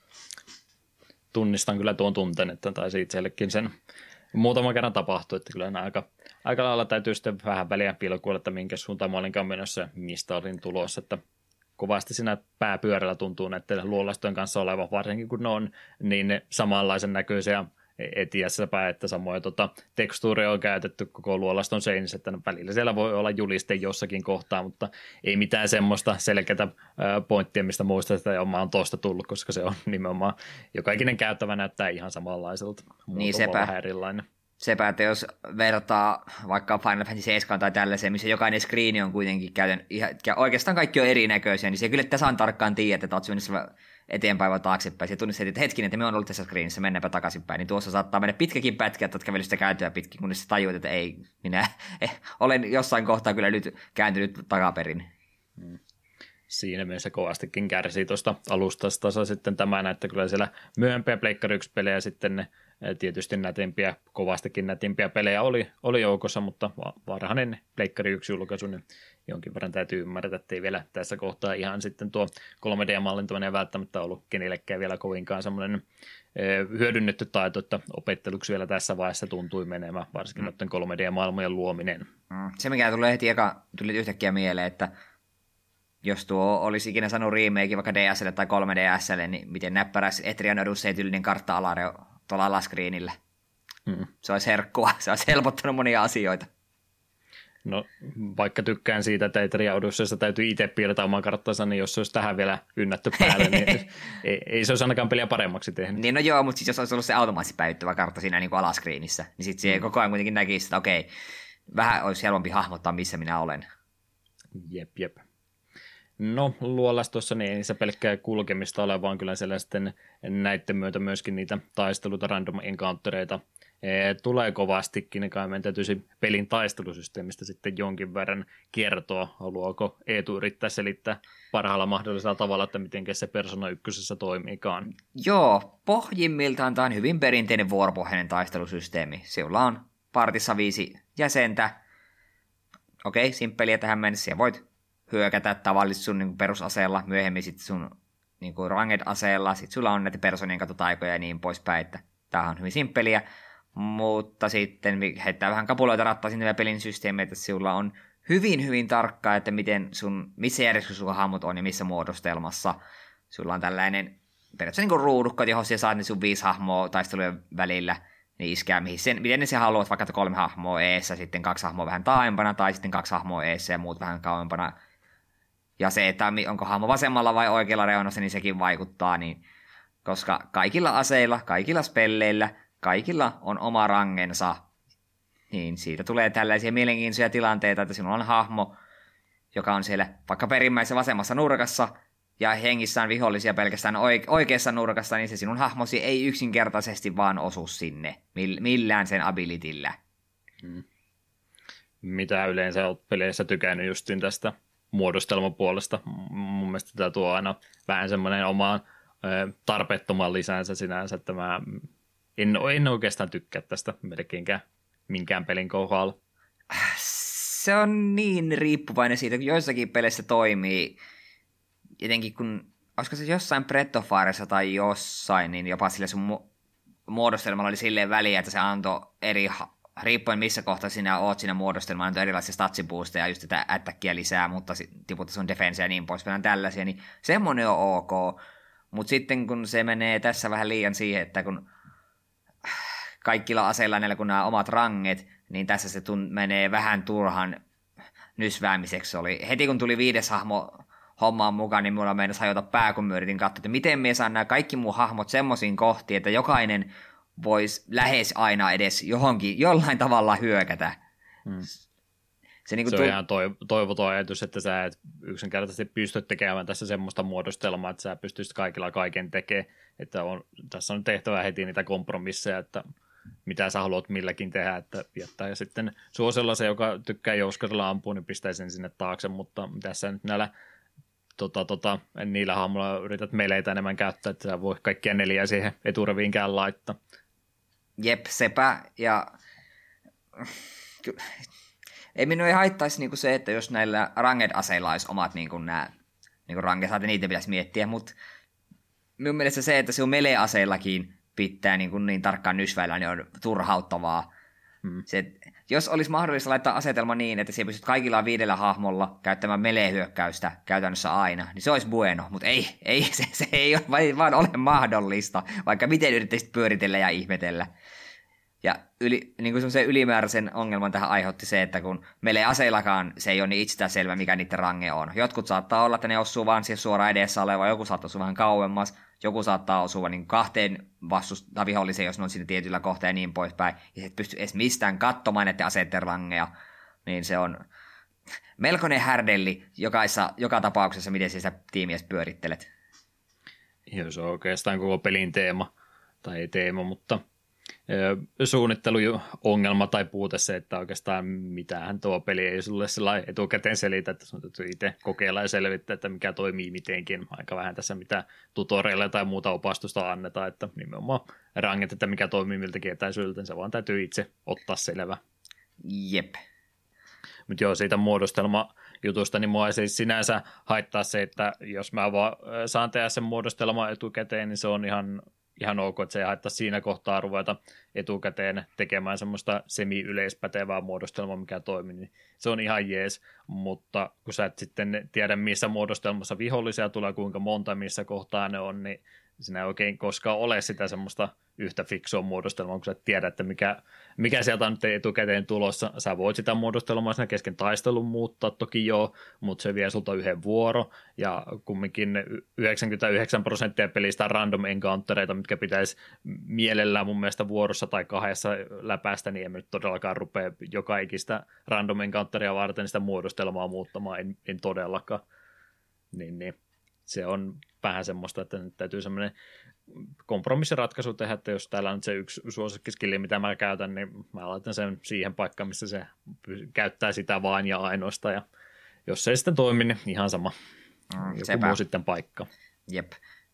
Tunnistan kyllä tuon tunteen, että taisi itsellekin sen muutaman kerran tapahtua, että kyllä aika, aika lailla täytyy sitten vähän väliä pilkuilla, että minkä suuntaan mä olinkaan menossa ja mistä olin tulossa, että kovasti siinä pääpyörällä tuntuu näiden luolastojen kanssa olevan, varsinkin kun ne on niin samanlaisen näköisiä etiässä päin, että samoin tota, tekstuuria on käytetty koko luolaston seinissä, että välillä siellä voi olla juliste jossakin kohtaa, mutta ei mitään semmoista selkeätä pointtia, mistä muistat, että mä oon tuosta tullut, koska se on nimenomaan jokainen käyttävä näyttää ihan samanlaiselta. Niin sepä. Erilainen. Sepä, että jos vertaa vaikka Final Fantasy seitsemän tai tällaiseen, missä jokainen screeni on kuitenkin käytön, ihan, oikeastaan kaikki on erinäköisiä, niin se kyllä tasan tarkkaan tiedät, että olet eteenpäin vai taaksepäin. Se tunnistaa, että hetkinen, että me on ollut tässä screenissä, mennäänpä takaisinpäin. Niin tuossa saattaa mennä pitkäkin pätkä, että olet kävellyt sitä käytyä pitkin, kunnes sä tajuut, että ei, minä eh, olen jossain kohtaa kyllä nyt kääntynyt takaperin. Hmm. Siinä mielessä kovastikin kärsii tuosta alustasta sitten tämän, että kyllä siellä myöhempiä Pleikkari yksi-pelejä sitten ne tietysti nätimpiä, kovastikin nätimpiä pelejä oli, oli joukossa, mutta varhainen Pleikkari yksi julkaisu, niin jonkin verran täytyy ymmärtää, että ei vielä tässä kohtaa ihan sitten tuo kolme D-mallintaminen välttämättä ollut kenellekään vielä kovinkaan semmoinen hyödynnetty taito, että opetteluksi vielä tässä vaiheessa tuntui menemään, varsinkin mm. noiden kolme D-maailmojen luominen. Mm. Se, mikä tulee heti eka, tuli yhtäkkiä mieleen, että jos tuo olisi ikinä sanonut remake vaikka D S:lle tai kolme D S:lle, niin miten näppäräisi Etrian Odyssey-tyylinen kartta-alare tuolla alaskriinillä. Hmm. Se olisi herkkua, se olisi helpottanut monia asioita. No vaikka tykkään siitä, että Etrian Odysseysta täytyy itse piirtää oman karttansa, niin jos se olisi tähän vielä ynnätty päälle, niin ei, ei se olisi ainakaan peliä paremmaksi tehnyt. Niin no joo, mutta siis jos olisi ollut se automaattisesti päivittävä kartta siinä niin kuin alaskriinissä, niin sitten se hmm. koko ajan kuitenkin näkisi, että okei, vähän olisi helpompi hahmottaa, missä minä olen. Jep, jep. No luolas tuossa niin ei se pelkkää kulkemista ole, vaan kyllä siellä sitten näiden myötä myöskin niitä taisteluita, random encountereita tulee kovastikin, niin kai meidän täytyisi pelin taistelusysteemistä sitten jonkin verran kertoa. Haluaako Eetu yrittää selittää parhaalla mahdollisella tavalla, että miten se Persona ykkösessä toimiikaan? Joo, pohjimmiltaan tämä on hyvin perinteinen vuoropohjainen taistelusysteemi. Sillä on partissa viisi jäsentä. Okei, simppeliä tähän mennessä ja voit hyökätä tavallisesti sun niin perusaseella, myöhemmin sitten sun niin ranged-aseella, sitten sulla on näitä personien katotaikoja ja niin poispäin, että tämähän on hyvin simppeliä, mutta sitten heittää vähän kapuloita rattaisiin tämä pelin systeemi, että sulla on hyvin, hyvin tarkkaa, että miten sun, missä järjestyksessä sun hahmot on ja missä muodostelmassa. Sulla on tällainen periaatteessa niin kuin ruudukko, johon sä saat ne sun viisi hahmoa taistelujen välillä, niin iskää mihin sen, miten ne sä haluat, vaikka kolme hahmoa eessä, sitten kaksi hahmoa vähän taaempana, tai sitten kaksi hahmoa eessä ja muut vähän kauempana. Ja se, että onko hahmo vasemmalla vai oikealla reunassa, niin sekin vaikuttaa, niin, koska kaikilla aseilla, kaikilla spelleillä, kaikilla on oma rangensa, niin siitä tulee tällaisia mielenkiintoisia tilanteita, että sinulla on hahmo, joka on siellä vaikka perimmäisessä vasemmassa nurkassa, ja hengissään vihollisia pelkästään oikeassa nurkassa, niin se sinun hahmosi ei yksinkertaisesti vaan osu sinne, millään sen abilitillä. Hmm. Mitä yleensä olet peleissä tykännyt justiin tästä muodostelmapuolesta? Mun mielestä tämä tuo aina vähän semmoinen omaan tarpeettoman lisänsä sinänsä, että mä en, en oikeastaan tykkää tästä melkeinkään minkään pelin kohdalla. Se on niin riippuvainen siitä, kun joissakin peleissä toimii, jotenkin kun, olisiko se jossain Breath of Firessa tai jossain, niin jopa sille sun mu- muodostelmalla oli silleen väliä, että se antoi eri, riippuen missä kohtaa sinä oot siinä muodostelmalla, antoi erilaisia statsiboosteja, just tätä attackia lisää, mutta tiputtaa sun defense ja niin poispäin tällaisia, niin semmoinen on ok. Mutta sitten kun se menee tässä vähän liian siihen, että kun kaikilla aseilla näillä kun nämä omat ranget, niin tässä se tun- menee vähän turhan nysväämiseksi. Oli. Heti kun tuli viides hahmo hommaan mukaan, niin mulla meinasi hajota pää, kun mä yritin katsoa, että miten me saan nämä kaikki mun hahmot semmosiin kohtiin, että jokainen voisi lähes aina edes johonkin jollain tavalla hyökätä. Hmm. Se, niin se on tu- ihan toivoton ajatus, että sä et yksinkertaisesti pysty tekemään tässä semmoista muodostelmaa, että sä pystyisit kaikilla kaiken tekemään. Että on, tässä on tehtävä heti niitä kompromisseja, että mitä sä haluat milläkin tehdä, että jättää. Ja sitten suosella se, joka tykkää jouskarilla ampua, niin pistää sen sinne taakse, mutta tässä nyt näillä tota, tota, niillä hahmoilla yrität meleitä enemmän käyttää, että sä voi kaikkia neljää siihen etureviinkään laittaa. Jep, sepä, ja ei minua ei haittaisi niinku se, että jos näillä ranged-aseilla olisi omat niinku nämä niinku rangesat, ja niitä pitäisi miettiä, mutta minun mielestä se, että se on melee-aseillakin pitää niin, kuin niin tarkkaan nysväillä, niin on turhauttavaa. Hmm. Se, jos olisi mahdollista laittaa asetelma niin, että siellä pystyt kaikilla viidellä hahmolla käyttämään melee-hyökkäystä käytännössä aina, niin se olisi bueno, mutta ei, ei se, se ei ole, vaan ole mahdollista, vaikka miten yrittäisit pyöritellä ja ihmetellä. Ja yli, niin kuin se ylimääräisen ongelman tähän aiheutti se, että kun melee-aseillakaan se ei ole niin itsestäänselvä, mikä niiden range on. Jotkut saattaa olla, että ne osuu vaan siihen suoraan edessä olevaan, joku saattaa osua vähän kauemmas, joku saattaa osua niin kahteen vastusta viholliseen, jos ne on siinä tietyllä kohtaa ja niin poispäin. Ja et pysty edes mistään katsomaan näiden aseiden rangeja. Niin se on melkoinen härdelli jokaisessa, joka tapauksessa, miten sä sitä tiimiä pyörittelet. Joo, se on oikeastaan koko pelin teema, tai ei teema, mutta suunnitteluongelma tai puute se, että oikeastaan mitään tuo peli ei sulle etukäteen selitä, että sun täytyy itse kokeilla ja selvittää, että mikä toimii mitenkin. Aika vähän tässä mitä tutorialia tai muuta opastusta annetaan, että nimenomaan ranget, että mikä toimii miltäkin etäisyydeltä, se vaan täytyy itse ottaa selvä. Jep. Mutta joo, siitä muodostelmajutusta, niin mua ei siis sinänsä haittaa se, että jos mä vaan saan tehdä sen muodostelman etukäteen, niin se on ihan, ihan ok, että se ei haittaa siinä kohtaa ruveta etukäteen tekemään semmoista semi-yleispätevää muodostelmaa, mikä toimii, niin se on ihan jees, mutta kun sä et sitten tiedä, missä muodostelmassa vihollisia tulee, kuinka monta, missä kohtaa ne on, niin siinä ei oikein koskaan ole sitä semmoista yhtä fiksua muodostelmaa, kun sä et tiedä, että mikä, mikä sieltä on nyt etukäteen tulossa. Sä voit sitä muodostelmaa siinä kesken taistelun muuttaa toki joo, mutta se vie sulta yhden vuoro, ja kumminkin yhdeksänkymmentäyhdeksän prosenttia pelistä on random encountereita, mitkä pitäisi mielellään mun mielestä vuorossa tai kahdessa läpäistä, niin emme nyt todellakaan rupea joka ikistä random encounteria varten sitä muodostelmaa muuttamaan, en, en todellakaan. Niin, niin. Se on vähän semmoista, että nyt täytyy semmoinen kompromissiratkaisu tehdä, että jos täällä on se yksi suosikkiskilli, mitä mä käytän, niin mä laitan sen siihen paikkaan, missä se käyttää sitä vain ja ainoastaan, ja jos se ei sitten toimi, niin ihan sama. Mm, Joku sepä. muu sitten paikka. Jep.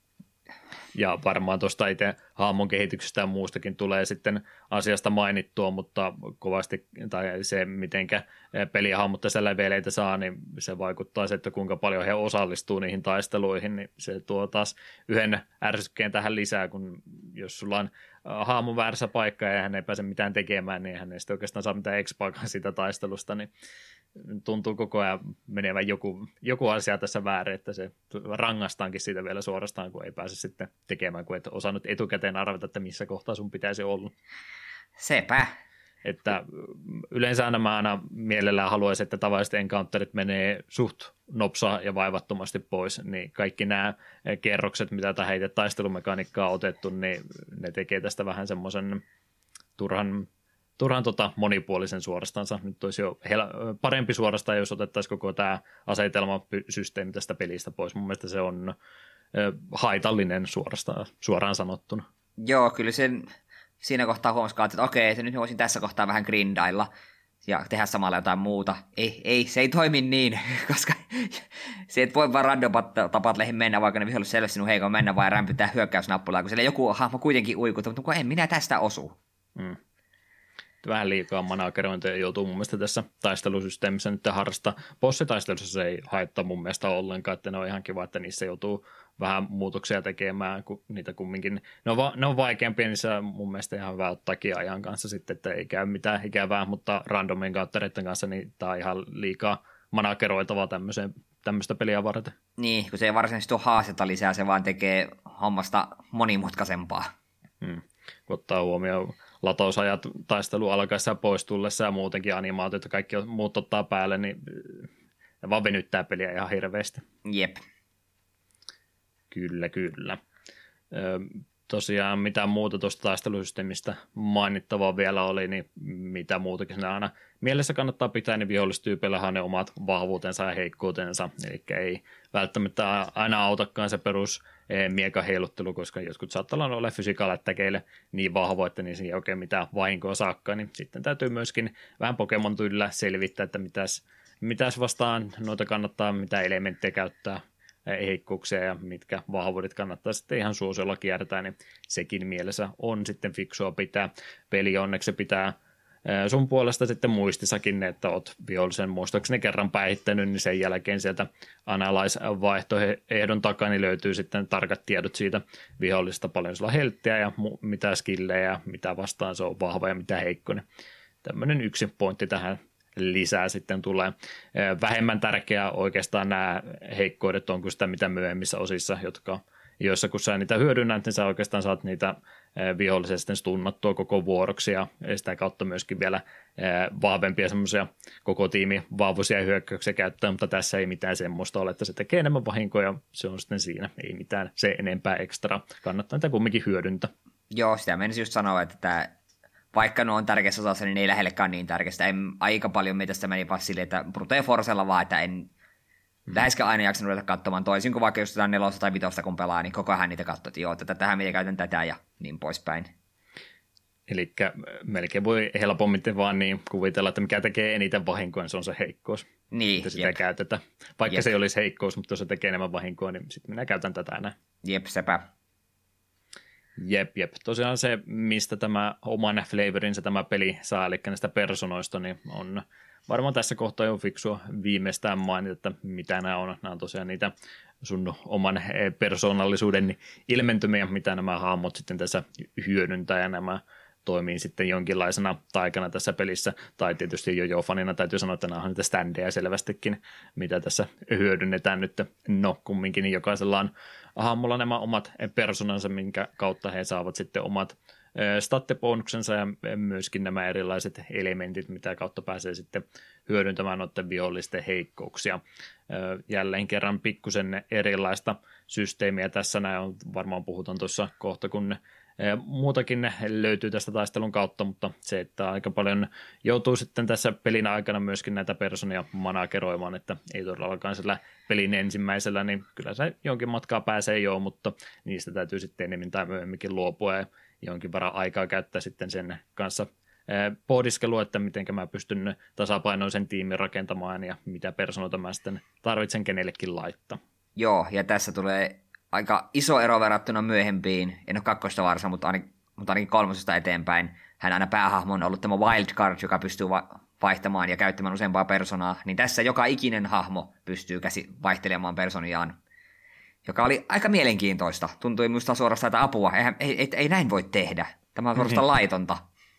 Ja varmaan tuosta itse hahmon kehityksestä ja muustakin tulee sitten asiasta mainittua, mutta kovasti, tai se mitenkä pelihahmot tässä leveleitä saa, niin se vaikuttaa se, että kuinka paljon he osallistuu niihin taisteluihin, niin se tuo taas yhden ärsykkeen tähän lisää, kun jos sulla on hahmon väärässä paikka ja hän ei pääse mitään tekemään, niin hän ei sitten oikeastaan saa mitään expaakaan siitä taistelusta, niin tuntuu koko ajan menevän joku, joku asia tässä väärin, että se rangaistaankin siitä vielä suorastaan, kun ei pääse sitten tekemään, kun et osannut etukäteen arvata, että missä kohtaa sun pitäisi olla. Sepä. Että yleensä aina mä aina mielellään haluaisin, että tavalliset encounterit menee suht nopsaa ja vaivattomasti pois, niin kaikki nämä kerrokset, mitä tähän itse taistelumekaniikkaa on otettu, niin ne tekee tästä vähän semmoisen turhan turhan tota monipuolisen suorastansa. Nyt olisi jo hel- parempi suorastaan, jos otettaisiin koko tämä asetelmasysteemi tästä pelistä pois. Mun mielestä se on ö, haitallinen suorastaan, suoraan sanottuna. Joo, kyllä sen siinä kohtaa huomasikaan, että okei, että nyt voisin tässä kohtaa vähän grindailla ja tehdä samalla jotain muuta. Ei, ei se ei toimi niin, koska se et voi vaan random tapat leihin mennä, vaikka ne viholliset selvästi sinun heikon mennä, vai rämpyttää hyökkäysnappulaa, kun siellä joku hahmo kuitenkin uikuttaa, mutta kun en minä tästä osu. Mm. Vähän liikaa managerointia joutuu mun mielestä tässä taistelusysteemissä nyt harrastaa. Bossitaistelussa se ei haittaa mun mielestä ollenkaan, että ne on ihan kiva, että niissä joutuu vähän muutoksia tekemään, kun niitä kumminkin, ne on, va- ne on vaikeampia, niin se mun mielestä ihan hyvä ottaakin ajan kanssa sitten, että ei käy mitään ikävää, mutta randomin kauttereiden kanssa niin tää on ihan liikaa manageroitavaa tämmöistä peliä varten. Niin, kun se ei varsinaisesti ole haastetta lisää, se vaan tekee hommasta monimutkaisempaa. Hmm. Kun ottaa huomioon latausajat taistelu alkaessa ja pois tullessa ja muutenkin animaatiot ja kaikki muut ottaa päälle, niin ne vaan venyttää peliä ihan hirveästi. Jep. Kyllä, kyllä. Ö, tosiaan mitä muuta tuosta taistelusysteemistä mainittavaa vielä oli, niin mitä muutakin siinä aina mielessä kannattaa pitää, niin vihollistyypeillähän on ne omat vahvuutensa ja heikkoutensa, eli ei välttämättä aina autakaan se perus mieka heiluttelu, koska jotkut saattaa olla fysiikalättäkeille niin vahvoja, että niissä ei oikein mitään vahinkoa saakkaan, niin sitten täytyy myöskin vähän Pokemon-tyylillä selvittää, että mitäs, mitäs vastaan noita kannattaa, mitä elementtejä käyttää, heikkouksia ja mitkä vahvuudet kannattaa sitten ihan suosiolla kiertää, niin sekin mielessä on sitten fiksua pitää. Peli onneksi se pitää sun puolesta sitten muistissakin, että oot vihollisen muistaakseni kerran päihittänyt, niin sen jälkeen sieltä analyze-vaihtoehdon takaa niin löytyy sitten tarkat tiedot siitä vihollisesta, paljon sulla helttiä ja mitä skillejä, mitä vastaan se on vahva ja mitä heikko. Niin tämmöinen yksi pointti tähän lisää sitten tulee. Vähemmän tärkeää oikeastaan nämä heikkoudet on kuin sitä mitä myöhemmissä osissa, jotka, joissa kun sä niitä hyödynnät, niin sä oikeastaan saat niitä vihollisesti stunnattua koko vuoroksi ja sitä kautta myöskin vielä vahvempia semmoisia koko tiimi vahvuisia hyökkäyksiä käyttää, mutta tässä ei mitään semmoista ole, että se tekee enemmän vahinkoja, se on sitten siinä, ei mitään se enempää ekstra, kannattaa niitä kumminkin hyödyntää. Joo, sitä menisin just sanoa, että tämä vaikka ne on tärkeässä osassa, niin ne ei lähellekään niin tärkeästä. En, aika paljon meitä sitä meni vaan silleen, että brute forcella vaan, että en läheskään aina jaksanut ruveta katsomaan toisin kuin vaikka jos jotain nelosta tai vitosta kun pelaa, niin koko ajan niitä katsoo, että joo, tätä, tähän minä käytän tätä ja niin poispäin. Eli melkein voi helpommin vaan niin kuvitella, että mikä tekee eniten vahinkoa, niin se on se heikkous. Niin, että sitä jep. käytetään. Vaikka Jep. se ei olisi heikkous, mutta jos se tekee enemmän vahinkoa, niin sitten minä käytän tätä enää. Jep, sepä. Jep, jep. Tosiaan se, mistä tämä oman flavorinsa tämä peli saa, eli näistä personoista, niin on varmaan tässä kohtaa jo fiksua viimeistään mainita, että mitä nämä on. Nämä on tosiaan niitä sun oman persoonallisuuden ilmentymiä, mitä nämä hahmot sitten tässä hyödyntää, ja nämä toimii sitten jonkinlaisena taikana tässä pelissä, tai tietysti jo jo fanina täytyy sanoa, että nämä on niitä standeja selvästikin, mitä tässä hyödynnetään nyt. No, kumminkin niin jokaisella on hahmolla nämä omat personansa, minkä kautta he saavat sitten omat statteponuksensa ja myöskin nämä erilaiset elementit, mitä kautta pääsee sitten hyödyntämään noiden vihollisten heikkouksia. Jälleen kerran pikkusen erilaista systeemiä tässä, näin on, varmaan puhutaan tuossa kohta, kun muutakin löytyy tästä taistelun kautta, mutta se, että aika paljon joutuu sitten tässä pelin aikana myöskin näitä personia manageroimaan, että ei todellakaan sillä pelin ensimmäisellä, niin kyllä se jonkin matkaa pääsee jo, mutta niistä täytyy sitten enemmän tai myöhemminkin luopua ja jonkin verran aikaa käyttää sitten sen kanssa pohdiskelua, että miten mä pystyn tasapainoisen tiimin rakentamaan ja mitä personoita mä sitten tarvitsen kenellekin laittaa. Joo, ja tässä tulee aika iso ero verrattuna myöhempiin, en ole kakkosta varsa, mutta ainakin, mutta ainakin kolmosesta eteenpäin. Hän aina päähahmo on ollut tämä wildcard, joka pystyy va- vaihtamaan ja käyttämään useampaa personaa, niin tässä joka ikinen hahmo pystyy käsi vaihtelemaan personiaan, joka oli aika mielenkiintoista. Tuntui minusta suorastaan, että apua, ei, ei, ei, ei näin voi tehdä. Tämä on suorastaan laitonta.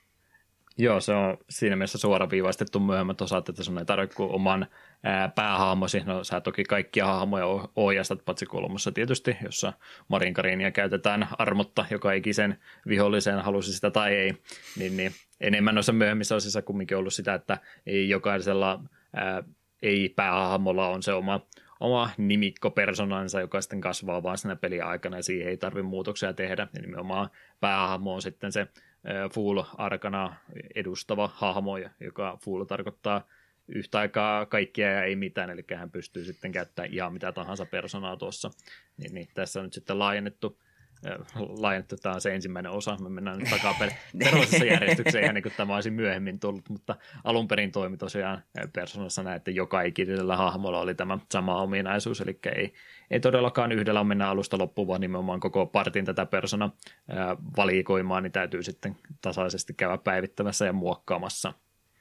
Joo, se on siinä mielessä suoraviivaistettu myöhemmät osat, että sun ei tarvitse kuin oman ää, päähahmosi. No sä toki kaikkia hahmoja ohjastat, paitsi kolmossa tietysti, jossa Marinkarinia käytetään armotta, joka ikisen viholliseen halusi sitä tai ei. Niin, niin enemmän noissa myöhemmissä osissa kumminkin ollut sitä, että ei jokaisella ää, ei-päähahmolla on se oma, oma nimikko-personansa, joka sitten kasvaa vaan siinä pelin aikana ja siihen ei tarvitse muutoksia tehdä. Ja nimenomaan päähahmo on sitten se full arkana edustava hahmo, joka full tarkoittaa yhtä aikaa kaikkia ja ei mitään, eli hän pystyy sitten käyttämään ihan mitä tahansa personaa tuossa. Niin, niin tässä on nyt sitten laajennettu, laajennettu, tämä on se ensimmäinen osa, me mennään nyt takaperin perusessa järjestykseen, ihan niin kuin tämä olisi myöhemmin tullut, mutta alun perin toimi tosiaan persoonassa näin, että joka ikisellä hahmolla oli tämä sama ominaisuus, eli ei, ei todellakaan yhdellä mennä alusta loppuun, vaan nimenomaan koko partin tätä persona valikoimaa, niin täytyy sitten tasaisesti käydä päivittämässä ja muokkaamassa,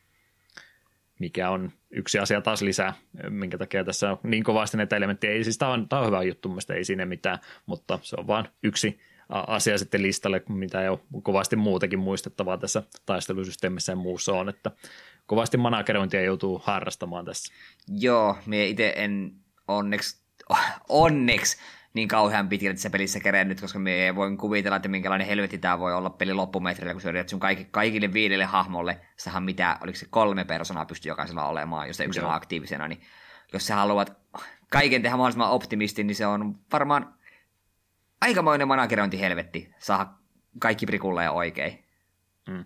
mikä on yksi asia taas lisää, minkä takia tässä on niin kovasti näitä elementtejä. Ei, siis tämä on, tämä on hyvä juttu, mielestäni ei siinä mitään, mutta se on vaan yksi asia sitten listalle, mitä jo kovasti muutakin muistettavaa tässä taistelusysteemissä ja muussa on, että kovasti managerointia joutuu harrastamaan tässä. Joo, minä itse en onneksi, onneksi niin kauhean pitkälle tässä pelissä kerennyt, koska minä voin kuvitella, että minkälainen helvetti tämä voi olla pelin loppumetrillä, kun se yrität sun kaikki, kaikille viidelle hahmolle, sähän mitä, oliko se kolme personaa pystyy jokaisella olemaan, jos yksi on aktiivisena, niin jos sä haluat kaiken tehdä mahdollisimman optimistin, niin se on varmaan aikamoinen managerointihelvetti saada kaikki prikulleen oikein. Mm.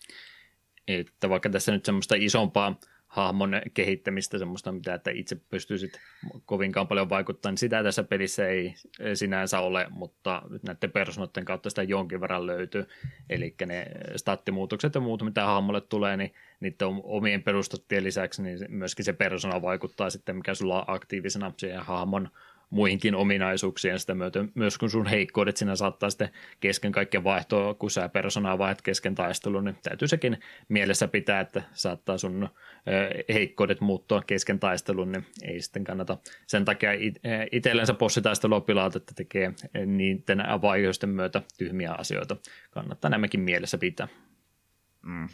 Että vaikka tässä nyt semmoista isompaa hahmon kehittämistä, semmoista mitä, että itse pystyisit kovinkaan paljon vaikuttaa, niin sitä tässä pelissä ei sinänsä ole, mutta näiden persoonoiden kautta sitä jonkin verran löytyy. Eli ne stattimuutokset ja muut, mitä hahmolle tulee, niin niiden omien perustattien lisäksi niin myöskin se persona vaikuttaa sitten, mikä sulla on aktiivisena siihen hahmon muihinkin ominaisuuksiin, sitä myöten myös kun sun heikkoudet siinä saattaa sitten kesken kaikkea vaihtoa, kun sä personaa vaihdat kesken taistelun, niin täytyy sekin mielessä pitää, että saattaa sun heikkoudet muuttua kesken taistelun, niin ei sitten kannata sen takia itsellensä bossitaistelua pilata, että tekee niiden vaihdoisten myötä tyhmiä asioita. Kannattaa nämäkin mielessä pitää. Mm.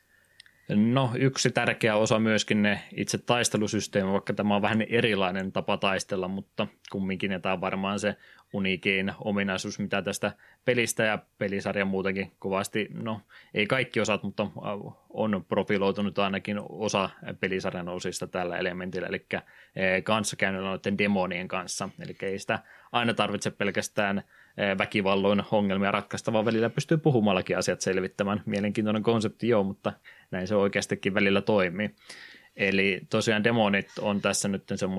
No, yksi tärkeä osa myöskin ne itse taistelusysteemi, vaikka tämä on vähän erilainen tapa taistella, mutta kumminkin, ja tämä on varmaan se uniikein ominaisuus, mitä tästä pelistä ja pelisarjan muutenkin kovasti, no ei kaikki osat, mutta on profiloitunut ainakin osa pelisarjan osista tällä elementillä, eli kanssakäynnillä noiden demonien kanssa, eli ei sitä aina tarvitse pelkästään väkivalloin ongelmia ratkaista, vaan välillä pystyy puhumallakin asiat selvittämään. Mielenkiintoinen konsepti joo, mutta näin se oikeastikin välillä toimii. Eli tosiaan demonit on tässä nyt semmoisia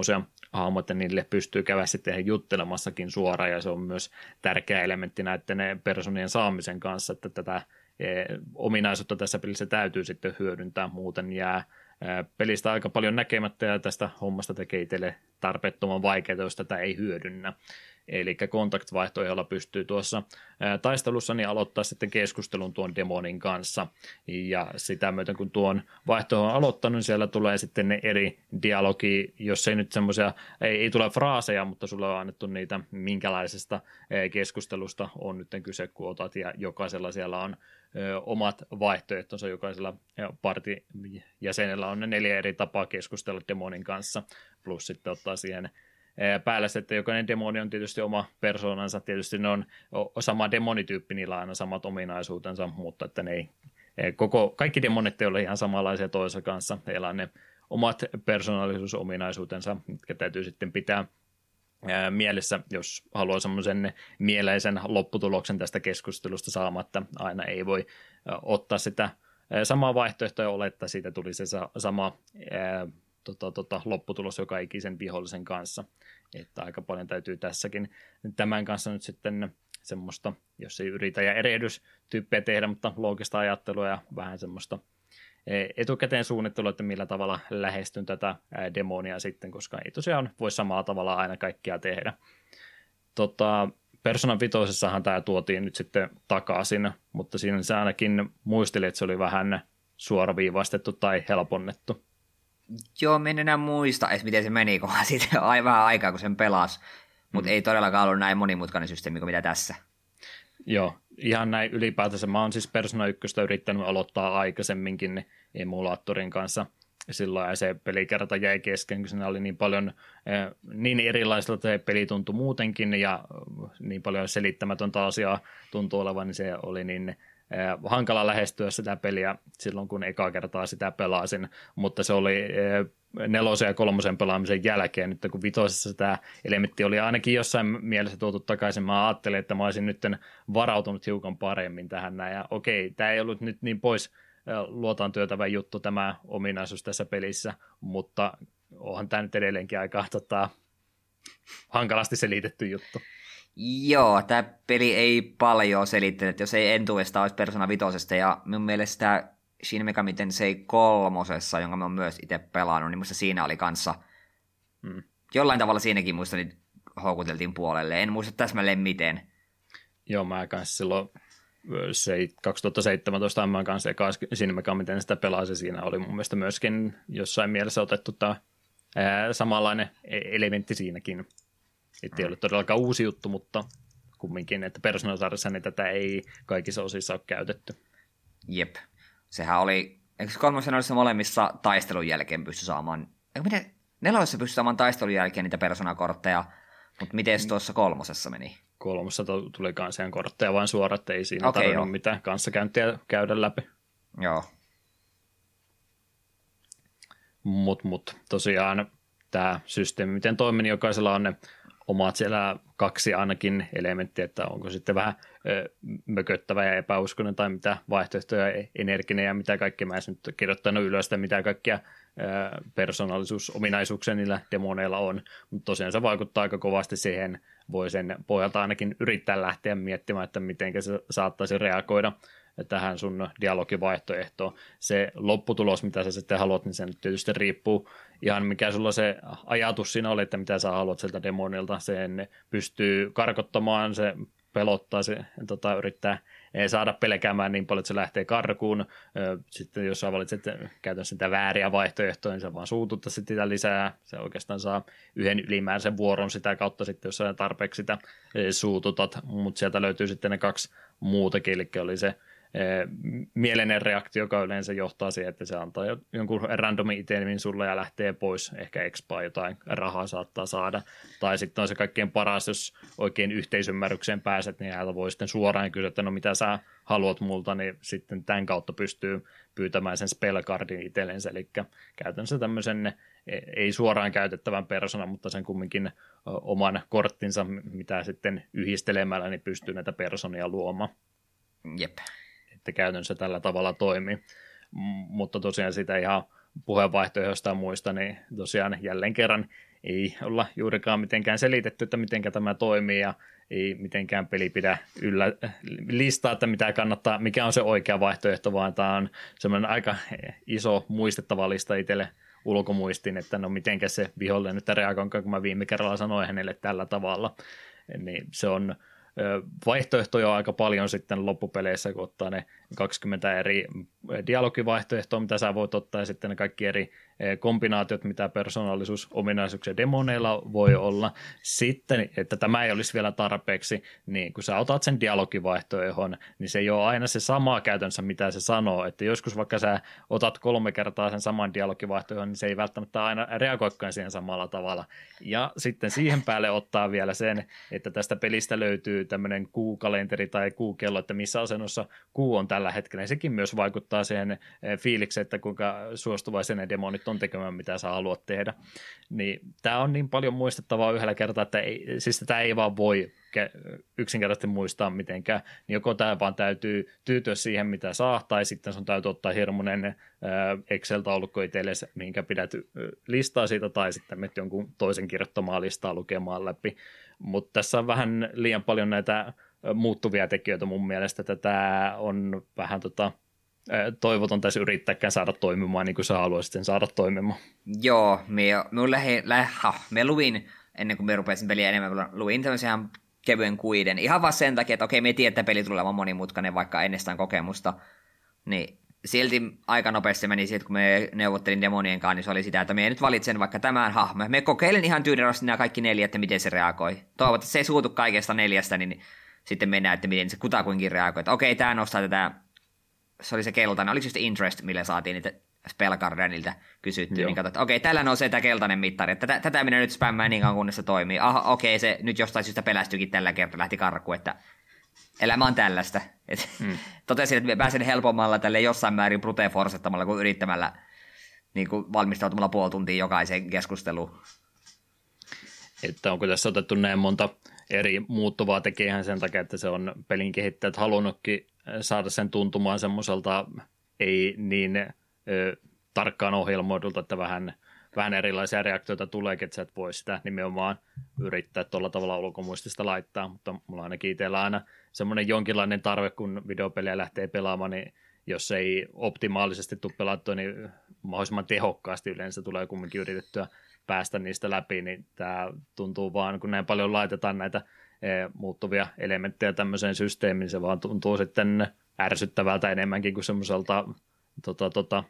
hahmot, että niille pystyy käydä sitten juttelemassakin suoraan, ja se on myös tärkeä elementti näiden personien saamisen kanssa, että tätä ominaisuutta tässä pelissä täytyy sitten hyödyntää, muuten jää pelistä aika paljon näkemättä, ja tästä hommasta tekee itselle tarpeettoman vaikeaa, jos tätä ei hyödynnä. Eli contact-vaihtoehdolla pystyy tuossa taistelussa niin aloittaa sitten keskustelun tuon demonin kanssa, ja sitä myöten kun tuon vaihtoehdon on aloittanut, niin siellä tulee sitten ne eri dialogi, jos ei nyt semmoisia, ei, ei tule fraaseja, mutta sulle on annettu niitä, minkälaisesta keskustelusta on nyt kyse, kun otat, ja jokaisella siellä on omat vaihtoehtonsa, jokaisella partijäsenellä on neljä eri tapaa keskustella demonin kanssa, plus sitten ottaa siihen päällä se, että jokainen demoni on tietysti oma persoonansa, tietysti ne on sama demonityyppi, niillä on aina samat ominaisuutensa, mutta että ne ei, koko, kaikki demonit ei ole ihan samanlaisia toisessa kanssa, heillä on ne omat persoonallisuusominaisuutensa, mitkä täytyy sitten pitää mielessä, jos haluaa semmoisen mieleisen lopputuloksen tästä keskustelusta saamatta, aina ei voi ottaa sitä samaa vaihtoehtoa ja olettaa, että siitä tuli se sama Tota, tota, lopputulos joka ikisen vihollisen kanssa, että aika paljon täytyy tässäkin tämän kanssa nyt sitten semmoista, jos ei yritä ja erehdystyyppiä tehdä, mutta loogista ajattelua ja vähän semmoista etukäteen suunnittelua, että millä tavalla lähestyn tätä demonia sitten, koska ei tosiaan voi samalla tavalla aina kaikkia tehdä. Tota, Persona vitosessahan tämä tuotiin nyt sitten takaisin, mutta siinä se ainakin muisteli, että se oli vähän suoraviivaistettu tai helponnettu. Joo, minä en enää muista edes, miten se meni, kun sitten on vähän aikaa, kun sen pelasi. Mutta mm. ei todellakaan ollut näin monimutkainen systeemi kuin mitä tässä. Joo, ihan näin ylipäätänsä. Mä oon siis Persona yksi yrittänyt aloittaa aikaisemminkin emulaattorin kanssa. Silloin se pelikerta jäi kesken, kun siinä oli niin paljon, niin erilaista se peli tuntui muutenkin, ja niin paljon selittämätöntä asiaa tuntui olevan, niin se oli niin hankala lähestyä sitä peliä silloin, kun ekaa kertaa sitä pelasin, mutta se oli nelosen ja kolmosen pelaamisen jälkeen, nyt kun vitosessa tämä elementti oli ainakin jossain mielessä tuotu takaisin, mä ajattelin, että mä olisin nyt varautunut hiukan paremmin tähän näin, ja okei, tämä ei ollut nyt niin pois luotaan työtävä juttu tämä ominaisuus tässä pelissä, mutta onhan tämä nyt edelleenkin aika tota, hankalasti selitetty juttu. Joo, tämä peli ei paljon selittänyt, jos ei entuudesta olisi Persona vitosesta, ja minun mielestä Shin Megami Tensei kolmosessa, jonka mä oon myös itse pelannut, niin musta siinä oli kanssa, hmm. jollain tavalla siinäkin muista niin houkuteltiin puolelle, en muista täsmälleen miten. Joo, mä kanssa silloin se kaksituhattaseitsemäntoista mä kanssa eka Shin Megami Tensei sitä pelasin, siinä oli mun mielestä myöskin jossain mielessä otettu tämä ää, samanlainen elementti siinäkin. Että ei ole todellakaan uusi juttu, mutta kumminkin, että Persona-sarjassa niin tätä ei kaikissa osissa ole käytetty. Jep. Sehän oli, eikö kolmosen olisi molemmissa taistelun jälkeen pysty saamaan, eikö miten, nelosessa pysty saamaan taistelun jälkeen niitä Persona-kortteja, mutta miten tuossa kolmosessa meni? Kolmossa tuli kanssa kortteja vain suoraan, että ei siinä okay, tarvinnut mitään kanssakäyntiä käydä läpi. Joo. Mut, mut tosiaan tämä systeemi, miten toimii, niin jokaisella on ne omat siellä kaksi ainakin elementtiä, että onko sitten vähän ö, mököttävä ja epäuskonen tai mitä vaihtoehtoja, energinen ja mitä kaikkea. Mä en nyt kirjoittanut ylös sitä, mitä kaikkia ö, persoonallisuusominaisuuksia niillä demoneilla on, mutta tosiaan se vaikuttaa aika kovasti siihen, voi sen pohjalta ainakin yrittää lähteä miettimään, että miten se saattaisi reagoida tähän sun dialogivaihtoehtoon. Se lopputulos, mitä sä sitten haluat, niin se nyt tietysti riippuu ihan mikä sulla se ajatus siinä oli, että mitä sä haluat sieltä demonilta. Sen pystyy karkottamaan, se pelottaa, se tota, yrittää saada pelkäämään niin paljon, että se lähtee karkuun. Sitten jos sä valitset käytännössä sitä vääriä vaihtoehtoja, niin sä vaan suututtaa sitä lisää. Se oikeastaan saa yhden ylimääräisen vuoron sitä kautta sitten, jos sä tarpeeksi sitä suututat. Mutta sieltä löytyy sitten ne kaksi muutakin, eli oli se mielenen reaktio, joka yleensä johtaa siihen, että se antaa jonkun randomin itemin sulle ja lähtee pois, ehkä expaa jotain rahaa saattaa saada, tai sitten on se kaikkein paras, jos oikein yhteisymmärrykseen pääset, niin häntä voi sitten suoraan kysyä, että no mitä sä haluat multa, niin sitten tämän kautta pystyy pyytämään sen spellcardin itsellensä, eli käytännössä tämmöisen ei suoraan käytettävän persona, mutta sen kumminkin oman korttinsa, mitä sitten yhdistelemällä, niin pystyy näitä personia luomaan. Jep. Että käytännössä tällä tavalla toimii, M- mutta tosiaan sitä ihan puheenvaihtoehdoista ja muista, niin tosiaan jälleen kerran ei olla juurikaan mitenkään selitetty, että miten tämä toimii ja ei mitenkään peli pidä yllä listaa, että mitä kannattaa, mikä on se oikea vaihtoehto, vaan tämä on semmoinen aika iso muistettava lista itselle ulkomuistiin, että no mitenkä se vihollinen nyt reagoinkaan, kun mä viime kerralla sanoin hänelle tällä tavalla, niin se on vaihtoehtoja aika paljon sitten loppupeleissä, kun ottaa ne kaksikymmentä eri dialogivaihtoehtoa, mitä sä voit ottaa, ja sitten ne kaikki eri kombinaatiot, mitä persoonallisuusominaisuuksia demoneilla voi olla. Sitten, että tämä ei olisi vielä tarpeeksi, niin kun sä otat sen dialogivaihtoehon, niin se ei ole aina se sama käytännössä, mitä se sanoo. Että joskus vaikka sä otat kolme kertaa sen saman dialogivaihtoehon, niin se ei välttämättä aina reagoikaan siihen samalla tavalla. Ja sitten siihen päälle ottaa vielä sen, että tästä pelistä löytyy tämmöinen kuukalenteri tai kuukello, että missä asennossa kuu on tällä hetkellä. Ja sekin myös vaikuttaa siihen fiilikseen, että kuinka suostuvaisia ne demonit on tekemään, mitä sä haluat tehdä. Niin tämä on niin paljon muistettavaa yhdellä kertaa, että ei, siis tätä ei vaan voi yksinkertaisesti muistaa mitenkään. Niin joko tämä vaan täytyy tyytyä siihen, mitä saa, tai sitten sun täytyy ottaa hirmuinen Excel-taulukko itsellesi, minkä pidät listaa siitä, tai sitten menet jonkun toisen kirjoittamaa listaa lukemaan läpi. Mutta tässä on vähän liian paljon näitä muuttuvia tekijöitä mun mielestä, että tämä on vähän tota, toivoton tässä yrittääkään saada toimimaan niin kuin sä haluaisit sen saada toimimaan. Joo, me, me, lähe, lähe, me luin, ennen kuin me rupesin peliä enemmän, luin tämmöisen kevyen kuiden. Ihan vaan sen takia, että okei, me tiedät, että peli tulee olemaan monimutkainen, vaikka ennestään kokemusta. Niin silti aika nopeasti meni siitä, kun me neuvottelin demonien kanssa, niin se oli sitä, että me nyt valitsen vaikka tämän hahmon. Me kokeilen ihan tyynirasti nämä kaikki neljä, että miten se reagoi. Toivottavasti se ei suutu kaikesta neljästä, niin sitten mennään, että miten se kutakuinkin reagoi. Että okei, tämä nostaa tätä, se oli se keltainen, oliko se just interest, millä saatiin niitä spellcardia niiltä kysyttyä, niin katsot, että okei, tällä nousee tämä keltainen mittari, että tätä, tätä minä nyt spämmään niin kauan, kunnes se toimii. Aha, okei, se nyt jostain syystä pelästyikin tällä kertaa, lähti karkuun, että elämä on tällaista. Et, mm. Totesin, että pääsen helpommalla tälle jossain määrin brute forsettamalla kuin yrittämällä niin kuin valmistautumalla puoli tuntia jokaiseen keskusteluun. Että onko tässä otettu näin monta eri muuttuvaa tekijää sen takia, että se on pelin kehittäjät halunnutkin saada sen tuntumaan semmoiselta ei niin ö, tarkkaan ohjelmoidulta, että vähän, vähän erilaisia reaktioita tulee, että sä et voi sitä nimenomaan yrittää tuolla tavalla ulkomuistista laittaa, mutta mulla ainakin itsellä aina semmoinen jonkinlainen tarve, kun videopeliä lähtee pelaamaan, niin jos ei optimaalisesti tule pelattua, niin mahdollisimman tehokkaasti yleensä tulee kumminkin yritettyä päästä niistä läpi, niin tämä tuntuu vaan, kun näin paljon laitetaan näitä e, muuttuvia elementtejä tämmöiseen systeemiin, se vaan tuntuu sitten ärsyttävältä enemmänkin kuin semmoiselta, tota, tota,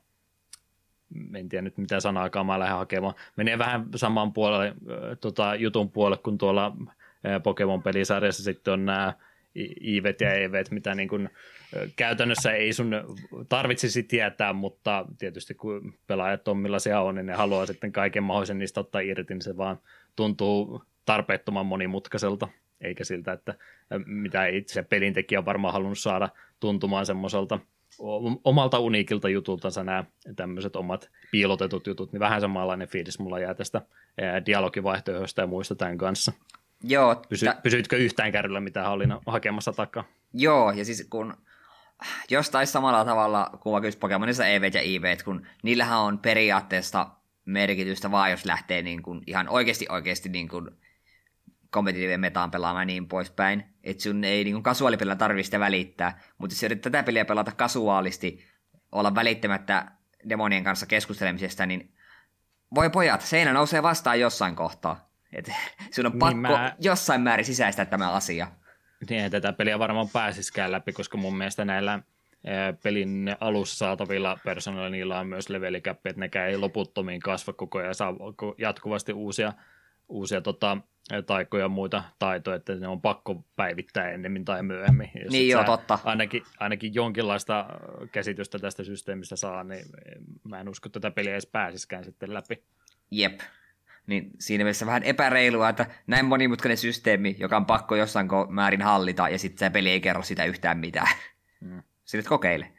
en tiedä nyt mitä sanaakaan mä lähden hakemaan, menee vähän saman puolelle, tota, jutun puolelle kuin tuolla Pokemon-pelisarjassa sitten on nämä iivet ja eivet, mitä niin kuin käytännössä ei sun tarvitsisi tietää, mutta tietysti kun pelaajat on millaisia on, niin ne haluaa sitten kaiken mahdollisen niistä ottaa irti, niin se vaan tuntuu tarpeettoman monimutkaiselta, eikä siltä, että mitä itse pelintekijä on varmaan halunnut saada tuntumaan semmoiselta omalta uniikilta jutultansa nämä tämmöiset omat piilotetut jutut, niin vähän samanlainen fiilis mulla jää tästä dialogivaihtoehdosta ja muista tämän kanssa. Joo. Pysy, ta- pysyitkö yhtään kärryllä, mitä olin hakemassa takaa? Joo, ja siis kun jostain samalla tavalla kuin vaikka Pokemonissa E V ja I V, kun niillähän on periaatteessa merkitystä vaan, jos lähtee niin kuin ihan oikeasti oikeasti niin kuin kompetitiivien metaan pelaamaan ja niin poispäin. Että sun ei niin kuin kasuaalipelillä tarvitse sitä välittää, mutta jos yrittää tätä peliä pelata kasuaalisti, olla välittämättä demonien kanssa keskustelemisesta, niin voi pojat, seinä nousee vastaan jossain kohtaa. Että sun on pakko niin mä... jossain määrin sisäistää tämä asia. Niin, tätä peliä varmaan pääsiskään läpi, koska mun mielestä näillä pelin alussa saatavilla persoonilla niillä on myös levelikäppi, että nekään ei loputtomiin kasva koko ajan, saa jatkuvasti uusia, uusia tota, taikoja ja muita taitoja, että ne on pakko päivittää ennemmin tai myöhemmin. Jos niin joo, totta. Ainakin, ainakin jonkinlaista käsitystä tästä systeemistä saa, niin mä en usko, että tätä peliä edes pääsiskään sitten läpi. Jep. Niin siinä mielessä vähän epäreilua, että näin monimutkainen systeemi, joka on pakko jossain määrin hallita, ja sitten se peli ei kerro sitä yhtään mitään. Hmm. Sitten kokeile.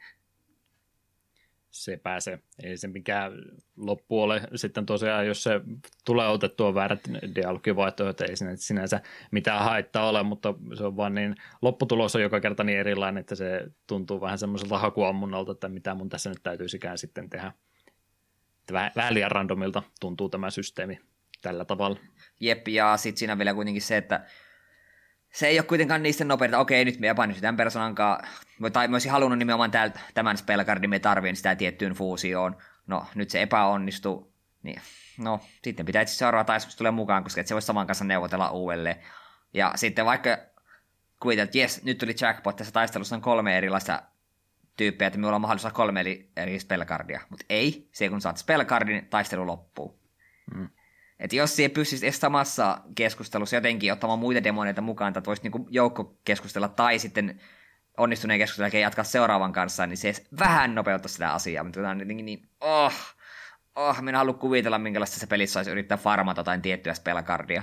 Se pääsee. Ei se mikään loppu ole. Sitten tosiaan, jos se tulee otettua väärät dialogivaihtoehdot, ei sinänsä mitään haittaa ole, mutta se on vaan niin, lopputulos on joka kerta niin erilainen, että se tuntuu vähän semmoiselta hakuammunnalta, että mitä mun tässä nyt täytyisikään sitten tehdä. Että vähän, vähän liian randomilta tuntuu tämä systeemi tällä tavalla. Jep, ja sitten siinä on vielä kuitenkin se, että se ei ole kuitenkaan niistä nopeita, okei, nyt me epäonnistutaan persoonan kanssa, tai mä olisin halunnut nimenomaan täl, tämän spellcardin, me tarvitsen sitä tiettyyn fuusioon. No, nyt se epäonnistui, niin no, sitten pitää itse seuraava taistelussa tulee mukaan, koska et se voisi saman kanssa neuvotella uudelleen. Ja sitten vaikka kuvitellaan, että jes, nyt tuli jackpot, tässä taistelussa on kolme erilaista tyyppejä, että minulla on mahdollisuus kolme eri, eri spellcardia, mutta ei, se kun saat spellcardin, taistelu loppuu. Mm. Että jos siihen pystyisi edes samassa keskustelussa jotenkin ottamaan muita demoneita mukaan, että voisi niinku joukko keskustella tai sitten onnistuneen keskustelun jälkeen jatkaa seuraavan kanssa, niin se vähän nopeuttaa sitä asiaa. Mutta tämä on jotenkin niin, oh, oh, minä haluan kuvitella, minkälaista se pelissä saisi yrittää farmata jotain tiettyä spellcardia.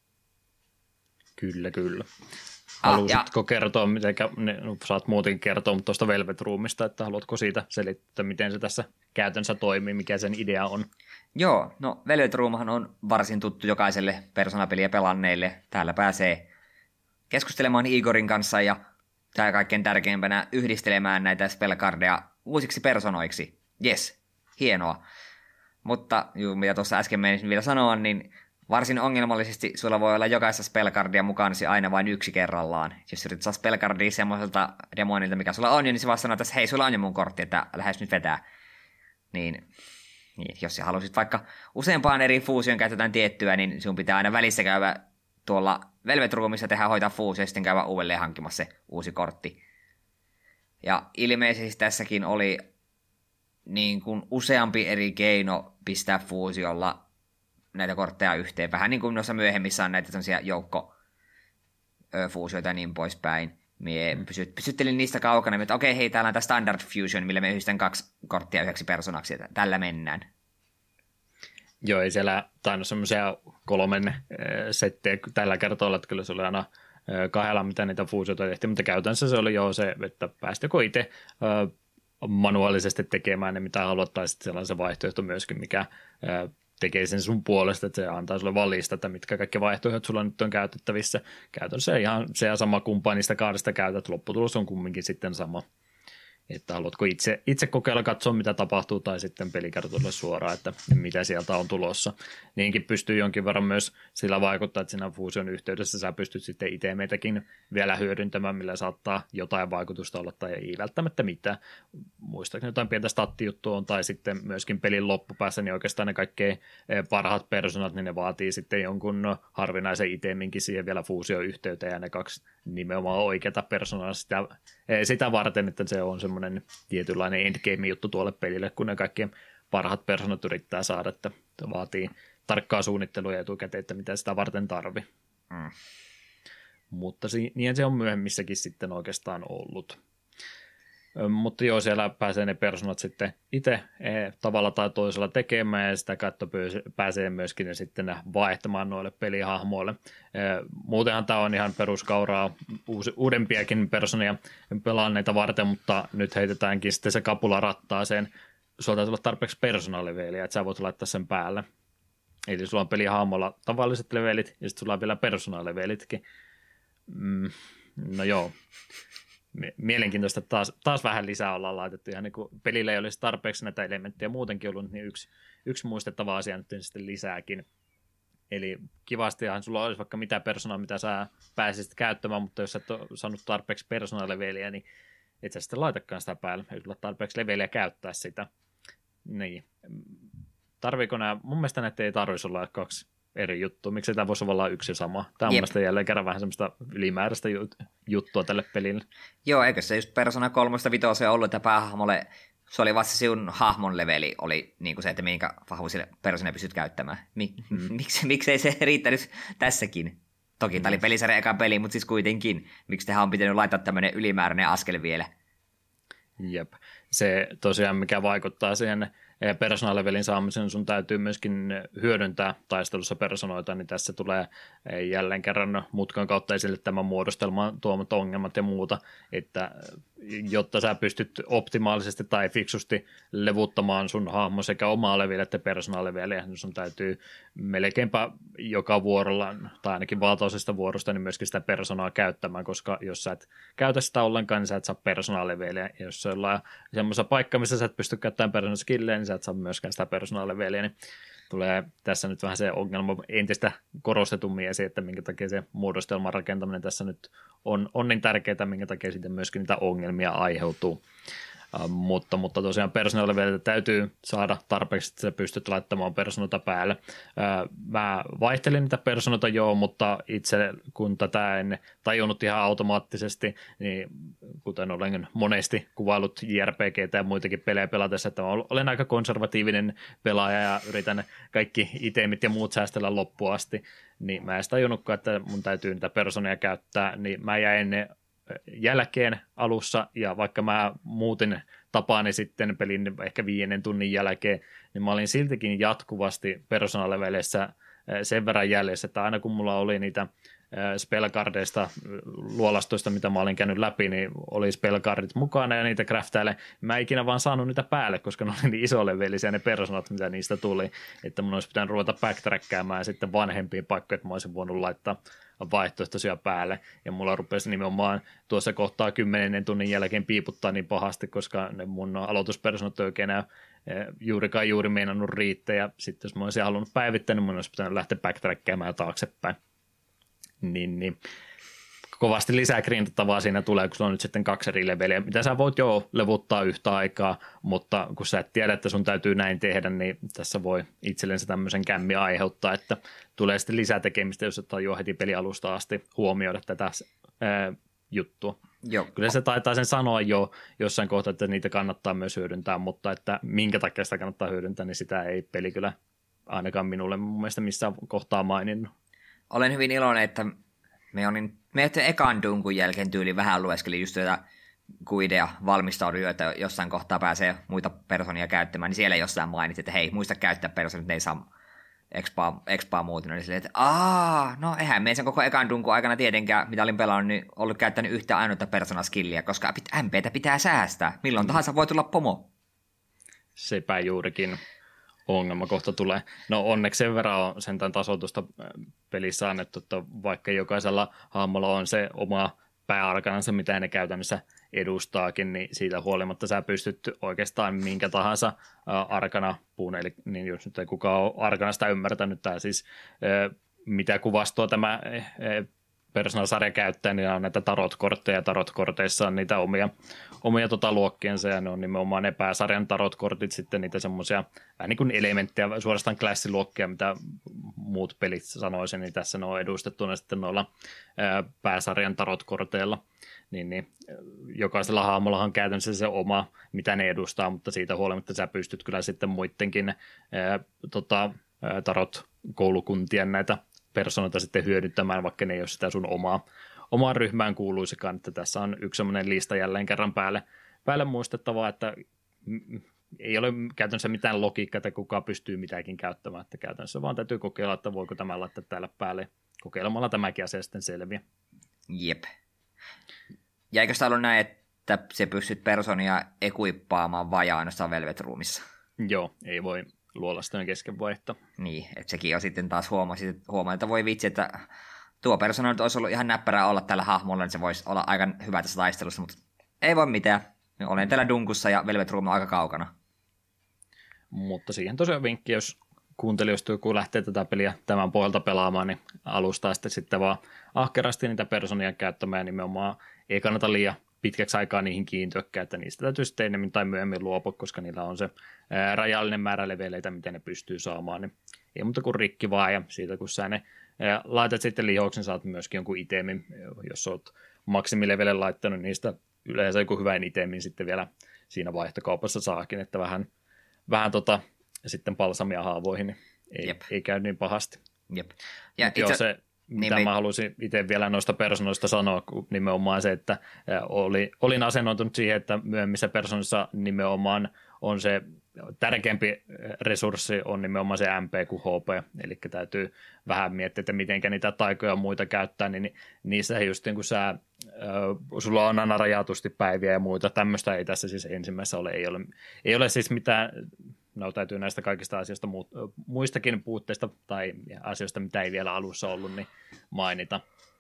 Kyllä, kyllä. Haluaisitko ah, kertoa, miten no, saat muutenkin kertoa, mutta tuosta Velvet Roomista, että haluatko siitä selittää, miten se tässä käytännössä toimii, mikä sen idea on? Joo, no Velvet Roomhan on varsin tuttu jokaiselle Persona-peliä pelanneille. Täällä pääsee keskustelemaan Igorin kanssa ja tämä kaikkein tärkeimpänä yhdistelemään näitä spellcardeja uusiksi personoiksi. Jes, hienoa. Mutta juu, mitä tuossa äsken menisin vielä sanoa, niin varsin ongelmallisesti sulla voi olla jokaisessa spellcardia mukana aina vain yksi kerrallaan. Jos yrität saa spellcardia semmoiselta demonilta, mikä sulla on, niin se vaan sanoo, että hei, sulla on jo mun kortti, että lähes nyt vetää. Niin, niin jos sä haluaisit vaikka useampaan eri fuusion käytetään tiettyä, niin sun pitää aina välissä käydä tuolla Velvet Roomissa tehdä hoitaa fuusio ja sitten käydä uudelleen hankkimassa se uusi kortti. Ja ilmeisesti tässäkin oli niin kuin useampi eri keino pistää fuusiolla näitä kortteja yhteen. Vähän niin kuin noissa myöhemmissä on näitä sellaisia joukkofuusioita ja niin poispäin. Mie mm. pysyt, pysyttelin niistä kaukana, että okei, hei, täällä on tämä Standard Fusion, millä me yhdistän kaksi korttia yhdeksi personaksi, että tällä mennään. Joo, ei siellä tainnut semmoisia kolmen äh, settejä tällä kertaa, että kyllä se oli aina äh, kahdella, mitä niitä fuusioita tehtiin, mutta käytännössä se oli jo se, että pääsit joko itse äh, manuaalisesti tekemään ne, mitä haluat, tai sitten sellainen vaihtoehto myöskin, mikä äh, tekee sen sun puolesta, että se antaa sulle valista, että mitkä kaikki vaihtoehdot sulla nyt on käytettävissä. Käytännössä ihan se sama kumpaa niistä kahdesta käytät, lopputulos on kumminkin sitten sama. Että haluatko itse, itse kokeilla katsoa, mitä tapahtuu, tai sitten pelikartoille suoraan, että mitä sieltä on tulossa. Niinkin pystyy jonkin verran myös sillä vaikuttaa, että siinä fuusion yhteydessä sä pystyt sitten itse meitäkin vielä hyödyntämään, millä saattaa jotain vaikutusta olla, tai ei välttämättä mitään. Muistaakseni jotain pientä stattijuttua on, tai sitten myöskin pelin loppupäässä, niin oikeastaan ne kaikkein parhaat personat, niin ne vaatii sitten jonkun harvinaisen iteminkin siihen vielä fuusio-yhteyteen, ja ne kaksi nimenomaan oikeata persoonaa sitä, sitä varten, että se on semmoinen tietynlainen endgame-juttu tuolle pelille, kun ne kaikkien parhaat persoonat yrittää saada, että se vaatii tarkkaa suunnittelua ja etukäteen, että mitä sitä varten tarvii. Mm. Mutta niin se on myöhemmissäkin sitten oikeastaan ollut. Mutta joo, siellä pääsee ne persoonat sitten itse tavalla tai toisella tekemään, ja sitä kautta pääsee myöskin ne sitten vaihtamaan noille pelihahmoille. Muutenhan tämä on ihan peruskauraa uudempiakin persoonia pelanneita varten, mutta nyt heitetäänkin sitten se kapula rattaaseen. Sulla täytyy olla tarpeeksi persoonaleveliä, että sä voit laittaa sen päälle. Eli sulla on pelihahmolla tavalliset levelit, ja sitten sulla on vielä persoonalevelitkin. Mm, no joo. Mielenkiintoista, että taas, taas vähän lisää ollaan laitettu. Ihan niin kuin pelillä ei olisi tarpeeksi näitä elementtejä muutenkin ollut, niin yksi, yksi muistettava asia nyt sitten lisääkin. Eli kivastihan sulla olisi vaikka mitä persoonaa, mitä sä pääsisit käyttämään, mutta jos et ole saanut tarpeeksi persoonaleveliä, niin et sä sitten laitakaan sitä päälle. Ei tule tarpeeksi leveliä käyttää sitä. Niin. Tarviiko nämä? Mun mielestä näitä ei tarvitsisi olla kaksi eri juttua. Miksi tämä voisi olla yksi sama? Tämä on mielestäni jälleen kerran vähän semmoista ylimääräistä juttua tälle pelille. Joo, eikö se just Persona kolmosta vitoseen ollut, että päähahmolle, se oli vasta sinun hahmon leveli, oli niin kuin se, että minkä vahvuisille Persona pystyt käyttämään. Mik, hmm. miksi, miksi ei se riittänyt tässäkin? Toki hmm. tämä oli pelisarja eka peli, mutta siis kuitenkin. Miksi tähän on pitänyt laittaa tämmöinen ylimääräinen askel vielä? Jep. Se tosiaan, mikä vaikuttaa siihen persoonalevelin saamisen, sun täytyy myöskin hyödyntää taistelussa personoita, niin tässä tulee jälleen kerran mutkan kautta esille tämän muodostelman tuomat ongelmat ja muuta, että jotta sä pystyt optimaalisesti tai fiksusti levuttamaan sun hahmo sekä omaa leviä että persoonaleveliä, niin sun täytyy melkeinpä joka vuorolla, tai ainakin valtaosista vuorosta, niin myöskin sitä persoonaa käyttämään, koska jos sä et käytä sitä ollenkaan, niin sä et saa persoonaleveliä, ja jos se ollaan semmoisessa paikka, missä sä et pysty käyttämään persoonskillejä, niin sä et saa myöskään sitä persoonaleveliä, niin tulee tässä nyt vähän se ongelma entistä korostetummin esiin, että minkä takia se muodostelman rakentaminen tässä nyt on, on niin tärkeää, minkä takia sitten myöskin niitä ongelmia aiheutuu. Uh, mutta, mutta tosiaan persoonaleveliä täytyy saada tarpeeksi, että sä pystyt laittamaan persoonata päälle. Uh, mä vaihtelin niitä persoonata joo, mutta itse kun tätä en tajunnut ihan automaattisesti, niin kuten olen monesti kuvailut J R P G:tä ja muitakin pelejä pelatessa, että olen aika konservatiivinen pelaaja ja yritän kaikki itemit ja muut säästellä loppuun asti, niin mä en tajunnutkaan, että mun täytyy niitä persoonia käyttää, niin mä jäin ne jälkeen alussa, ja vaikka mä muutin tapaani sitten pelin ehkä viiden tunnin jälkeen, niin mä olin siltikin jatkuvasti persoonaleveleissä sen verran jäljessä, että aina kun mulla oli niitä spellcardeista, luolastoista, mitä mä olin käynyt läpi, niin oli spellcardit mukana ja niitä craftaille. Mä en ikinä vaan saanut niitä päälle, koska ne oli niin isolevelisiä ne personat, mitä niistä tuli, että mun olisi pitänyt ruveta backtrackkäämään sitten vanhempiin paikkoihin, että mä olisin voinut laittaa vaihtoehtoisia päälle, ja mulla rupesi nimenomaan tuossa kohtaa kymmenen tunnin jälkeen piiputtaa niin pahasti, koska ne mun aloituspersonat ei oikein enää juurikaan juuri meinannut riittää, ja sitten jos mä olisin halunnut päivittää, niin mun olisi pitänyt lähteä backtrackkäämään taaksepäin. Niin, niin. Kovasti lisää grindattavaa siinä tulee, kun sulla on nyt sitten kaksi eri leveliä, mitä sä voit jo levuttaa yhtä aikaa, mutta kun sä et tiedä, että sun täytyy näin tehdä, niin tässä voi itsellensä tämmöisen kämmi aiheuttaa, että tulee sitten lisää tekemistä, jos et tajua heti pelialusta asti huomioida tätä ää, juttua. Joo. Kyllä se taitaa sen sanoa jo jossain kohtaa, että niitä kannattaa myös hyödyntää, mutta että minkä takia sitä kannattaa hyödyntää, niin sitä ei peli kyllä ainakaan minulle mun mielestä missään kohtaa maininnut. Olen hyvin iloinen, että me olin, me ette ekan dunkun jälkeen tyyli vähän lueskelin just joita kuideja valmistauduin, että jossain kohtaa pääsee muita persoonia käyttämään, niin siellä jossain mainitsi, että hei, muista käyttää persoonia, että ne ei saa expaa, expaa muuten. Oli silleen, että aah, no eihän me sen koko ekan dunkun aikana tietenkään, mitä olin pelannut, niin ollut käyttänyt yhtä ainutta persoonaskilliä, koska M P:tä pitää säästää. Milloin tahansa voi tulla pomo. Sepä juurikin ongelma kohta tulee. No onneksi sen verran on sentään tasoitusta pelissä annettu, että vaikka jokaisella hahmolla on se oma pääarkanansa, mitä ne käytännössä edustaakin, niin siitä huolimatta sä pystyt oikeastaan minkä tahansa arkana puun, eli niin jos nyt ei kukaan ole arkanasta ymmärtänyt, tai siis mitä kuvastoa tämä Persona-sarja käyttää, niin on näitä tarot-kortteja, ja tarot-korteissa on niitä omia, omia tota luokkiensa, ja ne on nimenomaan ne pääsarjan tarot-kortit, sitten niitä semmoisia vähän niin kuin elementtejä, suorastaan klassiluokkia, mitä muut pelit sanoisin, niin tässä ne on edustettuna sitten noilla ää, pääsarjan tarot-korteilla, niin, niin jokaisella hahmollahan on käytännössä se oma, mitä ne edustaa, mutta siitä huolimatta sä pystyt kyllä sitten muidenkin ää, tota, ää, tarot-koulukuntien näitä persoonoita sitten hyödyttämään, vaikka ne ei ole sitä sun omaa, omaan ryhmään kuuluisikaan, että tässä on yksi semmoinen lista jälleen kerran päälle, päälle muistettavaa, että ei ole käytännössä mitään logiikkaa, että kukaan pystyy mitäkin käyttämään, että käytännössä vaan täytyy kokeilla, että voiko tämä laittaa täällä päälle, kokeilemalla tämäkin asia sitten selviä. Jep. Ja eikö sitä ollut näin, että se pystyt persoonia ekuippaamaan vajaa ainoastaan Velvet Roomissa? Joo, ei voi luolastojen kesken vaihtaa. Niin, että sekin on sitten taas huomasin, että, huomaan, että voi vitsi, että tuo persona nyt olisi ollut ihan näppärää olla tällä hahmolla, niin se voisi olla aika hyvä tässä taistelussa, mutta ei voi mitään. Olen täällä dunkussa ja Velvet Room on aika kaukana. Mutta siihen tosiaan vinkki, jos kuuntelijoista joku lähtee tätä peliä tämän pohjalta pelaamaan, niin alustaa sitten, sitten vaan ahkerasti niitä persoonia käyttämään, nimenomaan ei kannata liian pitkäksi aikaa niihin kiintyäkään, että niistä täytyy sitten enemmän tai myöhemmin luopua, koska niillä on se ää, rajallinen määrä leveleitä, miten ne pystyy saamaan, niin ei muuta kuin rikki vaan, ja siitä kun sä ne ää, laitat sitten lihoksen, saat myöskin jonkun itemin, jos oot maksimilevelle laittanut niistä yleensä joku hyvän itemin sitten vielä siinä vaihtokaupassa saakin, että vähän, vähän tota, sitten palsamia haavoihin, niin ei, ei käy niin pahasti. Jep. Ja itse... joo, se, mitä niin, mä halusin itse vielä noista persoonoista sanoa, nimenomaan se, että oli, olin asennoitunut siihen, että myöhemmissä persoonissa nimenomaan on se tärkeämpi resurssi on nimenomaan se M P kuin H P, eli täytyy vähän miettiä, että miten niitä taikoja ja muita käyttää, niin niissä just kun sä, sulla on aina rajatusti päiviä ja muita, tämmöistä ei tässä siis ensimmäisessä ole, ei ole, ei ole siis mitään, no täytyy näistä kaikista asioista muistakin puutteista tai asioista, mitä ei vielä alussa ollut, niin mainita.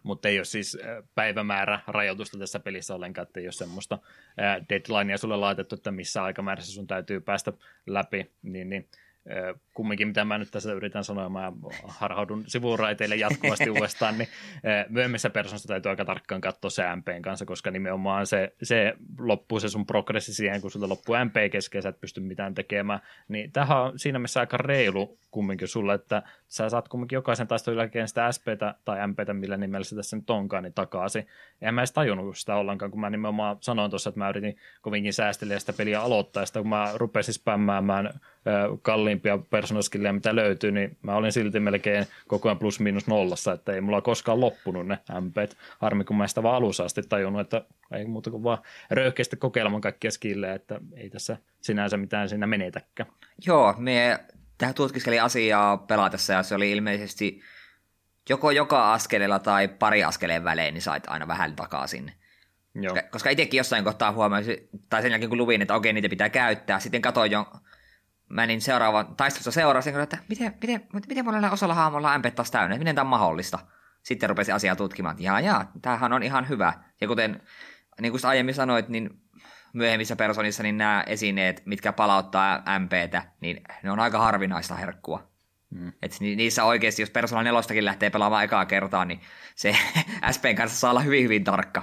mutta ei ole siis päivämäärä rajoitusta tässä pelissä ollenkaan, että ei ole semmoista deadlinea sulle laitettu, että missä aikamäärässä sun täytyy päästä läpi, niin, niin kumminkin, mitä mä nyt tässä yritän sanoa, mä harhaudun sivuraiteille jatkuvasti uudestaan, niin myöhemmissä persoonassa täytyy aika tarkkaan katsoa se M P:n kanssa, koska nimenomaan se, se loppuu se sun progressi siihen, kun sulta loppuu M P kesken, sä et pysty mitään tekemään, niin tämähän on siinä mielessä aika reilu kumminkin sulle, että sä saat kumminkin jokaisen taistelun jälkeen sitä S P:tä tai M P:tä, millä nimellä se tässä nyt onkaan, niin takaisin. En mä edes tajunnut sitä ollenkaan, kun mä nimenomaan sanoin tuossa, että mä yritin kovinkin säästellä sitä peliä aloittaa, ja sitä kun mä rupesin spämmäämään kalliimpia personaskilleja, mitä löytyy, niin mä olin silti melkein koko ajan plus miinus nollassa, että ei mulla koskaan loppunut ne M P:t. Harmi, kun mä sitä vaan alussa asti tajunnut, että ei muuta kuin vaan röyhkeästi kokeilemaan kaikkia skillejä, että ei tässä sinänsä mitään siinä menetäkään. Joo, me tähän tutkiskelin asiaa pelatessa, ja se oli ilmeisesti joko joka askeleella tai pari askeleen välein, niin sait aina vähän takaisin. Joo. Koska itsekin jossain kohtaa huomasin, tai sen jälkeen kun luvin, että okei, niitä pitää käyttää, sitten katsoin jo, menin seuraavan taistelussa seuraavaksi, että miten, miten, miten monella osalla haamolla M P taas täynnä, miten tämä on mahdollista. Sitten rupesin asiaa tutkimaan, että jaa, jaa, tämähän on ihan hyvä. Ja kuten niin kuin aiemmin sanoit, niin myöhemmissä personissa niin nämä esineet, mitkä palauttaa M P:tä, niin ne on aika harvinaista herkkua. Hmm. Et niissä oikeasti, jos Persona nelostakin lähtee pelaamaan ekaa kertaa, niin se S P:n kanssa saa olla hyvin, hyvin tarkka.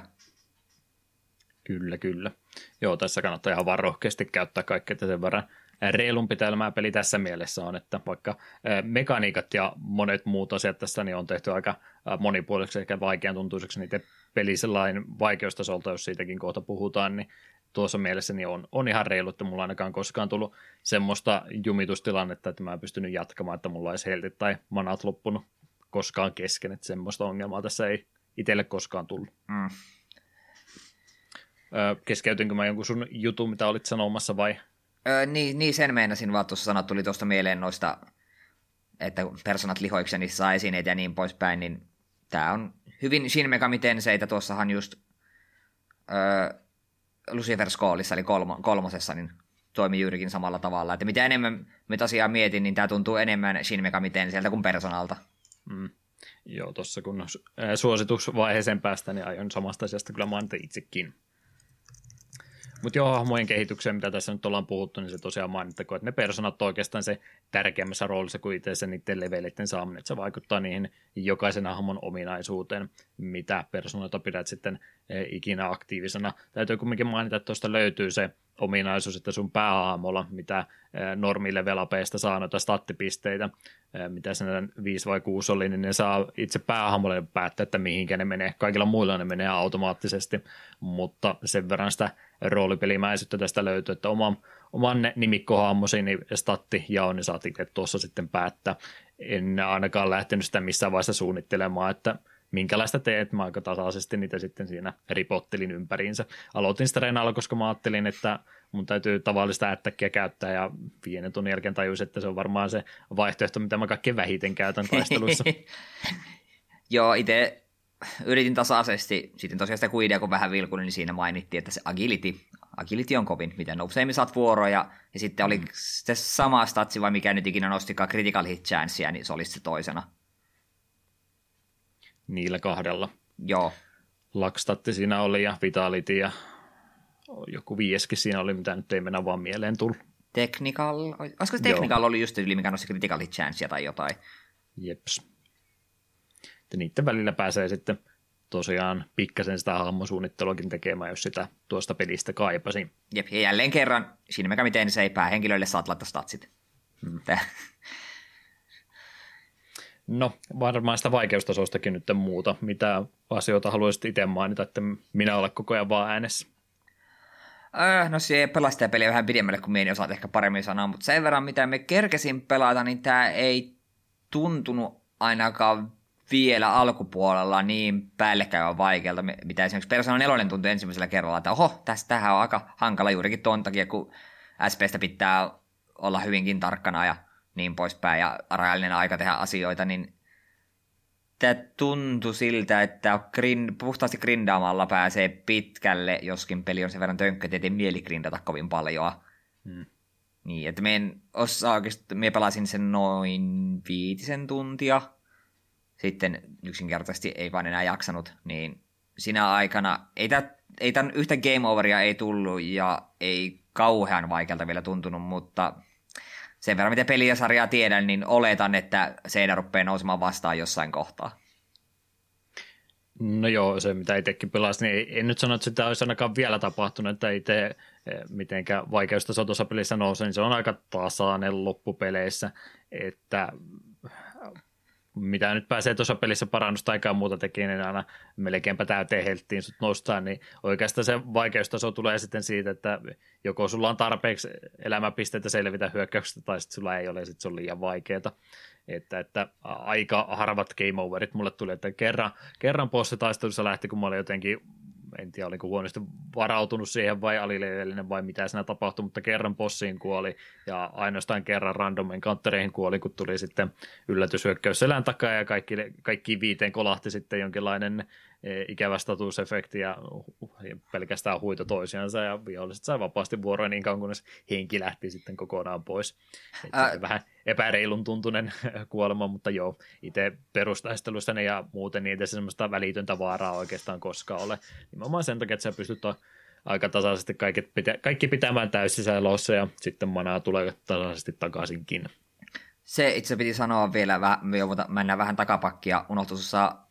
Kyllä, kyllä. Joo, tässä kannattaa ihan vaan rohkeasti käyttää kaikkea sen verran. Reilumpi tämä peli tässä mielessä on, että vaikka mekaniikat ja monet muut asiat tässä niin on tehty aika monipuoliseksi, ehkä vaikean tuntuiseksi niiden peli sellainen vaikeustasolta, jos siitäkin kohta puhutaan, niin tuossa mielessä niin on, on ihan reilu, että mulla ainakaan koskaan tullut semmoista jumitustilannetta, että mä en pystynyt jatkamaan, että mulla olisi heltit tai manat loppunut koskaan kesken, että semmoista ongelmaa tässä ei itselle koskaan tullut. Mm. Keskeytynkö mä jonkun sun jutun, mitä olit sanomassa vai? Öö, niin, niin, sen meinasin vaan tuossa sanoa, tuli tuosta mieleen noista, että personat lihoiksi ja niissä saa esineitä ja niin poispäin, niin tää on hyvin Shin Megami Tenseitä, tuossahan just öö, Lucifer's Callissa, eli kolmo, kolmosessa, niin toimii juurikin samalla tavalla, että mitä enemmän me tosiaan mietin, niin tää tuntuu enemmän Shin Megami Tenseiltä kuin Personalta. Mm. Joo, tuossa kun suositusvaiheeseen päästä, niin aion samasta asiasta kyllä mainita itsekin. Mutta joo, hahmojen kehitykseen, mitä tässä nyt ollaan puhuttu, niin se tosiaan mainittakoon, että ne personat on oikeastaan se tärkeämmässä roolissa kuin itse se niiden leveleiden saaminen, että se vaikuttaa niihin jokaisen hahmon ominaisuuteen, mitä personoita pidät sitten ikinä aktiivisena. Täytyy kuitenkin mainita, että tuosta löytyy se ominaisuus, että sun päähahmolla, mitä normilevelapeista saa noita stattipisteitä, mitä sen viisi vai kuusi oli, niin ne saa itse päähahmolle päättää, että mihinkä ne menee. Kaikilla muilla ne menee automaattisesti, mutta sen verran sitä roolipelimäisyyttä tästä löytyy, että oman, oman nimikkohahmosi, niin statti ja on, niin saat itse tuossa sitten päättää. En ainakaan lähtenyt sitä missään vaiheessa suunnittelemaan, että minkälaista teet, mä aika tasaisesti niitä sitten siinä ripottelin ympäriinsä. Aloitin sitä reenailla, koska mä ajattelin, että mun täytyy tavallista ättäkkiä käyttää, ja viiden tunnin jälkeen tajusin, että se on varmaan se vaihtoehto, mitä mä kaikkein vähiten käytän taisteluissa. Joo, itse yritin tasaisesti, sitten tosiaan sitä kuidia kun vähän vilkun, niin siinä mainittiin, että se agility, agility on kovin, miten useimmin saat vuoroja, ja sitten oli mm. se sama statsi, vai mikä nyt ikinä nostikaan critical hit chancea, niin se olisi se toisena. Niillä kahdella. Joo. Lakstatti siinä oli ja Vitality ja joku viieskin siinä oli, mitä nyt ei mennä vaan mieleen tullut. Technical, olisiko se Technical Joo. oli just yli, mikä nosti critical hit chancea tai jotain. Jeps. Ja niiden välillä pääsee sitten tosiaan pikkasen sitä hahmosuunnitteluakin tekemään, jos sitä tuosta pelistä kaipasin. Jep, ja jälleen kerran, siinä mikä miten se ei päähenkilöille saat laittaa statsit. Hmm. No, varmaan sitä vaikeustasostakin nyt muuta. Mitä asioita haluaisit itse mainita, että minä olen koko ajan vaan äänessä? Öö, no se pelastaa peliä vähän pidemmälle, kuin minä en osaa ehkä paremmin sanoa, mutta sen verran mitä me kerkesin pelata, niin tämä ei tuntunut ainakaan vielä alkupuolella niin päällekäyvän vaikealta, mitä esimerkiksi Persona neljä tuntui ensimmäisellä kerralla, että oho, tästähän on aika hankala juurikin tuon takia, kun S P:stä pitää olla hyvinkin tarkkana ja niin poispäin, ja rajallinen aika tehdä asioita, niin tämä tuntui siltä, että grind, puhtaasti grindaamalla pääsee pitkälle, joskin peli on sen verran tönkkä, ettei mieli grindata kovin paljon. Hmm. Niin, että me en osaa oikeastaan, me pelasin sen noin viitisen tuntia, sitten yksinkertaisesti ei vaan enää jaksanut, niin siinä aikana ei, tämän, ei tämän yhtä game overia ei tullut ja ei kauhean vaikealta vielä tuntunut, mutta sen verran mitä peliä sarjaa tiedän, niin oletan, että Zelda rupeaa nousemaan vastaan jossain kohtaa. No joo, se mitä itsekin pelasin, niin en nyt sano, että sitä olisi ainakaan vielä tapahtunut, että itse mitenkään vaikeustaso tuossa pelissä nousee, niin se on aika tasainen loppupeleissä, että mitä nyt pääsee tuossa pelissä parannusta aikaa muuta tekee, niin aina melkeinpä täyteen helttiin sut nostaan, niin oikeastaan se vaikeustaso tulee sitten siitä, että joko sulla on tarpeeksi elämäpisteitä selvitä hyökkäyksestä, tai sitten sulla ei ole, sitten se on liian vaikeaa. Että, että aika harvat game overit mulle tuli, että kerran, kerran bossitaistelussa lähti, kun mä olin jotenkin, en tiedä olinko huonosti varautunut siihen vai alilevelinen vai mitä siinä tapahtui, mutta kerran bossiin kuoli ja ainoastaan kerran random encountereihin kuoli, kun tuli sitten yllätyshyökkäys selän takaa ja kaikki, kaikki viiteen kolahti sitten jonkinlainen ikävä statusefekti ja pelkästään huito toisiansa ja viholliset sai vapaasti vuoroja niin kauan, kunnes henki lähti sitten kokonaan pois. Ää... Vähän epäreilun tuntunen kuolema, mutta joo, itse perustaisteluissa ja muuten niitä semmoista välitöntä vaaraa oikeastaan koskaan ole. Nimenomaan sen takia, että sä pystyt aika tasaisesti kaikki, pitä, kaikki pitämään täysissä elossa ja sitten manaa tulee tasaisesti takaisinkin. Se itse piti sanoa vielä, mennään vähän takapakkia, unohtus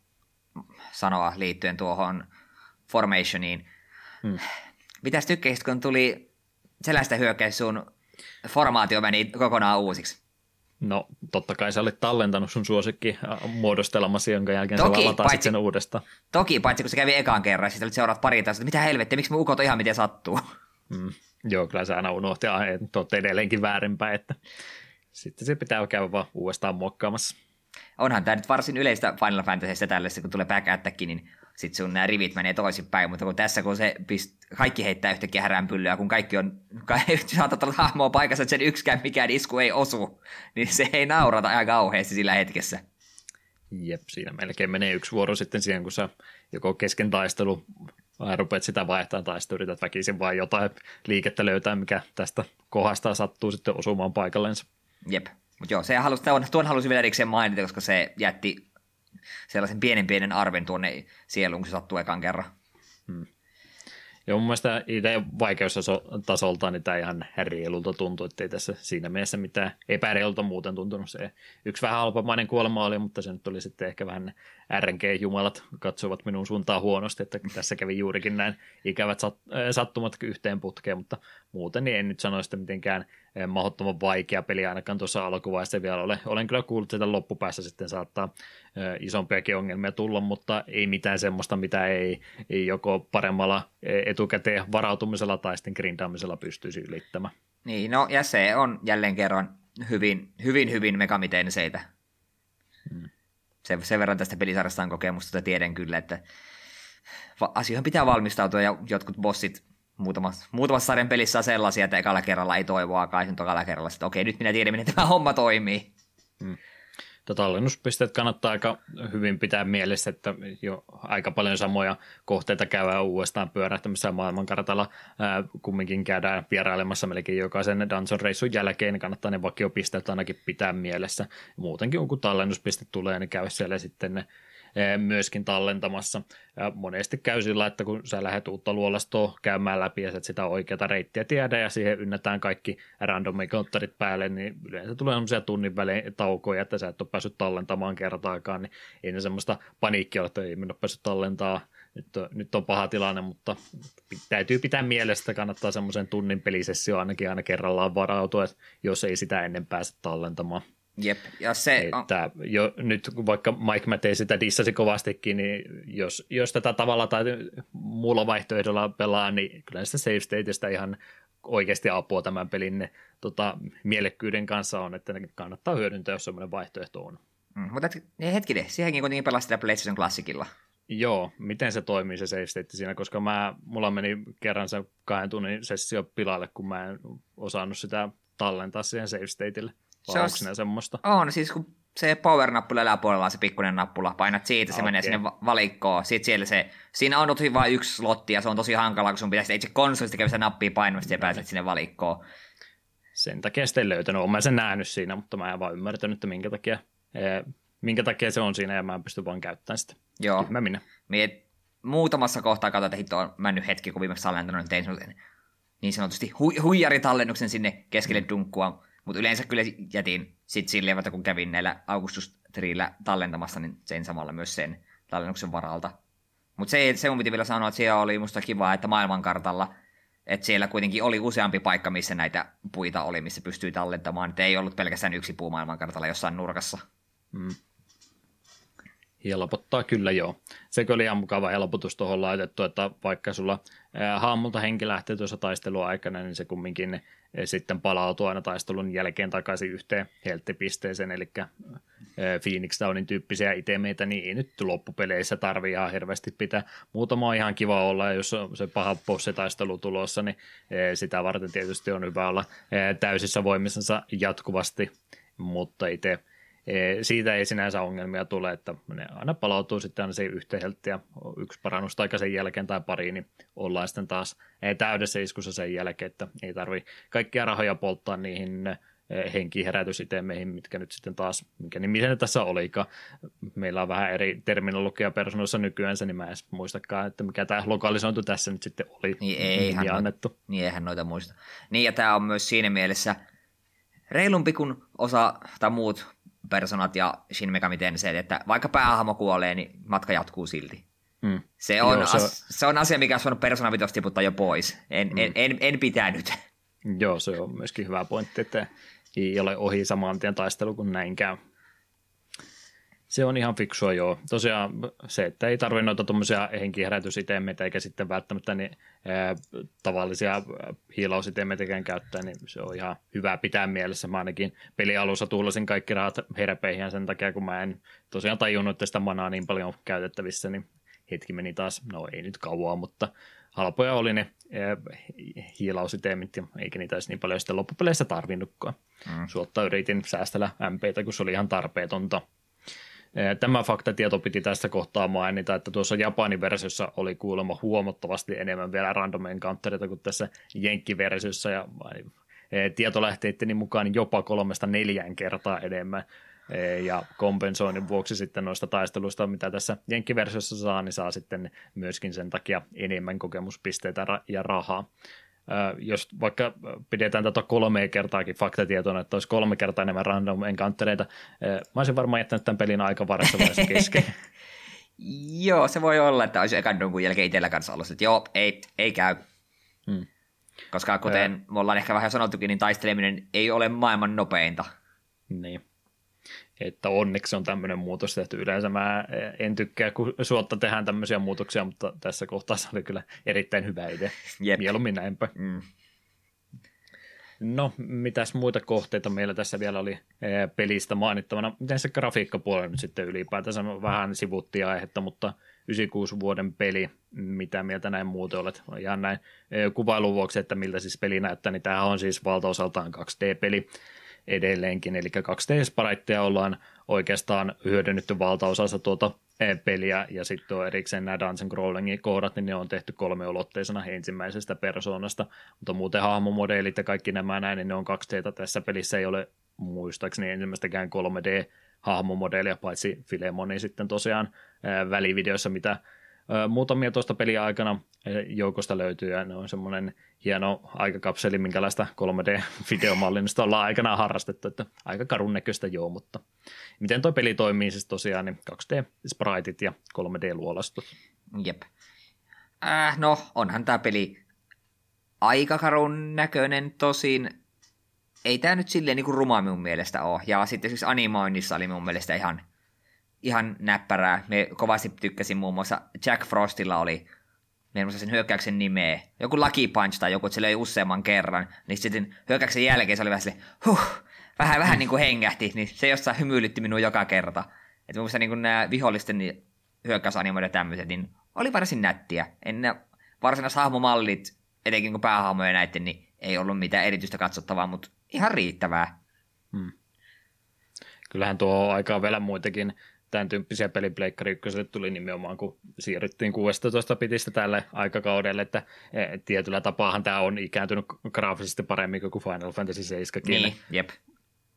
sanoa liittyen tuohon Formationiin. Hmm. Mitäs tykkäisit, kun tuli selästä hyökkäys, sun formaatio meni kokonaan uusiksi? No, totta kai sä olit tallentanut sun suosikki muodostelmasi, jonka jälkeen toki, sä latasit sen uudestaan. Toki, paitsi kun se kävi ekaan kerran, ja sitten olit seuraat pari taas, että mitä helvettiä, miksi mun ukot on ihan miten sattuu? Hmm. Joo, kyllä sä aina unohti, että olette edelleenkin väärinpäin, että sitten se pitää käydä vaan uudestaan muokkaamassa. Onhan tämä nyt varsin yleistä Final Fantasystä tällaista, kun tulee back attack, niin sitten sun nämä rivit menee toisinpäin, mutta kun tässä kun se pist- kaikki heittää yhtäkkiä häränpyllyä, kun kaikki on, saatat olla hahmoa paikassa, että sen yksikään mikään isku ei osu, niin se ei naurata aika kauheasti sillä hetkessä. Jep, siinä melkein menee yksi vuoro sitten siihen, kun sä joko kesken taistelu rupeat sitä vaihtaa tai sitten yrität väkisin vaan jotain liikettä löytää, mikä tästä kohdasta sattuu sitten osumaan paikallensa. Jep. Mutta joo, se halusi, tuon, tuon halusin vielä erikseen mainita, koska se jätti sellaisen pienen pienen arven tuonne sieluun, kun se sattuu ekan kerran. Hmm. Joo, mun mielestä itse vaikeustasolta niin tämä ihan reilulta tuntui, ettei tässä siinä mielessä mitään epäreilulta muuten tuntunut. Se yksi vähän halpamainen kuolema oli, mutta se nyt oli sitten ehkä vähän R N G-jumalat katsovat minun suuntaan huonosti, että tässä kävi juurikin näin ikävät sattumat yhteen putkeen, mutta muuten niin en nyt sano sitä mitenkään mahdottoman vaikea peli ainakaan tuossa alkuvaiheessa vielä ole. Olen kyllä kuullut, että loppupäässä sitten saattaa isompiakin ongelmia tulla, mutta ei mitään semmoista, mitä ei, ei joko paremmalla etukäteen varautumisella tai sitten grindaamisella pystyisi ylittämään. Niin, no ja se on jälleen kerran hyvin, hyvin, hyvin megamiteiseitä. Hmm. Sen, sen verran tästä pelisarjasta on kokemusta, että tiedän kyllä, että asioihin pitää valmistautua ja jotkut bossit muutamassa, muutamassa sarjan pelissä on sellaisia, että ekalla kerralla ei toivoakaan, ja tokalla kerralla että okei, nyt minä tiedän, miten tämä homma toimii. Hmm. Tallennuspisteet kannattaa aika hyvin pitää mielessä, että jo aika paljon samoja kohteita käydään uudestaan pyörähtämässä maailmankartalla. Ää, kumminkin käydään vierailemassa melkein jokaisen Dungeon-reissun jälkeen, niin kannattaa ne vakiopisteet ainakin pitää mielessä. Muutenkin kun tallennuspiste tulee, niin käy siellä sitten ne myöskin tallentamassa. Ja monesti käy sillä, että kun sä lähdet uutta luolastoa käymään läpi ja sä et sitä oikeata reittiä tiedä ja siihen ynnätään kaikki random encounterit päälle, niin yleensä tulee sellaisia tunnin välein taukoja, että sä et ole päässyt tallentamaan kertaakaan, niin ei ne semmoista paniikkia ole, että ei minä ole päässyt tallentamaan. Nyt on, nyt on paha tilanne, mutta täytyy pitää mielessä, että kannattaa semmoisen tunnin pelisessio ainakin aina kerrallaan varautua, jos ei sitä ennen pääse tallentamaan. Jep, ja se on... Että jo, nyt vaikka Mike Matei sitä dissasi kovastikin, niin jos, jos tätä tavalla tai muulla vaihtoehdolla pelaa, niin kyllä sitä save stateista ihan oikeasti apua tämän pelin tota, mielekkyyden kanssa on, että kannattaa hyödyntää, jos semmoinen vaihtoehto on. Mm, mutta hetkinen, siihenkin kuitenkin pelasi sitä PlayStation Classicilla. Joo, miten se toimii se save state siinä, koska mä, mulla meni kerran se kahden tunnin sessio pilalle, kun mä en osannut sitä tallentaa siihen save stateille. Se on, semmoista? On, siis kun se power-nappula yläpuolella on se pikkuinen nappula, painat siitä, se okay. menee sinne valikkoon, sitten siellä se, siinä on tosi vain yksi slotti ja se on tosi hankala, kun sun pitäisi itse konsolista käydä sitä nappia painamasta ja pääset sinne valikkoon. Sen takia sitten löytänyt, olen mä sen nähnyt siinä, mutta mä en vaan ymmärtänyt, että minkä takia minkä takia se on siinä ja mä en pysty vaan käyttämään sitä. Joo. Tyhmä minä. Mie muutamassa kohtaa katsoin, että hitto on mennyt hetki, kun viimeksi tallentanut, niin tein sellaisen niin sanotusti hu- huijaritallennuksen sinne keskelle dunkkua, mutta yleensä kyllä jätin sit silleen, että kun kävin näillä Augustus-triillä tallentamassa, niin tein samalla myös sen tallennuksen varalta. Mutta se, se mun piti vielä sanoa, että siellä oli musta kivaa, että maailmankartalla, että siellä kuitenkin oli useampi paikka, missä näitä puita oli, missä pystyi tallentamaan, että ei ollut pelkästään yksi puu maailmankartalla jossain nurkassa. Mm. Helpottaa kyllä joo. Se oli ihan mukava helpotus tuohon laitettu, että vaikka sulla ää, hahmolta henki lähtee tuossa taistelun aikana, niin se kumminkin ää, sitten palautuu aina taistelun jälkeen takaisin yhteen helttipisteeseen, eli ää, Phoenix Downin tyyppisiä itemeitä, niin ei nyt loppupeleissä tarvitse ihan hirveästi pitää. Muutama on ihan kiva olla, ja jos on se paha bossitaistelu tulossa, niin ää, sitä varten tietysti on hyvä olla ää, täysissä voimissansa jatkuvasti, mutta itse siitä ei sinänsä ongelmia tule, että ne aina palautuu sitten aina siihen yhteen helttiä, yksi parannus tai sen jälkeen tai pari, niin ollaan sitten taas täydessä iskussa sen jälkeen, että ei tarvitse kaikkia rahoja polttaa niihin henkiherätysitemeihin, mitkä nyt sitten taas, mikä nimi se tässä olikaan. Meillä on vähän eri terminologia persoonoissa nykyään, niin mä en muistakaan, että mikä tämä lokalisointu tässä nyt sitten oli niin eihän annettu. Noita, niin eihän noita muista. Niin ja tämä on myös siinä mielessä reilumpi kuin osa tai muut personat ja Shin Megami Tensei, että vaikka päähahmo kuolee, niin matka jatkuu silti. Mm. Se, on Joo, se, as, on... se on asia, mikä on voinut Persona viisi tiputtaa jo pois. En, mm. en, en, en pitänyt. Joo, se on myöskin hyvä pointti, että ei ole ohi saman tien taistelu, kun näin käy. Se on ihan fiksua, joo. Tosiaan se, että ei tarvitse noita tuommoisia henkiherätysitemeitä eikä sitten välttämättä niin, ää, tavallisia hiilausitemetäkään käyttää, niin se on ihan hyvä pitää mielessä. Mä ainakin pelialussa tuhlasin kaikki rahat herpeihin sen takia, kun mä en tosiaan tajunnut, että sitä manaa niin paljon käytettävissä, niin hetki meni taas, no ei nyt kauaa, mutta halpoja oli ne ää, hiilausiteemit, eikä niitä edes niin paljon sitten loppupeleissä tarvinnutkaan. Mm. Suotta yritin säästellä M P:tä, kun se oli ihan tarpeetonta. Tämä faktatieto piti tässä kohtaa mainita, että tuossa Japanin versiossa oli kuulemma huomattavasti enemmän vielä random encountereita kuin tässä Jenkki-versiossa, ja tietolähteitteni mukaan jopa kolmesta neljään kertaa enemmän, ja kompensoinnin vuoksi sitten noista taisteluista, mitä tässä Jenkki-versiossa saa, niin saa sitten myöskin sen takia enemmän kokemuspisteitä ja rahaa. Jos vaikka pidetään tätä kolme kertaakin faktatietona, että olisi kolme kertaa enemmän random encountereita, mä olisin varmaan jättänyt tämän pelin aika varassa vaiheessa kesken. Joo, se voi olla, että olisi ekan dunkun jälkeen itsellä kanssa ollut, että joo, ei, ei käy. Hmm. Koska kuten Ää... me ollaan ehkä vähän sanottukin, niin taisteleminen ei ole maailman nopeinta. Niin. Että onneksi on tämmöinen muutos tehty. Yleensä mä en tykkää, kun suotta tehdään tämmöisiä muutoksia, mutta tässä kohtaa se oli kyllä erittäin hyvä idea. Jep. Mieluummin näinpä. Mm. No, mitäs muita kohteita meillä tässä vielä oli pelistä mainittavana? Miten se grafiikkapuoli nyt sitten ylipäätänsä vähän sivuttiin aihetta, mutta yhdeksänkymmentäkuusi vuoden peli, mitä mieltä näin muuten olet? Ihan näin kuvailun vuoksi, että miltä siis peli näyttää, niin tämähän on siis valtaosaltaan kaksi D-peli. Edelleenkin, eli kaksi D-spraitteja ollaan oikeastaan hyödynnetty valtaosassa tuota peliä, ja sitten on erikseen nämä Dungeon Crawlingin kohdat, niin ne on tehty kolmeulotteisena ensimmäisestä persoonasta, mutta muuten hahmomodeelit ja kaikki nämä näin, niin ne on kaksi D tässä pelissä, ei ole muistaakseni ensimmäistäkään kolme D-hahmomodeelia, paitsi Filemoni sitten tosiaan ää, välivideossa, mitä muutamia tuosta peliä aikana joukosta löytyy, ja ne on semmoinen hieno aikakapseli, minkälaista kolme D-videomallinnosta ollaan aikanaan harrastettu, että aika karun näköistä joo, mutta miten toi peli toimii siis tosiaan, niin kaksi D-spriteit ja kolme D-luolastot. Jep. Äh, no, onhan tämä peli aika karun näköinen, tosin ei tämä nyt silleen niin kuin ruma minun mielestä ole, ja sitten siis animoinnissa oli mun mielestä ihan ihan näppärää. Me kovasti tykkäsin muun muassa Jack Frostilla oli, me sen hyökkäyksen nimeä, joku Lucky Punch tai joku, että se löi useamman kerran, niin sitten hyökkäyksen jälkeen se oli vähän silleen, huh, vähän, vähän niin kuin hengähti, niin se jossain hymyilytti minua joka kerta. Että mun mielestä niin nämä vihollisten hyökkäysanimoida tämmöiset, niin oli varsin nättiä. En varsinaiset hahmomallit, etenkin kun päähahmoja näitte, niin ei ollut mitään erityistä katsottavaa, mutta ihan riittävää. Hmm. Kyllähän tuo aikaa vielä muitakin tämän tyyppisiä pelipleikkari ykköselle tuli nimenomaan, kun siirryttiin kuusitoista pitistä tälle aikakaudelle, että tietyllä tapaahan tämä on ikääntynyt graafisesti paremmin kuin Final Fantasy seitsemän. Niin, jep.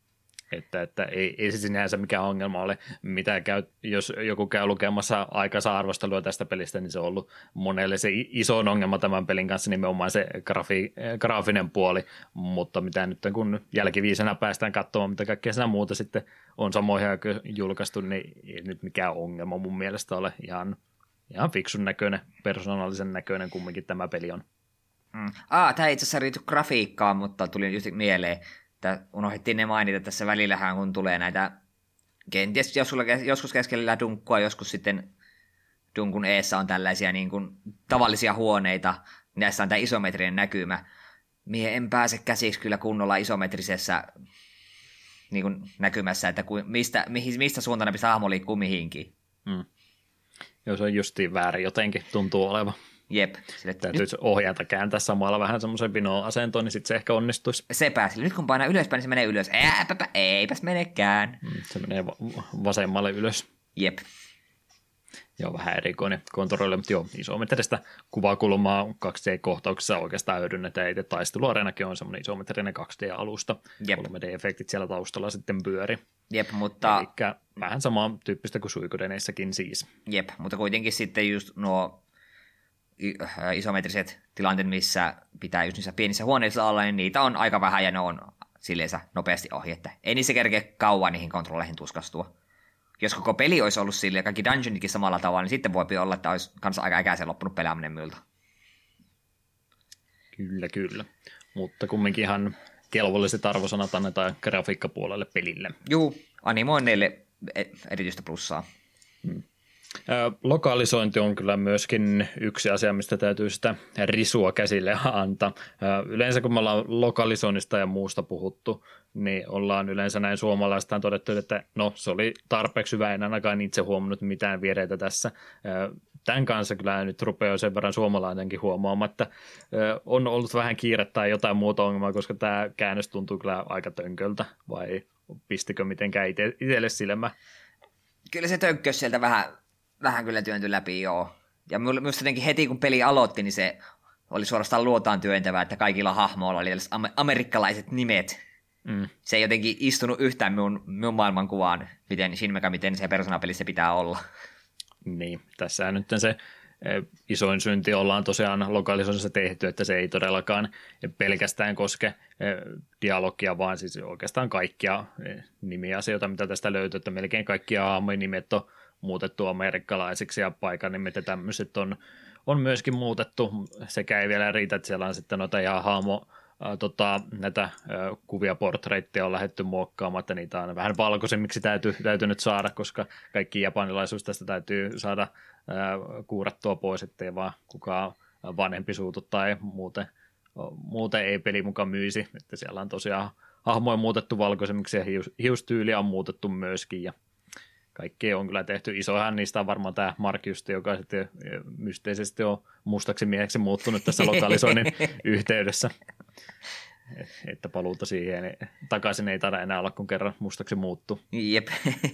Että, että ei, ei se sinänsä mikään ongelma ole. Mitä käy, jos joku käy lukemassa aikansa arvostelua tästä pelistä, niin se on ollut monelle se iso ongelma tämän pelin kanssa nimenomaan se grafi, graafinen puoli, mutta mitä nyt kun jälkiviisenä päästään katsomaan, mitä kaikkea siinä muuta sitten on samoihin aikoihin julkaistu, niin ei nyt mikään ongelma mun mielestä ole. Ihan, ihan fiksun näköinen, persoonallisen näköinen kumminkin tämä peli on. Mm. Ah, tämä ei itse asiassa riity grafiikkaan, mutta tuli just mieleen, että unohdettiin ne mainita tässä välillähän, kun tulee näitä, kenties joskus, joskus keskellä dunkkua, joskus sitten dunkun eessä on tällaisia niin kuin tavallisia huoneita, näissä on tämä isometrinen näkymä. Mie en pääse käsiksi kyllä kunnolla isometrisessä niin kuin näkymässä, että ku, mistä, mistä suuntana mistä hahmo liikkuu mihinkin. Mm. Joo, se on justiin väärin jotenkin, tuntuu olevan. Jep. Sille, täytyisi nyt ohjata kääntää samalla vähän semmoisen vino-asentoon, niin sitten se ehkä onnistuisi. Sepä, sillä nyt kun painaa ylöspäin, niin se menee ylös. Ääpäpä, eipäs menekään. Mm, se menee va- vasemmalle ylös. Jep. Joo, vähän erikoinen kontrolli, mutta joo, isometristä kuvakulmaa kaksi D-kohtauksessa oikeastaan hyödynnetään. Itse taisteluareenakin on semmoinen isometrinen kaksi D-alusta. Jep. kolme D-efektit siellä taustalla sitten pyöri. Jep, mutta... Elikkä vähän samaa tyyppistä kuin Suikodeneissäkin siis. Jep, mutta kuitenkin sitten just nuo isometriset tilanteet, missä pitää just niissä pienissä huoneissa olla, niin niitä on aika vähän ja ne on silleensä nopeasti ohi, että ei niissä kerkeä kauan niihin kontrolleihin tuskastua. Jos koko peli olisi ollut silleen, kaikki dungeonitkin samalla tavalla, niin sitten voi olla, että olisi kanssa aika äkäisen loppunut pelaaminen myltä. Kyllä, kyllä. Mutta kumminkin ihan kelvolliset arvosanat annetaan grafiikkapuolelle pelille. Juu, animoinneille erityistä plussaa. Hmm. Lokalisointi on kyllä myöskin yksi asia, mistä täytyy sitä risua käsille antaa. Yleensä kun me ollaan lokalisoinnista ja muusta puhuttu, niin ollaan yleensä näin suomalaistaan todettu, että no se oli tarpeeksi hyvä, en ainakaan itse huomannut mitään viereitä tässä. Tämän kanssa kyllä nyt rupeaa sen verran suomalainenkin huomaamaan, että on ollut vähän kiire tai jotain muuta ongelmaa, koska tämä käännös tuntuu kyllä aika tönköltä, vai pistikö mitenkään ite, itselle silmä? Kyllä se tönkkös sieltä vähän... Vähän kyllä työntyi läpi, joo. Ja minusta jotenkin heti, kun peli aloitti, niin se oli suorastaan luotaan työntävää, että kaikilla hahmoilla oli tällaiset amerikkalaiset nimet. Mm. Se ei jotenkin istunut yhtään minun, minun maailmankuvaan, miten Shin Megami Tensei Persona-pelissä pitää olla. Niin, tässä nyt se isoin synti ollaan tosiaan lokalisoinnissa tehty, että se ei todellakaan pelkästään koske dialogia, vaan siis oikeastaan kaikkia nimiasioita, mitä tästä löytyy, että melkein kaikkia hahmojen nimet on muutettu amerikkalaisiksi ja paikan nimet ja tämmöiset on, on myöskin muutettu. Sekä ei vielä riitä, että siellä on sitten noita ihan hahmo, ää, tota, näitä ää, kuvia, portreitteja on lähdetty muokkaamaan, että niitä on vähän valkoisemmiksi täytyy, täytyy nyt saada, koska kaikki japanilaisuus tästä täytyy saada ää, kuurattua pois, ettei vaan kukaan vanhempi suutu tai muuten, muuten ei peli mukaan myisi, että siellä on tosiaan hahmoja muutettu valkoisemmiksi ja hius, hiustyyliä on muutettu myöskin ja kaikkea on kyllä tehty. Isohan niistä on varmaan tämä Mark Justi, joka sitten mysteisesti on mustaksi mieheksi muuttunut tässä lokalisoinnin yhteydessä. Että paluuta siihen takaisin ei taida enää olla, kun kerran mustaksi muuttuu. Jep.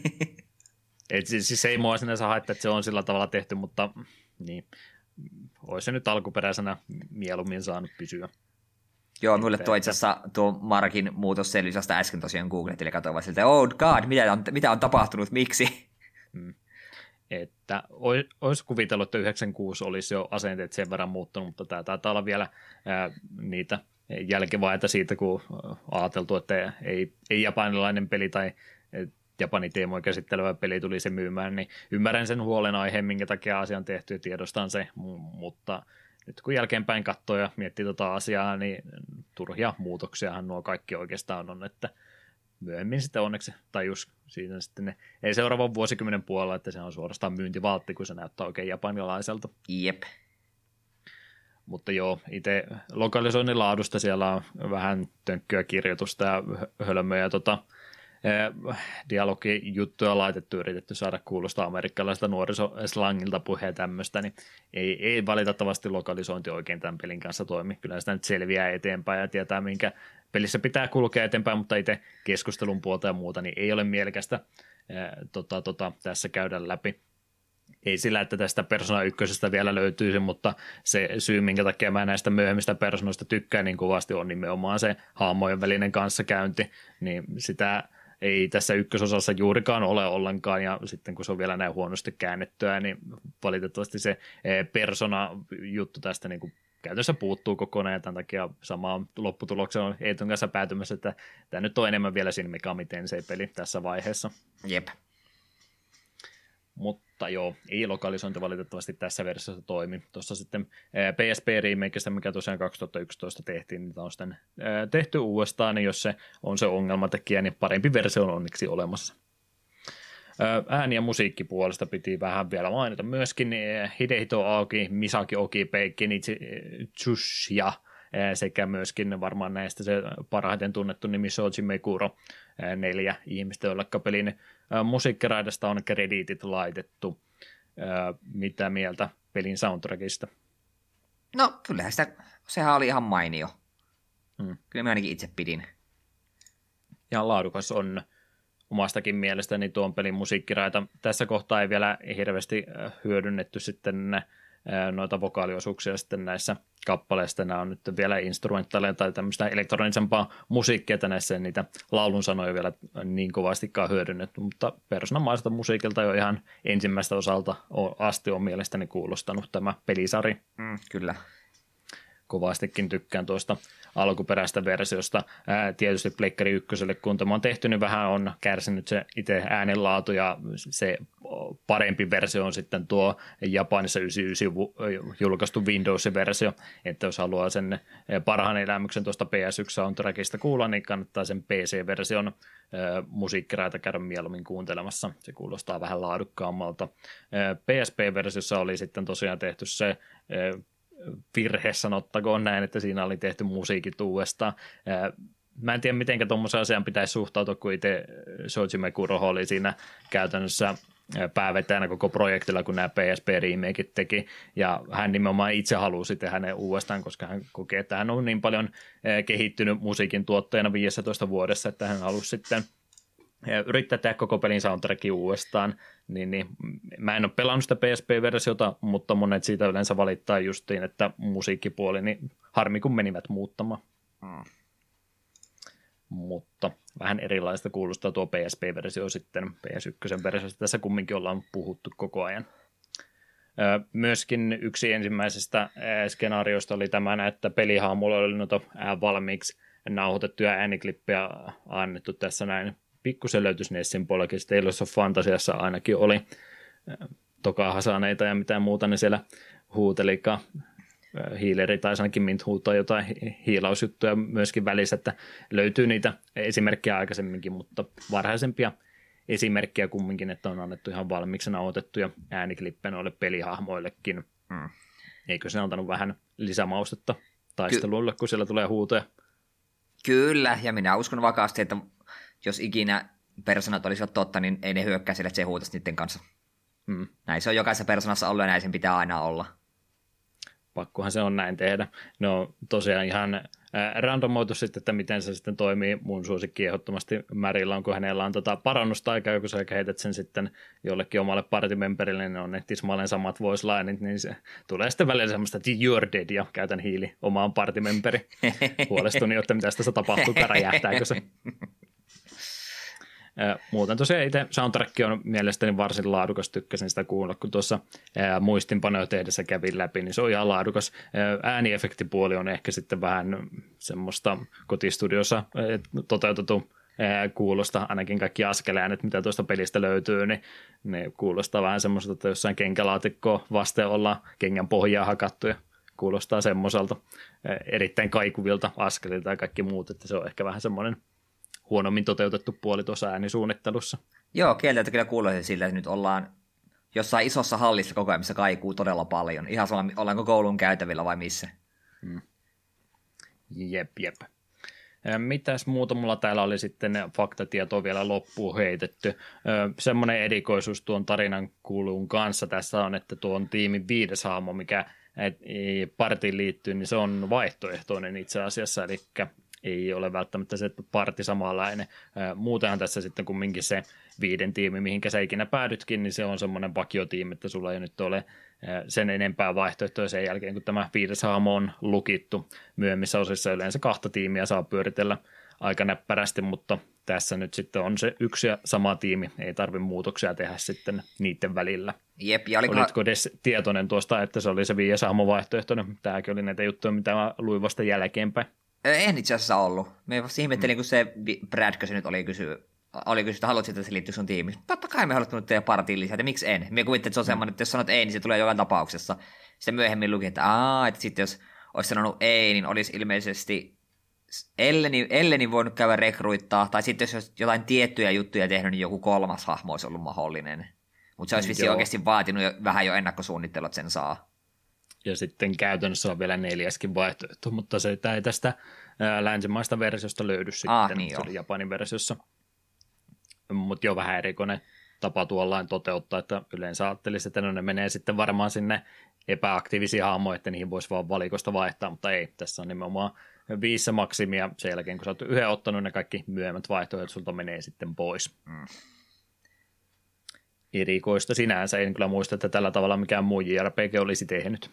Et siis, siis ei mua sinänsä haittaa, että se on sillä tavalla tehty, mutta niin, olisi se nyt alkuperäisenä mieluummin saanut pysyä. Joo, mulle tuo itse asiassa tuo Markin muutos selvisi vasta äsken tosiaan googlettiin ja katsoin vaan siltä, oh god, mitä on, mitä on tapahtunut, miksi? Hmm. Että olisi kuvitellut, että yhdeksänkymmentäkuusi olisi jo asenteet sen verran muuttunut, mutta tämä taitaa olla vielä ää, niitä jälkivaiheita siitä, kun ajateltu, että ei, ei japanilainen peli tai Japanin teemoja käsittelevä peli tuli se myymään, niin ymmärrän sen huolenaiheen, minkä takia asia on tehty ja tiedostan se, mutta nyt kun jälkeenpäin katsoo ja miettii tota asiaa, niin turhia muutoksiahan nuo kaikki oikeastaan on, että myöhemmin sitten onneksi tajus siinä sitten ne, ei seuraavan vuosikymmenen puolella, että se on suorastaan myyntivaltti, kun se näyttää oikein japanilaiselta. Jep. Mutta joo, itse lokalisoinnin laadusta siellä on vähän tönkkyä kirjoitusta ja hölmöjä tota, dialogijuttuja laitettu, yritetty saada kuulostaa amerikkalaiselta nuorisoslangilta puheen ja tämmöistä, niin ei, ei valitettavasti lokalisointi oikein tämän pelin kanssa toimi. Kyllä sitä nyt selviää eteenpäin ja tietää, minkä pelissä pitää kulkea eteenpäin, mutta itse keskustelun puolta ja muuta, niin ei ole mielekästä ää, tota, tota, tässä käydä läpi. Ei sillä, että tästä Persona ykkösestä vielä löytyisi, mutta se syy, minkä takia mä näistä myöhemmistä personoista tykkään niin kovasti, on nimenomaan se hahmojen välinen kanssakäynti, niin sitä ei tässä ykkösosassa juurikaan ole ollenkaan, ja sitten kun se on vielä näin huonosti käännettyä, niin valitettavasti se persona-juttu tästä niin kuin käytössä puuttuu kokonaan, ja tämän takia samaan lopputulokseen on Eetun kanssa päätymässä, että tämä nyt on enemmän vielä Shin Megami Tensei-peli tässä vaiheessa. Jep. Mutta joo, ei lokalisointi valitettavasti tässä versiossa toimi. Tuossa sitten P S P-remakeista, mikä tosiaan kaksituhattayksitoista tehtiin, niin tämä on sitten tehty uudestaan, niin jos se on se ongelmatekijä, niin parempi versio on onneksi olemassa. Ääni- ja musiikkipuolesta piti vähän vielä mainita myöskin Hidehito Aoki, Misaki Okipe, Kenichi Tsushia sekä myöskin varmaan näistä se parhaiten tunnettu nimi Shoji Meguro, neljä ihmistä, joilla pelin musiikkiraidasta on krediitit laitettu. Mitä mieltä pelin soundtrackista? No kyllähän sitä, sehän oli ihan mainio. Hmm. Kyllä mä ainakin itse pidin. Ihan laadukas on omastakin mielestäni tuon pelin musiikkiraita. Tässä kohtaa ei vielä hirveästi hyödynnetty sitten noita vokaaliosuuksia sitten näissä kappaleissa. Nämä on nyt vielä instrumentaaleja tai tämmöistä elektronisempaa musiikkia, että näissä niitä laulun sanoja vielä niin kovastikaan hyödynnetty, mutta persoonamaiselta musiikilta jo ihan ensimmäistä osalta asti on mielestäni kuulostanut tämä pelisari. Mm, kyllä. Kovastikin tykkään tuosta alkuperäistä versiosta. Ää, tietysti Pleikkari ykköselle, kun tämä on tehty, niin vähän on kärsinyt se itse äänenlaatu, ja se parempi versio on sitten tuo Japanissa yhdeksänkymmentäyhdeksän julkaistu Windows-versio, että jos haluaa sen parhaan elämyksen tuosta P S yksi soundtrackista kuulla, niin kannattaa sen P C-version musiikkiraita käydä mieluummin kuuntelemassa. Se kuulostaa vähän laadukkaammalta. P S P-versiossa oli sitten tosiaan tehty se virhe, sanottakoon näin, että siinä oli tehty musiikit uudestaan. Mä en tiedä, miten tuommoisen asian pitäisi suhtautua, kun itse Shoji Meguro oli siinä käytännössä päävetäjänä koko projektilla, kun nämä P S P-remakeit teki, ja hän nimenomaan itse halusi tehdä hänen uudestaan, koska hän kokee, että hän on niin paljon kehittynyt musiikin tuottajana viisitoista vuodessa, että hän halusi sitten yrittää tehdä koko pelin soundtrackin uudestaan, niin, niin mä en ole pelannut sitä P S P-versiota, mutta monet siitä yleensä valittaa justiin, että musiikkipuoli, niin harmi kun menivät muuttamaan. Mm. Mutta vähän erilaista kuulostaa tuo P S P-versio sitten P S yksi-versiosta. Tässä kumminkin ollaan puhuttu koko ajan. Myöskin yksi ensimmäisestä skenaarioista oli tämä, että pelihahmolla oli noita valmiiksi nauhoitettuja ääniklippejä annettu tässä näin. Pikkusen löytyisi Nessin puolellakin, Tales of Fantasiassa ainakin oli Toka Hasaneita ja mitään muuta, ne siellä huutelikaan. Hiileri tai ainakin mint huutaa jotain hiilausjuttuja myöskin välissä, että löytyy niitä esimerkkejä aikaisemminkin, mutta varhaisempia esimerkkejä kumminkin, että on annettu ihan valmiiksi nauhoitettuja ääniklippejä noille pelihahmoillekin. Mm. Eikö se antanut vähän lisämaustetta taisteluille, Ky- kun siellä tulee huutoja? Kyllä, ja minä uskon vakaasti, että jos ikinä persoonat olisivat totta, niin ei ne hyökkää sille, että se huutaisi niiden kanssa. Mm. Näin se on jokaisessa persoonassa ollut, ja näin sen pitää aina olla. Pakkohan se on näin tehdä. No tosiaan ihan randomoitu sitten, että miten se sitten toimii. Mun suosikki ehdottomasti Märillä on, kun hänellä on tota parannusta aikaa, kun sä kehität sen sitten jollekin omalle partimemberille, niin on ne tismalleen samat voice lineit, niin se tulee sitten välillä semmoista, että you're dead, ja käytän hiili omaan partimemberi. Huolestuni, että mitä tässä tapahtuu, räjähtääkö se. Muuten tosiaan itse soundtrack on mielestäni varsin laadukas, tykkäsin sitä kuulla, kun tuossa muistinpanoja tehdessä kävin läpi, niin se on ihan laadukas. Ääniefektipuoli on ehkä sitten vähän semmoista kotistudiossa toteutettu kuulosta, ainakin kaikki askeläänet, mitä tuosta pelistä löytyy, niin ne kuulostaa vähän semmoista, että jossain kenkälaatikkoa vasten ollaan kengän pohjaa hakattu ja kuulostaa semmoiselta erittäin kaikuvilta askelilta ja kaikki muut, että se on ehkä vähän semmoinen huonommin toteutettu puoli tuossa äänisuunnittelussa. Joo, kieltä kyllä kuulostaa siltä, että nyt ollaan jossain isossa hallissa koko ajan, missä kaikuu todella paljon. Ihan sama, ollaanko koulun käytävillä vai missä. Hmm. Jep, jep. Mitäs muuta mulla täällä oli sitten faktatietoa vielä loppuun heitetty. Semmoinen erikoisuus tuon tarinan kuuluun kanssa tässä on, että tuon tiimin viides hahmo, mikä partiin liittyy, niin se on vaihtoehtoinen itse asiassa, eli ei ole välttämättä se parti samanlainen. Muutenhan tässä sitten kumminkin se viiden tiimi, mihinkä sä ikinä päädytkin, niin se on semmoinen vakiotiimi, että sulla ei nyt ole sen enempää vaihtoehtoja sen jälkeen, kun tämä viides hahmo on lukittu. Myöhemmissä osissa yleensä kahta tiimiä saa pyöritellä aika näppärästi, mutta tässä nyt sitten on se yksi ja sama tiimi, ei tarvitse muutoksia tehdä sitten niiden välillä. Jep, ja oliko... Olitko edes tietoinen tuosta, että se oli se viides hahmo vaihtoehtoinen? Tämäkin oli näitä juttuja, mitä mä luin vasta jälkeenpäin. En itse asiassa ollut. Me vasta ihmettelin, mm. kun se Brad, kun se nyt oli kysyä, oli kysyä, että haluatko, että se liittyy sun tiimiin? Totta kai me haluamme tehdä partiin lisää, että miksi en? Me kuvittelin, että se on semmoinen, että jos sanot ei, niin se tulee jollain tapauksessa. Sitten myöhemmin luki, että aah, että sitten jos olisi sanonut ei, niin olisi ilmeisesti Elleni, Elleni voinut käydä rekruittaa, tai sitten jos olisi jotain tiettyjä juttuja tehnyt, niin joku kolmas hahmo olisi ollut mahdollinen. Mutta se olisi vissiin oikeasti vaatinut jo, vähän jo ennakkosuunnittelua, että sen saa. Ja sitten käytännössä on vielä neljäskin vaihtoehto, mutta se ei tästä ää, länsimaista versiosta löydy sitten, ah, niin se oli Japanin versiossa. Mutta jo vähän erikoinen tapa tuollain toteuttaa, että yleensä ajattelisi, että no ne menee sitten varmaan sinne epäaktiivisia hahmoja, että niihin voisi vaan valikosta vaihtaa, mutta ei, tässä on nimenomaan viisi maksimia sen jälkeen, kun sä oot yhden ottanut, ne kaikki myöhemmät vaihtoehdot sulta menee sitten pois. Mm. Erikoista sinänsä, en kyllä muista, että tällä tavalla mikään muu J R P G olisi tehnyt.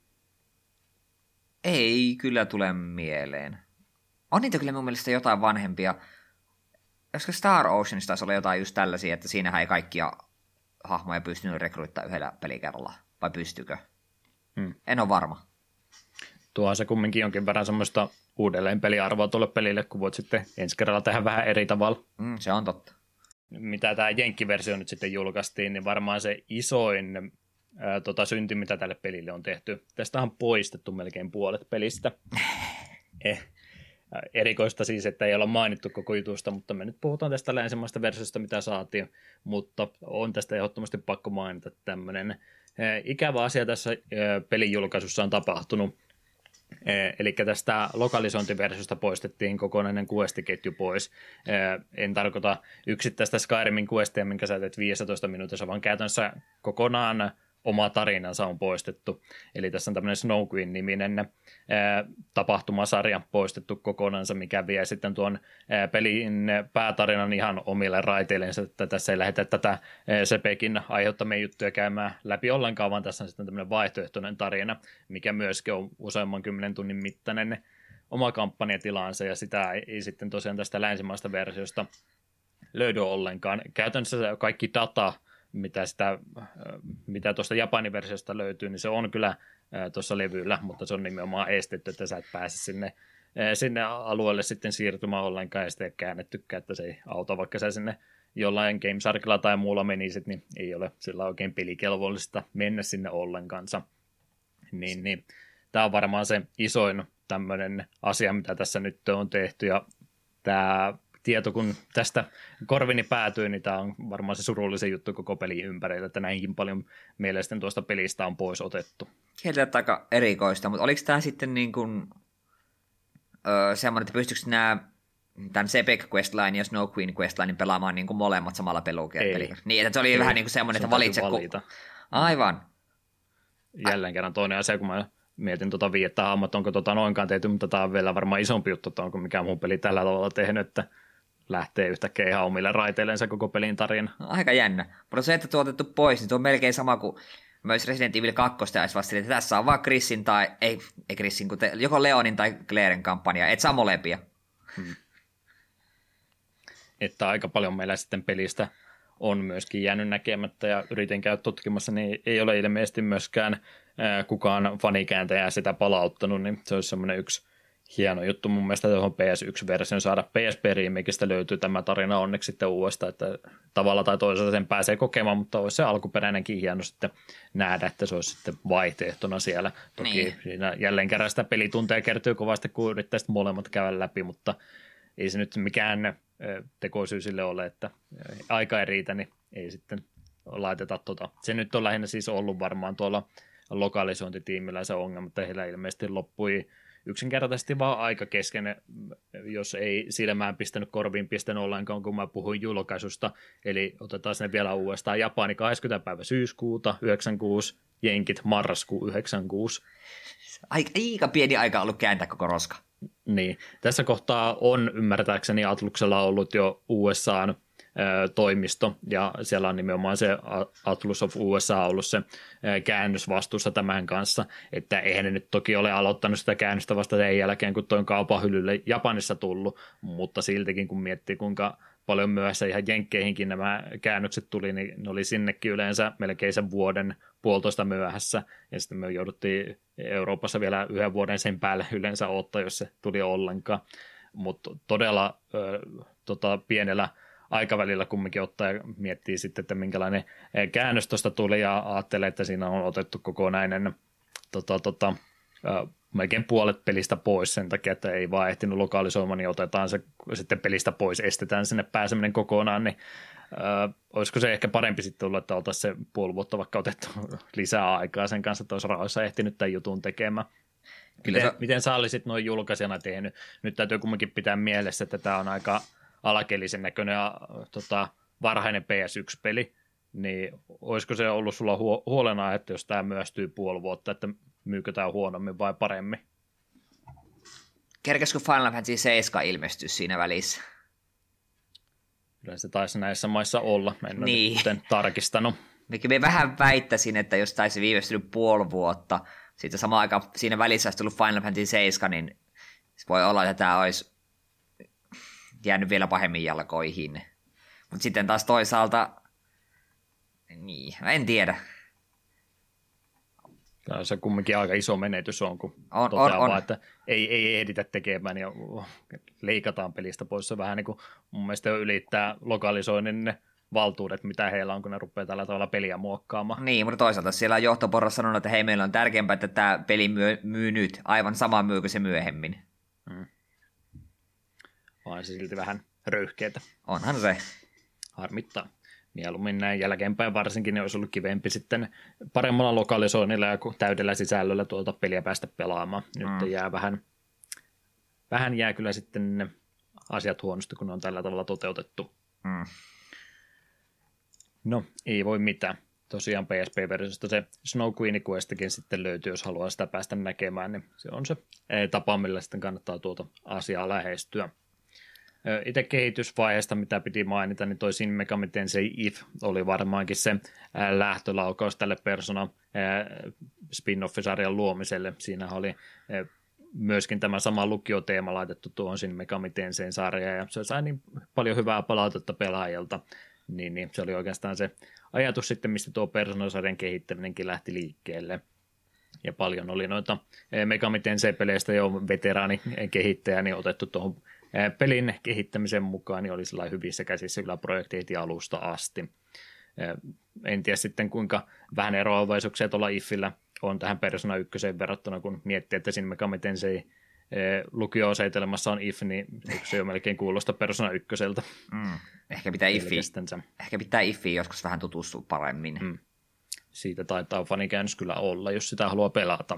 Ei kyllä tule mieleen. On niitä kyllä mun mielestä jotain vanhempia. Koska Star Oceanista taisi olla jotain just tällaisia, että siinähän ei kaikkia hahmoja pystynyt rekryttämään yhdellä pelikerralla. Vai pystykö? Hmm. En ole varma. Tuohan se kumminkin jonkin verran semmoista uudelleen peliarvoa tuolle pelille, kun voit sitten ensi kerralla tehdä vähän eri tavalla. Mm, se on totta. Mitä tämä Jenkki-versio nyt sitten julkaistiin, niin varmaan se isoin ää, tota, synti, mitä tälle pelille on tehty. Tästä on poistettu melkein puolet pelistä. eh. Erikoista siis, että ei olla mainittu koko jutusta, mutta me nyt puhutaan tästä länsimaista versiosta, mitä saatiin, mutta on tästä ehdottomasti pakko mainita tämmöinen ikävä asia tässä pelin julkaisussa on tapahtunut. Eli tästä lokalisointiversiosta poistettiin kokonainen questiketju pois. En tarkoita yksittäistä Skyrimin questia, minkä sä teet viisitoista minuutissa, vaan käytännössä kokonaan oma tarinansa on poistettu. Eli tässä on tämmöinen Snow Queen-niminen ää, tapahtumasarja poistettu kokonansa, mikä vie sitten tuon ää, pelin päätarinan ihan omille raiteillensa, että tässä ei lähdetä tätä ää, Sepekin aiheuttamia juttuja käymään läpi ollenkaan, vaan tässä on sitten tämmöinen vaihtoehtoinen tarina, mikä myöskin on useamman kymmenen tunnin mittainen oma kampanjatilansa, ja sitä ei, ei sitten tosiaan tästä länsimaista versiosta löydy ollenkaan. Käytännössä kaikki data, mitä, sitä, mitä tuosta Japanin versiosta löytyy, niin se on kyllä tuossa levyllä, mutta se on nimenomaan estetty, että sä et pääse sinne, sinne alueelle sitten siirtymään ollenkaan, ja sitä ei käännettykään, että se ei auta, vaikka sä sinne jollain GameSharkilla tai muulla menisit, niin ei ole sillä oikein pelikelvollista mennä sinne ollenkaansa. Niin, niin. Tämä on varmaan se isoin tämmöinen asia, mitä tässä nyt on tehty, ja tämä tieto, kun tästä korvini päätyy, niin tämä on varmaan se surullisen juttu koko pelin ympärillä, että näinkin paljon mielestäni tuosta pelistä on pois otettu. Kieltä aika erikoista, mutta oliko tämä sitten niin kuin öö, semmoinen, että pystyykö nämä tämän Sepek Questline ja Snow Queen Questline pelaamaan niin kuin molemmat samalla pelukentillä? Niin, että se oli Ei. vähän niin kuin semmoinen, että valitse valita. Ku... Aivan. Jälleen kerran toinen asia, kun mä mietin tuota viettä hahmot, onko tota noinkaan tehty, mutta tämä on vielä varmaan isompi juttu, että onko mikään muu peli tällä tavalla tehnyt, että lähtee yhtäkkiä ihan omille raiteillensa koko pelin tarina. No, aika jännä. Mutta se, että tuo on otettu pois, niin tuo on melkein sama kuin myös Resident Evil kaksi olisi vasta, että tässä on vaan Chrisin tai, ei, ei Chrisin, kun te, joko Leonin tai Clairen kampanja, et saa molempia. Hmm. Että aika paljon meillä sitten pelistä on myöskin jäänyt näkemättä ja yritin käydä tutkimassa, niin ei ole ilmeisesti myöskään ää, kukaan fanikääntäjä sitä palauttanut, niin se olisi semmoinen yksi hieno juttu mun mielestä tuohon P S yksi-version saada. P S P-remakeista löytyy tämä tarina onneksi sitten uudestaan, että tavalla tai toisella sen pääsee kokemaan, mutta olisi se alkuperäinenkin hieno sitten nähdä, että se olisi sitten vaihtoehtona siellä. Toki niin. Siinä jälleen kerran sitä pelitunteja kertyy kovasti, kun yrittää sitten molemmat käydä läpi, mutta ei se nyt mikään tekosyy sille ole, että aika ei riitä, niin ei sitten laiteta tota. Se nyt on lähinnä siis ollut varmaan tuolla lokalisointitiimillä se ongelma, että heillä ilmeisesti loppui yksinkertaisesti vaan aika kesken, jos ei silmään pistänyt korviin pistänyt ollenkaan, kun mä puhuin julkaisusta. Eli otetaan sinne vielä uudestaan. Japani kahdeskymmenes päivä syyskuuta yhdeksänkymmentäkuusi, jenkit marraskuu yhdeksänkymmentäkuusi. Aika, aika pieni aika ollut kääntää koko roska. Niin. Tässä kohtaa on ymmärtääkseni Atluksella ollut jo U S A:n toimisto, ja siellä on nimenomaan se Atlus of U S A ollut se käännös vastuussa tämän kanssa, että eihän ne nyt toki ole aloittanut sitä käännöstä vasta sen jälkeen, kun toi on kaupan hyllylle Japanissa tullut, mutta siltikin kun miettii, kuinka paljon myöhässä ihan jenkkeihinkin nämä käännökset tuli, niin ne oli sinnekin yleensä melkein sen vuoden puolitoista myöhässä, ja sitten me jouduttiin Euroopassa vielä yhden vuoden sen päälle yleensä ottaa, jos se tuli ollenkaan, mutta todella ö, tota, pienellä aikavälillä kumminkin ottaa ja miettii sitten, että minkälainen käännös tuosta tuli, ja ajattelee, että siinä on otettu kokonainen tota, tota, ö, melkein puolet pelistä pois sen takia, että ei vaan ehtinyt lokalisoimaan, niin otetaan se sitten pelistä pois, estetään sinne pääseminen kokonaan, niin ö, olisiko se ehkä parempi sitten ollut, että oltaisiin se puoli vuotta vaikka otettu lisää aikaa sen kanssa, että olisi rauhassa ehtinyt tämän jutun tekemään. Kyllä miten, se... miten sä olisit noin julkaisijana tehnyt? Nyt täytyy kumminkin pitää mielessä, että tämä on aika alakelisen näköinen ja tota, varhainen P S yksi -peli, niin olisiko se ollut sulla huo- huolena, että jos tämä myöstyy puoli vuotta, että myykö tämä huonommin vai paremmin? Kerkesikö Final Fantasy seitsemän ilmestyä siinä välissä? Kyllä se taisi näissä maissa olla, en ole niin. nyt tarkistanut. Minä vähän väittäisin, että jos taisi viivästynyt puoli vuotta, sitten samaan aikaan siinä välissä olisi tullut Final Fantasy seitsemän, niin voi olla, että tämä olisi jäänyt vielä pahemmin jalkoihin. Mutta sitten taas toisaalta, niin, en tiedä. Tämä se kumminkin aika iso menetys on, kun on, toteaa on, on. vaan, että ei, ei ehditä tekemään ja leikataan pelistä pois. Se vähän niin kuin mun mielestä jo ylittää lokalisoinnin ne valtuudet, mitä heillä on, kun ne rupeaa tällä tavalla peliä muokkaamaan. Niin, mutta toisaalta siellä on johtoporras sanonut, että hei, meillä on tärkeämpää, että tämä peli myy, myy nyt aivan sama myy kuin se myöhemmin. Hmm. Vaan se silti vähän röyhkeetä. Onhan se. Harmittaa. Mieluummin näin jälkeenpäin varsinkin, niin olisi ollut kivempi sitten paremmalla lokalisoinnilla ja täydellä sisällöllä tuolta peliä päästä pelaamaan. Nyt mm. jää vähän, vähän jää kyllä sitten ne asiat huonosti, kun ne on tällä tavalla toteutettu. Mm. No, ei voi mitään. Tosiaan P S P-versiosta se Snow Queen Questikin sitten löytyy, jos haluaa sitä päästä näkemään, niin se on se tapa, millä sitten kannattaa tuota asiaa lähestyä. Itse kehitysvaiheesta, mitä piti mainita, niin toi Shin Megami Tensei If oli varmaankin se lähtölaukaus tälle Persona spin-off-sarjan luomiselle. Siinä oli myöskin tämä sama lukioteema laitettu tuohon Shin Megami Tensein sarjaan, ja se sai niin paljon hyvää palautetta pelaajilta, niin, niin se oli oikeastaan se ajatus sitten, mistä tuo Persona-sarjan kehittäminenkin lähti liikkeelle. Ja paljon oli noita Megami Tensei-peleistä jo veteraanikehittäjä niin otettu tuohon pelin kehittämisen mukaan, niin oli sellainen hyvissä käsissä kyllä projekti heti alusta asti. En tiedä sitten kuinka vähän eroavaisuuksia tuolla Ifillä on tähän Persona ykköseen verrattuna, kun miettii, että Shin Megami Tensei lukio-asetelmassa on If, niin se jo melkein kuulosta Persona ykköseltä. Mm. Ehkä pitää Ifi, ehkä pitää Ifi joskus vähän tutustua paremmin. Mm. Siitä taitaa fanikäännös kyllä olla, jos sitä haluaa pelata.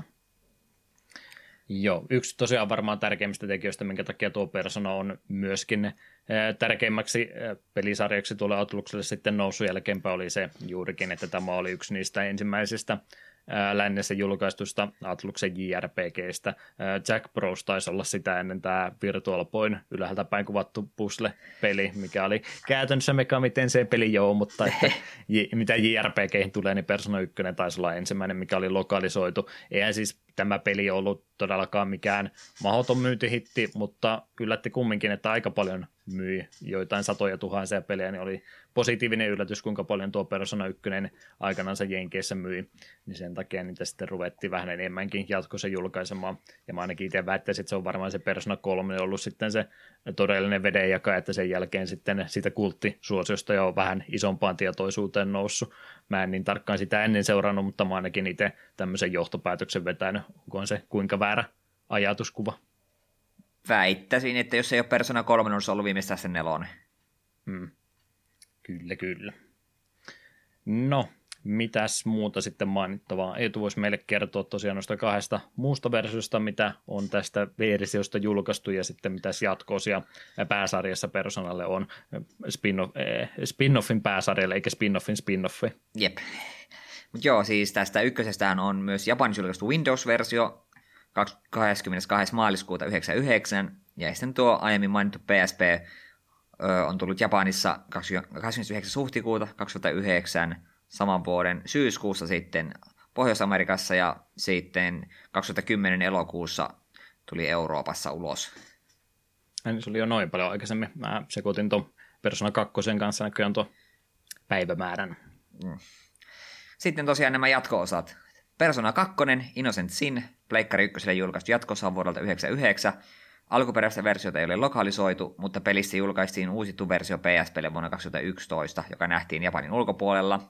Joo, yksi tosiaan varmaan tärkeimmistä tekijöistä, minkä takia tuo Persona on myöskin tärkeimmäksi pelisarjaksi tuolle Atlukselle sitten noussut jälkeenpäin oli se juurikin, että tämä oli yksi niistä ensimmäisistä lännessä julkaistusta Atluksen J R P G:stä. Jack Bros taisi olla sitä ennen tämä Virtual Boyn ylhäältä päin kuvattu puzzle-peli, mikä oli käytännössä Megami Tensei-peli joo, mutta että mitä J R P G:ihin tulee, niin Persona yksi taisi olla ensimmäinen, mikä oli lokalisoitu. Eihän siis tämä peli ollut todellakaan mikään mahdoton myyntihitti, mutta yllätti kumminkin, että aika paljon myi joitain satoja tuhansia pelejä, niin oli positiivinen yllätys, kuinka paljon tuo Persona yksi aikanaan Jenkeissä myi, niin sen takia niitä sitten ruvettiin vähän enemmänkin jatkossa julkaisemaan, ja mä ainakin itse väittäisin, että se on varmaan se Persona kolme ollut sitten se todellinen vedenjaka, että sen jälkeen sitten siitä kulttisuosiosta jo vähän isompaan tietoisuuteen noussut. Mä en niin tarkkaan sitä ennen seurannut, mutta mä ainakin itse tämmöisen johtopäätöksen vetänyt, onko se kuinka väärä ajatuskuva. Väittäisin, että jos ei ole Persona kolme, olisi ollut viimeistään se nelonen. Hmm. Kyllä, kyllä. No, mitäs muuta sitten mainittavaa? Eetu voisi meille kertoa tosiaan noista kahdesta muusta versiosta, mitä on tästä versiosta julkaistu, ja sitten mitäs jatkoosia pääsarjassa Personalle on. Spin-off, eh, spin-offin pääsarjalle, eikä spin-offin spin-offi. Jep. Mut joo, siis tästä ykkösestähän on myös Japanissa julkaistu Windows-versio, kahdeskymmenestoinen maaliskuuta yhdeksänkymmentäyhdeksän, ja sitten tuo aiemmin mainittu P S P ö, on tullut Japanissa kahdeskymmenesyhdeksäs huhtikuuta kaksituhattayhdeksän, saman vuoden syyskuussa sitten Pohjois-Amerikassa ja sitten kaksituhattakymmenen elokuussa tuli Euroopassa ulos. Niin se oli jo noin paljon aikaisemmin. Mä sekoitin tuon Persona kaksi kanssa näköjään tuon päivämäärän. Mm. Sitten tosiaan nämä jatko-osat. Persona kaksi, Innocent Sin, Pleikkari ykköselle julkaistu jatko-osa vuodelta yhdeksänkymmentäyhdeksän. Alkuperäistä versiota ei ole lokalisoitu, mutta pelistä julkaistiin uusittu versio P S P:lle vuonna kaksituhattayksitoista, joka nähtiin Japanin ulkopuolella.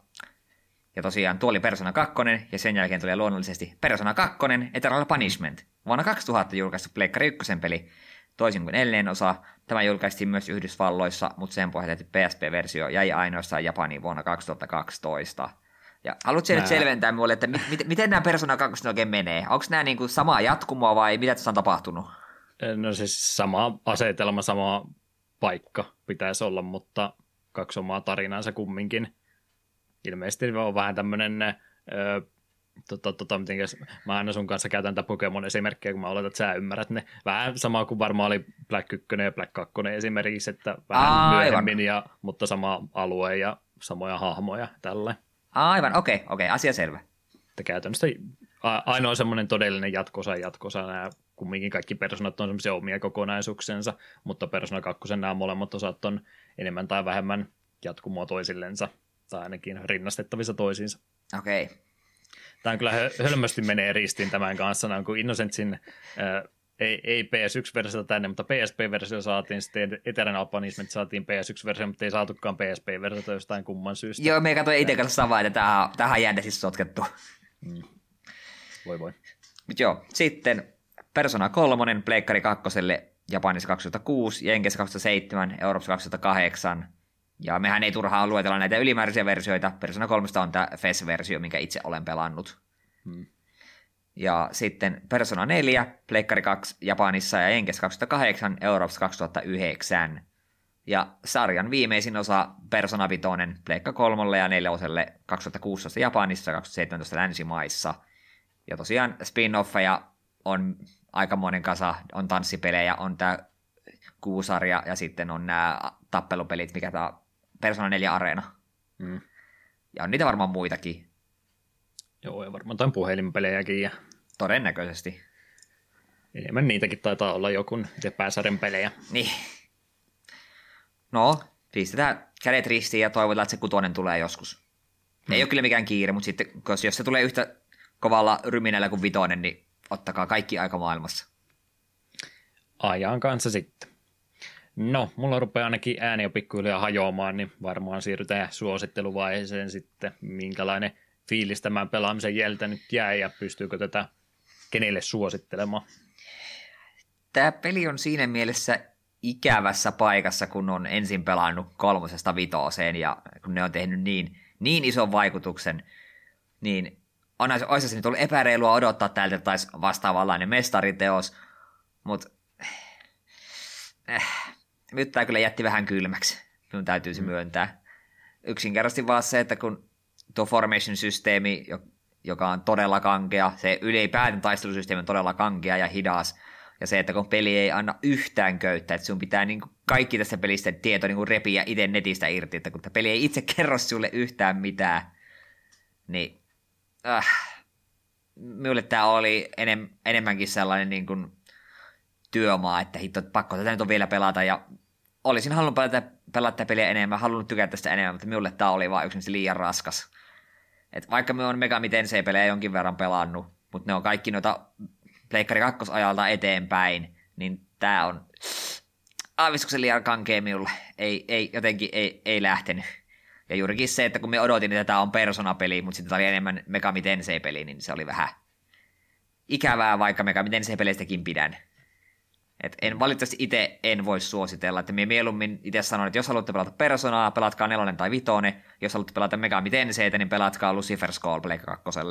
Ja tosiaan tuo oli Persona kaksi, ja sen jälkeen tuli luonnollisesti Persona kaksi Eternal Punishment. Vuonna kaksituhatta julkaistu Pleikkari ykkösen peli, toisin kuin edellinen osa. Tämä julkaistiin myös Yhdysvalloissa, mutta sen pohjalta P S P-versio jäi ainoastaan Japaniin vuonna kaksituhattakaksitoista. Ja haluatko nyt selventää minulle, että mi- miten, miten nämä Persona kaksi oikein menee? Onko nämä niinku samaa jatkumoa vai mitä tässä on tapahtunut? No siis sama asetelma, sama paikka pitäisi olla, mutta kaksi omaa tarinansa kumminkin. Ilmeisesti on vähän tämmöinen, öö, tota, tota, mitenkäs, mä aina sun kanssa käytän tätä Pokemon-esimerkkiä, kun mä oletan, että sä ymmärrät ne. Vähän sama kuin varmaan oli Black yksi ja Black kaksi esimerkiksi, että vähän Aivan. myöhemmin, ja, mutta sama alue ja samoja hahmoja tällä. Aivan, okei, okay, okei, okay, asia selvä. Että käytännössä ainoa semmoinen todellinen jatkosa jatkosa, nämä kumminkin kaikki personat on semmoisia omia kokonaisuuksensa, mutta Persona kaksi nämä molemmat osat on enemmän tai vähemmän jatkumoa toisillensa, tai ainakin rinnastettavissa toisiinsa. Okei. Okay. Tämä on kyllä hölmösti menee ristiin tämän kanssa, kun Innocentsin äh, ei, ei P S yksi-versiota tänne, mutta P S P-versio saatiin, sitten Eternal Punishment saatiin P S yksi-versio, mutta ei saatukaan P S P-versiota jostain kumman syystä. Joo, me katsoin itse kanssa samaa, että tähän, tähän on jännä siis sotkettu. Mm. Voi voi. Mut joo, sitten Persona kolme, Pleikkari kakkoselle Japanissa kaksituhattakuusi, Jenkeissä kaksituhattaseitsemän, Euroopassa kaksituhattakahdeksan. Ja mehän ei turhaan luetella näitä ylimääräisiä versioita. Persona kolme on tämä F E S-versio, minkä itse olen pelannut. Hmm. Ja sitten Persona neljä, Pleikkari kaksi Japanissa ja Jenkeissä kaksituhattakahdeksan, Euroopassa kaksituhattayhdeksän. Ja sarjan viimeisin osa Persona viisi, Pleikka kolmolle ja neloselle kaksituhattakuusitoista Japanissa ja kaksituhattaseitsemäntoista länsimaissa. Ja tosiaan spin-offeja on aikamoinen kasa, on tanssipelejä, on tämä kuusarja ja sitten on nämä tappelupelit, mikä tämä Persona neljä Areena. Mm. Ja on niitä varmaan muitakin. Joo, ja varmaan jotain puhelinpelejäkin. Ja todennäköisesti. enemmän niitäkin taitaa olla joku itse pääsarjan pelejä. Niin. No, pistetään kädet ristiin ja toivotaan, että se kutonen tulee joskus. Mm. Ei ole kyllä mikään kiire, mutta sitten jos se tulee yhtä kovalla ryminällä kuin vitonen, niin ottakaa kaikki aika maailmassa. Ajan kanssa sitten. No, mulla rupeaa ainakin ääni jo pikkuhiljaa hajoamaan, niin varmaan siirrytään suositteluvaiheeseen sitten, minkälainen fiilis tämän pelaamisen jältä nyt jää ja pystyykö tätä kenelle suosittelemaan. Tämä peli on siinä mielessä ikävässä paikassa, kun on ensin pelannut kolmosesta vitoseen ja kun ne on tehnyt niin, niin ison vaikutuksen, niin on, olisi se nyt ollut epäreilua odottaa täältä, että taisi vastaavanlainen mestariteos, mutta äh, nyt tämä kyllä jätti vähän kylmäksi, minun täytyy se myöntää. Yksinkertaisesti vaan se, että kun tuo Formation-systeemi, joka on todella kankea, se ylipäätään taistelusysteemi on todella kankea ja hidas, ja se, että kun peli ei anna yhtään köyttä, että sun pitää niin kuin kaikki tästä pelistä tieto niin kuin repiä itse netistä irti, että kun tämä peli ei itse kerro sulle yhtään mitään, niin äh, minulle tämä oli enem, enemmänkin sellainen niin kuin työmaa, että hitto, pakko tätä nyt on vielä pelata, ja olisin halunnut pelata, pelata tätä peliä enemmän, halunnut tykätä tästä enemmän, mutta minulle tämä oli vaan yksin liian raskas. Et vaikka me on Megami Tensei-pelejä jonkin verran pelannut, mutta ne on kaikki noita Pleikkari kakkosajalta eteenpäin, niin tää on aavistuksen liian kankea minulle. Ei, ei, jotenkin ei, ei lähtenyt. Ja juurikin se, että kun me odotin, että tämä on Persona-peli, mutta sitten tämä oli enemmän Megami Tensei-peli, niin se oli vähän ikävää, vaikka Megami Tensei-peleistäkin pidän. Et en valitettavasti itse en voi suositella, että minä mieluummin itse sanon, että jos haluatte pelata Personaa, pelatkaa nelonen tai vitone. Jos haluatte pelata Megami Tenseitä, niin pelatkaa Lucifer's Call Pleikka kakkoselle.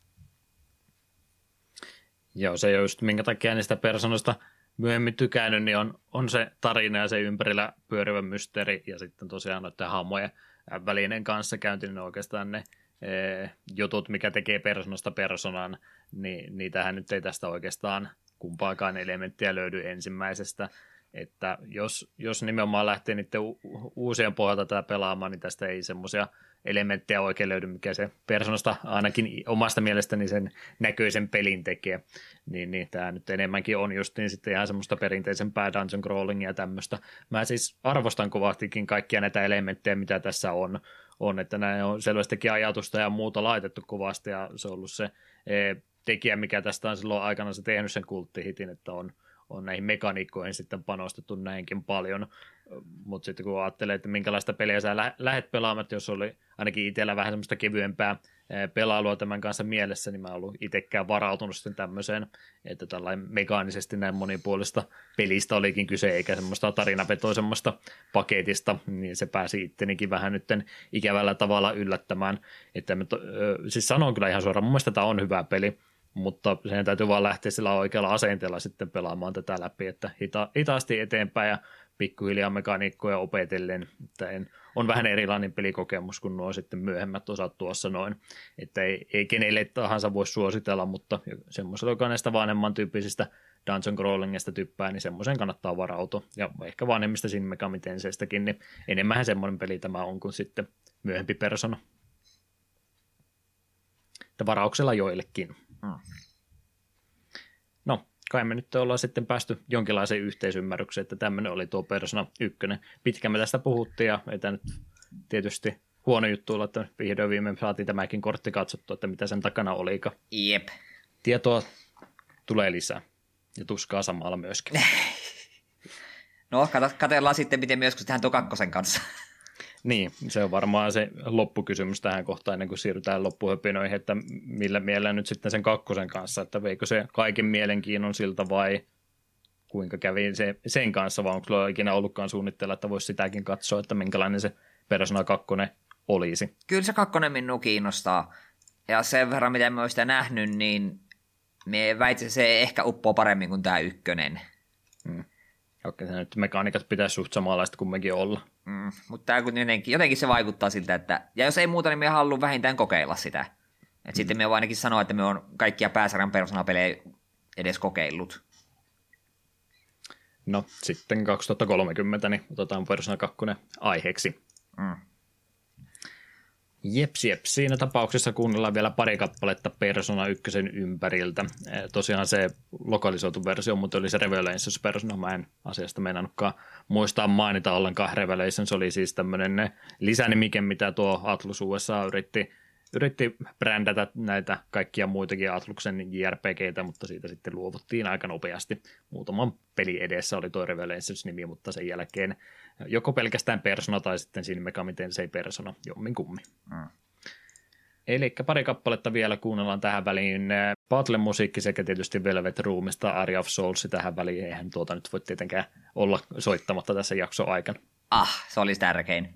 Joo, se just minkä takia niistä Personasta myöhemmin tykännyt, niin on, on se tarina ja se ympärillä pyörivä mysteeri ja sitten tosiaan noiden hahmojen välinen kanssakäynti, niin oikeastaan ne e, jutut, mikä tekee Personasta Personan, niin niitähän nyt ei tästä oikeastaan kumpaakaan elementtiä löydy ensimmäisestä. että jos, jos nimenomaan lähtee niiden u- uusien pohjalta tätä pelaamaan, niin tästä ei semmoisia elementtejä oikein löydy, mikä se persoonasta ainakin omasta mielestäni sen näköisen pelin tekee, niin, niin tämä nyt enemmänkin on just niin sitten ihan semmoista perinteisempää dungeon crawlingia ja tämmöistä. Mä siis arvostan kovastikin kaikkia näitä elementtejä, mitä tässä on, on että näin on selvästikin ajatusta ja muuta laitettu kovasti, ja se on ollut se e, tekijä, mikä tästä on silloin aikana se tehnyt sen kulttihitin, että on, on näihin mekaniikkoihin sitten panostettu näinkin paljon, mutta sitten kun ajattelee, että minkälaista peliä sä lä- lähet pelaamaan, jos oli ainakin itsellä vähän semmoista kevyempää pelailua tämän kanssa mielessä, niin mä en ollut itsekään varautunut sitten tämmöiseen, että tällainen mekaanisesti näin monipuolista pelistä olikin kyse, eikä semmoista tarinapetoisemmasta paketista, niin se pääsi ittenikin vähän nyt ikävällä tavalla yllättämään, että mä to- siis sanon kyllä ihan suoraan, mun mielestä tämä on hyvä peli, mutta sen täytyy vaan lähteä sillä oikealla asenteella sitten pelaamaan tätä läpi, että hita- hitaasti eteenpäin ja pikkuhiljaa mekaniikkoja opetellen, että en, on vähän erilainen pelikokemus kuin nuo sitten myöhemmät osat tuossa noin, että ei, ei kenelle tahansa voi suositella, mutta semmoisella, joka näistä vanhemman tyyppisistä dungeon crawlingista typpää, niin semmoisen kannattaa varautua, ja ehkä vanhemmista Shin Megami Tenseistäkin, niin enemmän semmoinen peli tämä on kuin sitten myöhempi Persona. Että varauksella joillekin. Hmm. No, kai me nyt ollaan sitten päästy jonkinlaiseen yhteisymmärrykseen, että tämmöinen oli tuo Persona yksi. Pitkään me tästä puhuttiin, ja ei tämä nyt tietysti huono juttu olla, että vihdoin viimein saatiin tämäkin kortti katsottua, että mitä sen takana olikaan. Jep. Tietoa tulee lisää, ja tuskaa samalla myöskin. No, katsellaan sitten, miten me joskus tehdään tuon kakkosen kanssa. Niin, se on varmaan se loppukysymys tähän kohtaan, ennen kuin siirrytään loppuhöpinoihin, että millä mielellä nyt sitten sen kakkosen kanssa, että veikö se kaiken mielenkiinnon siltä vai kuinka kävi se, sen kanssa, vai onko sulla ikinä ollutkaan suunnitteilla, että voisi sitäkin katsoa, että minkälainen se Persona kaksi olisi? Kyllä se kakkonen minua kiinnostaa, ja sen verran mitä me oon sitä nähnyt, niin me väitän, se ehkä uppoo paremmin kuin tämä ykkönen. Hmm. Okei, se nyt mekaniikat pitäisi suht samanlaista kumminkin olla. Mm, mutta tämä jotenkin, jotenkin se vaikuttaa siltä, että ja jos ei muuta, niin me haluan vähintään kokeilla sitä. Et mm. Sitten me voin ainakin sanoa, että me on kaikkia pääsarjan Persona-pelejä edes kokeillut. No, sitten kaksituhattakolmekymmentä, niin otetaan Persona kaksi aiheeksi. Mm. Jeps, jeps. Siinä tapauksessa kuunnellaan vielä pari kappaletta Persona yksi ympäriltä. Tosiaan se lokalisoitu versio, mutta oli se Revelations Persona. Mä en asiasta meinannutkaan muistaa mainita ollenkaan. Revelations oli siis tämmöinen lisänimike, mitä tuo Atlus U S A yritti, yritti brändätä näitä kaikkia muitakin Atluksen J R P G:tä, mutta siitä sitten luovuttiin aika nopeasti. Muutaman peli edessä oli tuo Revelations-nimi, mutta sen jälkeen joko pelkästään Persona tai sitten Shin Megami Tensei Persona, jomminkummin. Mm. Eli pari kappaletta vielä kuunnellaan tähän väliin. Battle-musiikki sekä tietysti Velvet Roomista Aria of Souls tähän väliin. Eihän tuota nyt voi tietenkään olla soittamatta tässä jakson aikana. Ah, se olisi tärkein.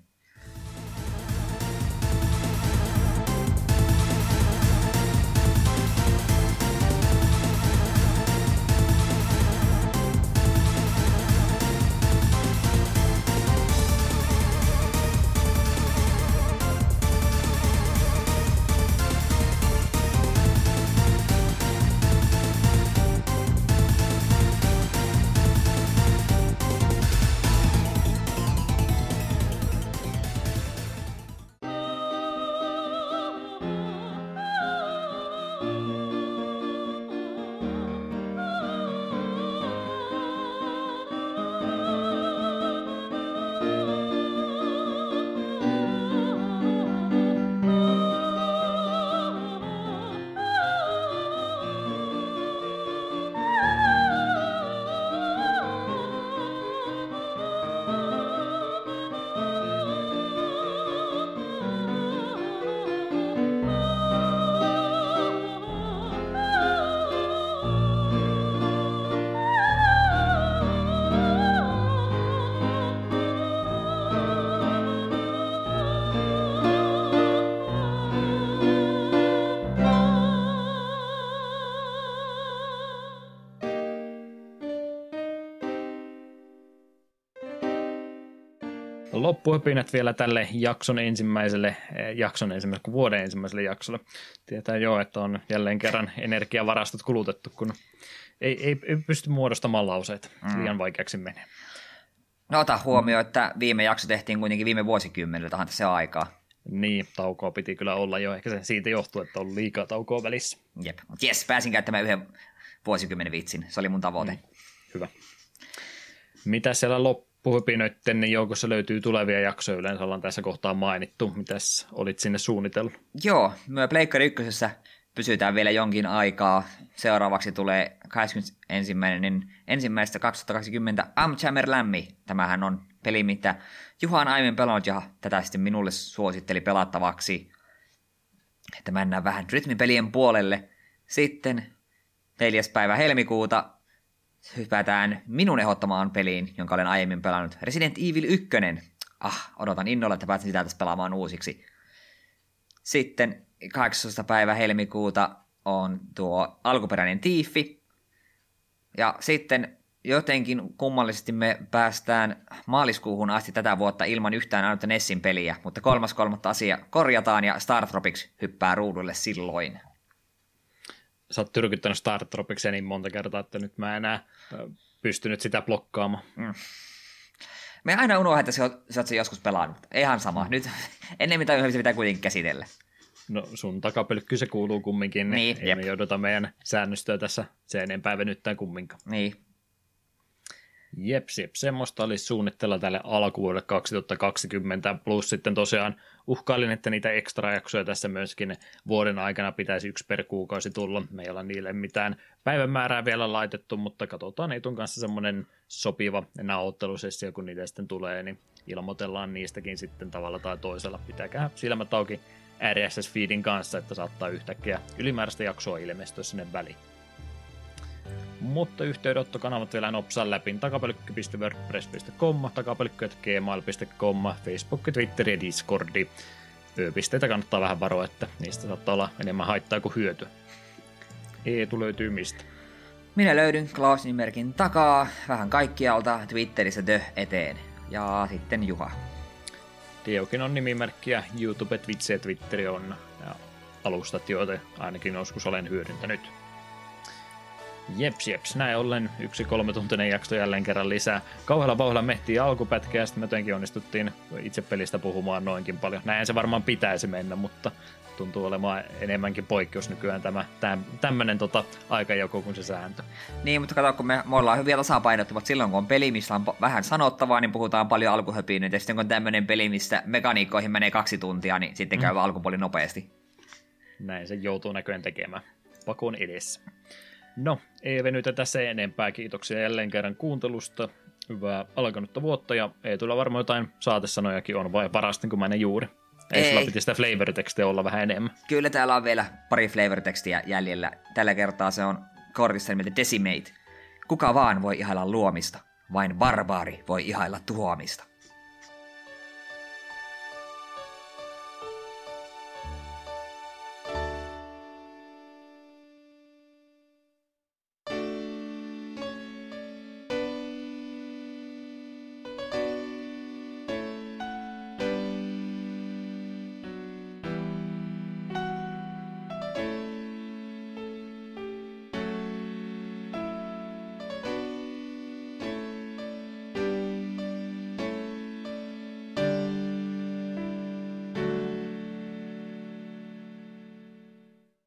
loppuhypinät vielä tälle jakson ensimmäiselle, jakson ensimmäiselle, vuoden ensimmäiselle jaksolle. Tietää jo, että on jälleen kerran energiavarastot kulutettu, kun ei, ei, ei pysty muodostamaan lauseita. Liian vaikeaksi menee. No ota huomioon, että viime jakso tehtiin kuitenkin viime vuosikymmenellä, tahan se aikaa. Niin, taukoa piti kyllä olla jo. Ehkä se siitä johtuu, että on ollut liikaa taukoa välissä. Jep, mutta jes, pääsin käyttämään yhden vuosikymmenen vitsin. Se oli mun tavoite. Mm, hyvä. Mitä siellä loppuhypinöiden joukossa löytyy tulevia jaksoja? Yleensä ollaan tässä kohtaa mainittu. Mitäs olit sinne suunnitellut? Joo, me Pleikkari ykkösessä pysytään vielä jonkin aikaa. Seuraavaksi tulee kahdeskymmenesensimmäinen ensimmäistä kaksituhattakaksikymmentä Amchammer Lämmi. Tämähän on peli, mitä Juha on aiemmin pelannut ja tätä sitten minulle suositteli pelattavaksi. Että mennään vähän rytmipelien puolelle. Sitten neljäs päivä helmikuuta hypätään minun ehdottamaan peliin, jonka olen aiemmin pelannut. Resident Evil yksi. Ah, odotan innolla, että pääsen sitä tässä pelaamaan uusiksi. Sitten kahdeksastoista päivä helmikuuta on tuo alkuperäinen Tiiffi. Ja sitten jotenkin kummallisesti me päästään maaliskuuhun asti tätä vuotta ilman yhtään ainutta Nessin peliä, mutta kolmas kolmatta asia korjataan ja Star Tropics hyppää ruudulle silloin. Sä oot tyrkyttänyt Star Tropicsia niin monta kertaa, että nyt mä enää pystynyt sitä blokkaamaan. Mm. Me aina unohdan, että sä oot, sä oot sen joskus pelannut. Ihan sama. Nyt ennen mitä yhdessä pitää kuitenkin käsitellä. No sun takapelkky se kuuluu kumminkin, niin, niin ei me jouduta meidän säännöstöä tässä se enempää venyttää kumminkaan. Niin. Jeps, jep, semmoista olisi suunnitella tälle alkuvuodelle kaksituhattakaksikymmentä, plus sitten tosiaan uhkailin, että niitä ekstra-jaksoja tässä myöskin vuoden aikana pitäisi yksi per kuukausi tulla. Me ei olla niille mitään päivämäärää vielä laitettu, mutta katsotaan Eetun kanssa semmoinen sopiva nauhoittelusessio, kun niitä sitten tulee, niin ilmoitellaan niistäkin sitten tavalla tai toisella. Pitäkää silmät auki R S S-feedin kanssa, että saattaa yhtäkkiä ylimääräistä jaksoa ilmestyä sinne väliin. Mutta yhteydenottokanavat vielä nopsaan läpi takapelkky piste wordpress piste com, takapelkky piste gmail piste com, Facebook, Twitter ja Discordi. Ö-pisteitä kannattaa vähän varoa, että niistä saattaa olla enemmän haittaa kuin hyötyä. Eetu löytyy mistä? Minä löydyn Klausin merkin takaa, vähän kaikkialta, Twitterissä Dö eteen. Ja sitten Juha. Diokin on nimimerkkiä, YouTube, Twitch ja Twitteri on ja alustat, joita ainakin joskus olen hyödyntänyt. Jeps, jeps. Näin ollen yksi kolmetuntinen jakso jälleen kerran lisää. Kauhealla vauhdilla mehtiin alkupätkää, ja sitten me jotenkin onnistuttiin itse pelistä puhumaan noinkin paljon. Näin se varmaan pitäisi mennä, mutta tuntuu olemaan enemmänkin poikkeus nykyään tämä tämmöinen tota, aikajako kuin se sääntö. Niin, mutta kato, kun me, me ollaan hyviä tasapainottuvat silloin, kun on peli, missä on vähän sanottavaa, niin puhutaan paljon alkuhöpinöitä, ja sitten kun on tämmöinen peli, missä mekaniikkoihin menee kaksi tuntia, niin sitten käy mm. alkupuoli nopeasti. Näin se joutuu näköjään tekemään. Pakon edessä. No, ei venytä tässä enempää. Kiitoksia jälleen kerran kuuntelusta. Hyvää alkanutta vuotta, ja ei tulla varmaan jotain saatesanojakin on, vai parasta kuin mä ne juuri. Ei, ei sulla piti sitä flavor-tekstiä olla vähän enemmän. Kyllä täällä on vielä pari flavor-tekstiä jäljellä. Tällä kertaa se on kortissa nimeltä Decimate. Kuka vaan voi ihailla luomista, vain barbaari voi ihailla tuhoamista.